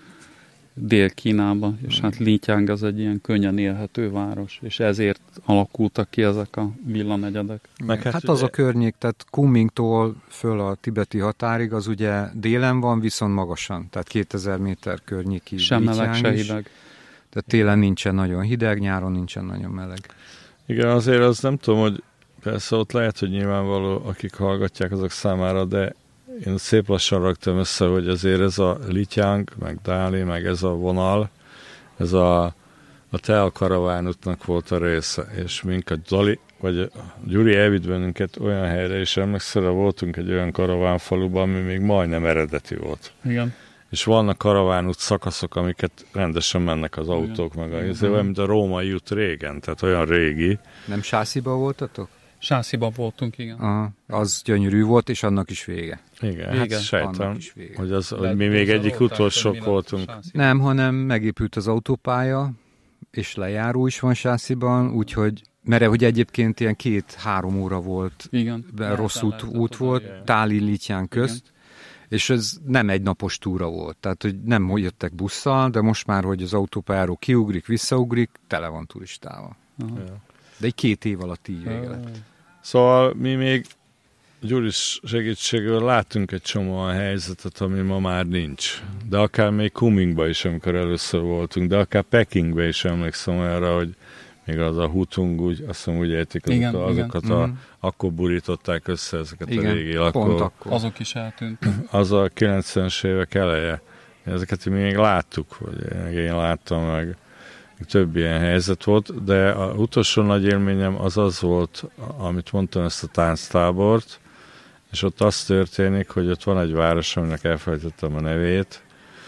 Dél-Kínába, és hát Lityáng az egy ilyen könnyen élhető város, és ezért alakultak ki ezek a villanegyedek. Hát az a környék, tehát Kunmingtól föl a tibeti határig, az ugye délen van, viszont magasan, tehát 2000 méter környéki sem meleg, se hideg. Tehát télen nincsen nagyon hideg, nyáron nincsen nagyon meleg. Igen, azért az nem tudom, hogy persze ott lehet, hogy nyilvánvaló, akik hallgatják azok számára, de én szép lassan raktam össze, hogy azért ez a Lityáng, meg Dáli, meg ez a vonal, ez a Tea karavánútnak volt a része, és minket Dali, vagy Gyuri elvitt bennünket olyan helyre, és emlékszel, voltunk egy olyan karavánfaluban, ami még majdnem eredeti volt. Igen. És vannak karavánút szakaszok, amiket rendesen mennek az autók, meg olyan, mint a római út régen, tehát olyan régi. Nem Sásziban voltatok? Sásziban voltunk, igen. Aha, az gyönyörű volt, és annak is vége. Igen, hát sejtem, hogy mi még egyik utolsók voltunk. Nem, hanem megépült az autópálya, és lejáró is van Sásziban, úgyhogy, mert hogy egyébként ilyen 2-3 óra volt, igen, rossz út volt, Táli-Lityán közt, igen. És ez nem egy napos túra volt, tehát hogy nem jöttek busszal, de most már, hogy az autópályáról kiugrik, visszaugrik, tele van turistával. Ja. De egy 2 év alatt így vége lett. Szóval mi még Gyuris segítségével látunk egy csomó olyan helyzetet, ami ma már nincs. De akár még Kunmingba is, amikor először voltunk, de akár Pekingbe is emlékszem olyanra, hogy még az a Hutung, azt hiszem úgy értik, azokat akkor burították össze ezeket a régi lakók. Azok is eltűntek. Az a 90-es évek eleje. Ezeket mi még láttuk, vagy én láttam meg. Több ilyen helyzet volt, de az utolsó nagy élményem az volt, amit mondtam, ezt a tánctábort, és ott az történik, hogy ott van egy város, aminek elfelejtettem a nevét,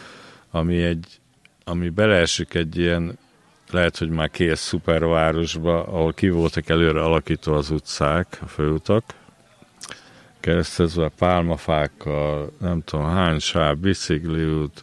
ami beleesik egy ilyen, lehet, hogy már kész szupervárosba, ahol ki voltak előre alakítva az utcák, a főutak, keresztezve pálmafákkal, nem tudom, hány sáv, bicikliút,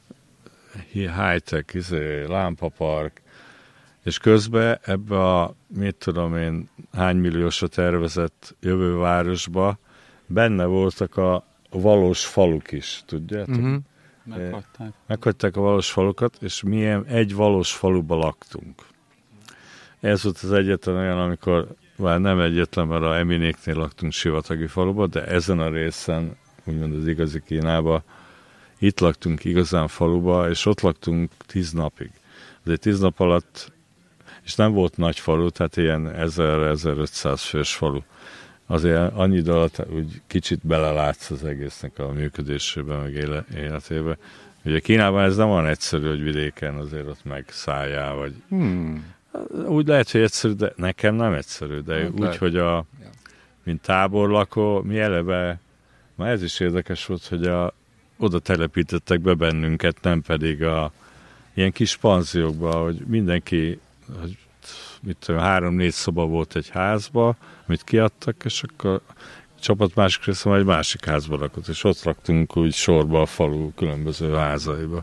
high-tech, lámpapark, és közben ebbe a, mit tudom én, hány milliósra tervezett jövővárosba benne voltak a valós faluk is, tudjátok? Meghagyták a valós falukat, és mi egy valós faluba laktunk. Ez volt az egyetlen olyan, amikor, már nem egyetlen, mert a Eminéknél laktunk sivatagi faluba, de ezen a részen, úgymond az igazi Kínában, itt laktunk igazán faluba, és ott laktunk 10 napig. Azért 10 nap alatt, és nem volt nagy falu, tehát ilyen 1000-1500 fős falu. Azért annyi idő alatt úgy kicsit belelátsz az egésznek a működésébe, meg életébe. Ugye Kínában ez nem olyan egyszerű, hogy vidéken azért ott megszálljál, vagy... Úgy lehet, hogy egyszerű, de nekem nem egyszerű, de úgy, lehet. Hogy mint táborlakó, mi eleve, már ez is érdekes volt, hogy oda telepítettek be bennünket, nem pedig ilyen kis panziókba, hogy mindenki, hogy 3-4 szoba volt egy házba, amit kiadtak, és akkor a csapat másik része egy másik házba rakott, és ott raktunk úgy sorba a falu különböző házaiba.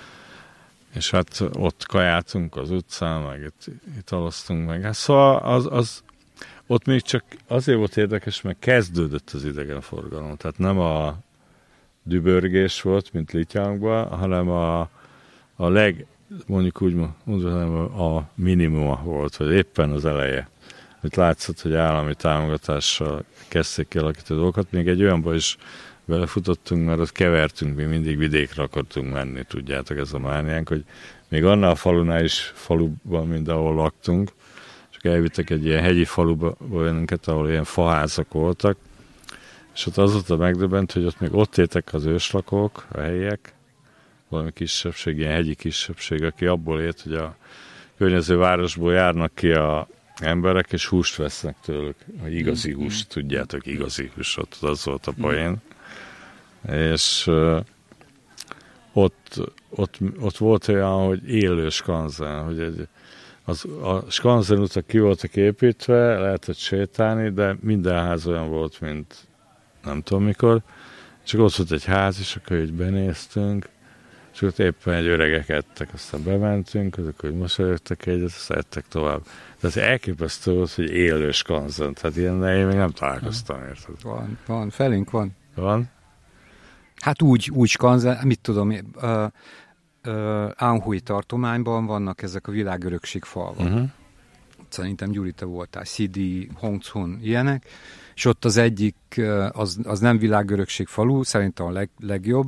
És hát ott kajáltunk az utcán, meg itt alaztunk meg. Hát szóval ott még csak azért volt érdekes, mert kezdődött az idegenforgalom. Tehát nem a dübörgés volt, mint Lityánkban, hanem mondjuk úgy mondanám, a minimuma volt, vagy éppen az eleje. Itt látszott, hogy állami támogatással kezdték kialakítani dolgokat. Még egy olyanba is belefutottunk, mert ott kevertünk, mi mindig vidékre akartunk menni, tudjátok, ez a mániánk, hogy még annál a falunál is faluban, mint ahol laktunk, csak elvittek egy ilyen hegyi faluba bennünket, ahol ilyen faházak voltak, és ott az volt a megdöbbent, hogy ott még ott éltek az őslakók, a helyiek, valami kisebbség, ilyen hegyi kisebbség, aki abból élt, hogy a környező városból járnak ki a emberek, és húst vesznek tőlük. Igazi húst, tudjátok, igazi húst, ott az volt a poén. És ott volt olyan, hogy élő skanzen, hogy a skanzen utak ki voltak építve, lehetett sétálni, de minden ház olyan volt, mint nem tudom mikor, csak ott volt egy ház, és akkor így benéztünk, és ott éppen egy öregek ettek, aztán bementünk, azok, hogy mosolyogtak egyet, aztán ettek tovább. De az elképesztő volt, hogy élő skanzen, tehát ilyennel én még nem találkoztam, érted? Van, felénk van. Van? Hát úgy skanzen, mit tudom, Anhui tartományban vannak ezek a világörökség falvak. Szerintem Gyuri, te voltál, Sidi, Hongchun, ilyenek, és ott az egyik, az nem világörökség falu, szerintem a legjobb.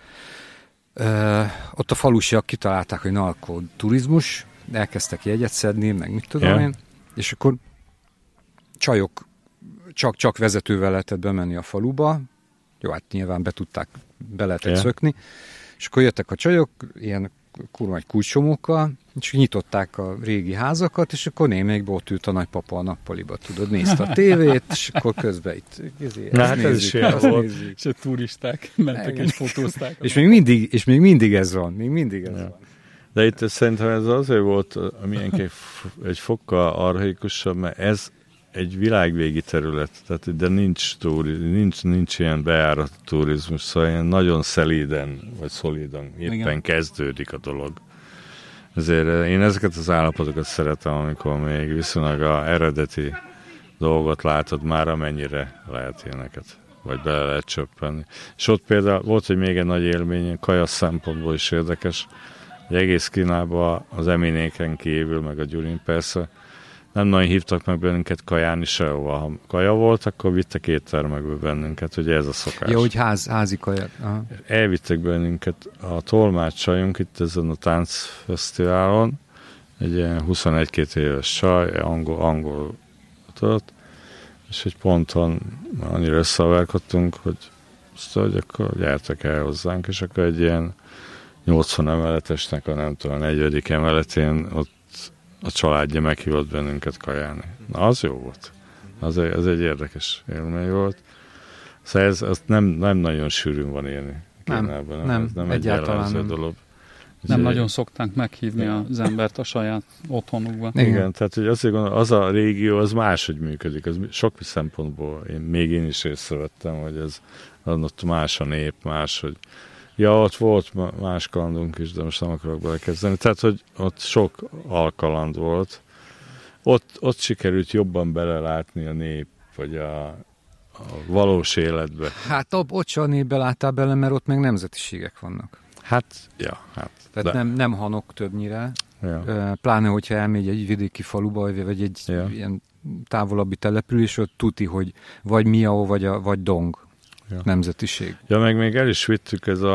Ott a falusiak kitalálták, hogy narkoturizmus, elkezdtek jegyet szedni, meg mit tudom én, és akkor csajok csak vezetővel lehetett bemenni a faluba, jó, hát nyilván be lehetett szökni, és akkor jöttek a csajok, ilyen kurva nagy kulcsomókkal, és nyitották a régi házakat, és akkor némelyikbe ott ült a nagypapa a nappaliba, tudod, nézte a tévét, és akkor közben itt ez is ilyen volt, és a turisták mentek és fotózták. És még mindig ez van, van. De itt szerintem ez azért volt, amilyen egy fokkal archaikusabb, mert ez egy világvégi terület, tehát de nincs ilyen bejárat turizmus, szóval ilyen nagyon szelíden, vagy szolidan éppen kezdődik a dolog. Ezért én ezeket az állapotokat szeretem, amikor még viszonylag a eredeti dolgot látod már, amennyire lehet ilyeneket, vagy bele lehet csöppenni. És ott például volt, hogy még egy nagy élmény, kaja szempontból is érdekes, hogy egész Kínában az Eminéken kívül, meg a Gyurin persze, nem nagyon hívtak meg bennünket kajálni sehova. Ha kaja volt, akkor vittek éttermekbe bennünket, ugye ez a szokás. Ja, hogy házi kaját. Aha. Elvittek bennünket a tolmácsajunk itt ezen a táncfesztiválon, egy ilyen 21-22 éves csaj, angol tudott, és egy ponton annyira összeverkodtunk, hogy akkor gyertek el hozzánk, és akkor egy ilyen 80 emeletesnek a nem tudom, 40. emeletén ott a családja meghívott bennünket kajálni. Na, az jó volt. Az egy érdekes élmény volt. Szóval ez nem nagyon sűrűn van élni Kínában. Nem, ez nem egyáltalán egy dolog. Nem nagyon szokták meghívni az embert a saját otthonukba. Igen, tehát hogy azért gondolom, az a régió, az máshogy működik. Az sok szempontból én is észrevettem, hogy ez ott más a nép, más, hogy ja, ott volt más kalandunk is, de most nem akarok belekezdeni. Tehát, hogy ott sok alkaland volt. Ott sikerült jobban belelátni a nép, vagy a valós életbe. Hát ott se a népbe láttál bele, mert ott meg nemzetiségek vannak. Hát. Tehát nem hanok többnyire. Ja. Pláne, hogyha elmegy egy vidéki faluba, vagy egy ilyen távolabbi település, ott tuti, hogy vagy miao, vagy dong nemzetiség. Ja, meg még el is vittük ez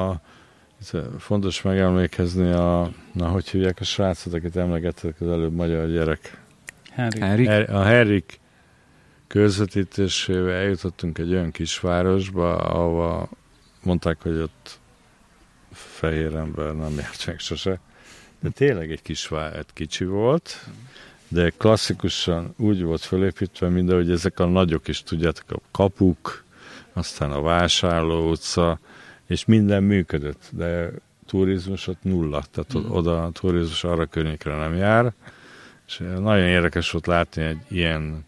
fontos megemlékezni hogy hívják a srácot, akit emlegettek az előbb, magyar gyerek. A Henrik közvetítésével eljutottunk egy olyan kisvárosba, ahova mondták, hogy ott fehér ember nem járt meg sose. De tényleg egy kicsi volt, de klasszikusan úgy volt fölépítve, mint ahogy ezek a nagyok is, tudjátok, a kapuk, aztán a vásárló utca, és minden működött, de turizmus ott nulla, tehát oda a turizmus arra környékre nem jár, és nagyon érdekes volt látni egy ilyen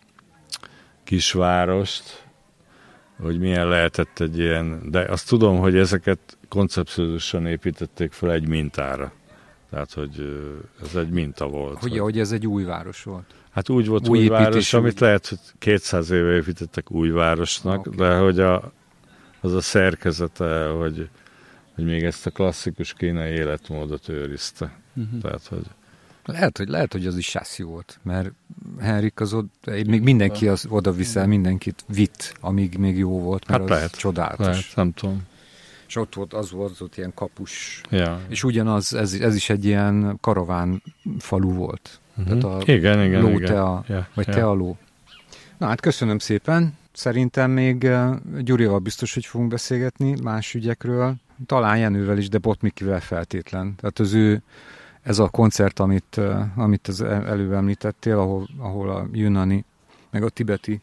kisvárost, hogy milyen lehetett egy ilyen, de azt tudom, hogy ezeket koncepciózusan építették fel egy mintára. Tehát, hogy ez egy minta volt. Hogy ez egy új város volt. Hát úgy volt új város, amit lehet, hogy 200 éve építettek új városnak, de hogy az a szerkezete, hogy még ezt a klasszikus kínai életmódot őrizte. Tehát, hogy Lehet, hogy az is sászi volt, mert Henrik még mindenki oda viszel, mindenkit vitt, amíg még jó volt, mert az csodálatos. Lehet, nem tudom. És ott volt ilyen kapus. Ja. És ugyanaz, ez is egy ilyen karaván falu volt. Tehát igen. ló-tea, vagy tea-ló. Na hát köszönöm szépen. Szerintem még Gyurival biztos, hogy fogunk beszélgetni más ügyekről. Talán Jenővel is, de Botmikivel feltétlen. Tehát ez a koncert, amit az előbb említettél, ahol a Yunani, meg a tibeti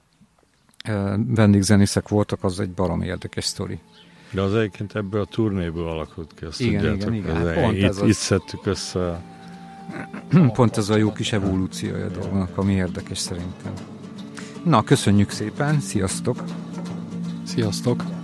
vendégzenészek voltak, az egy baromi érdekes sztori. De az egyébként ebből a turnéből alakult ki, azt igen. Hát pont itt szedtük össze. Pont ez a jó kis evolúciója dolgnak, ami érdekes szerintem. Na, köszönjük szépen, sziasztok! Sziasztok!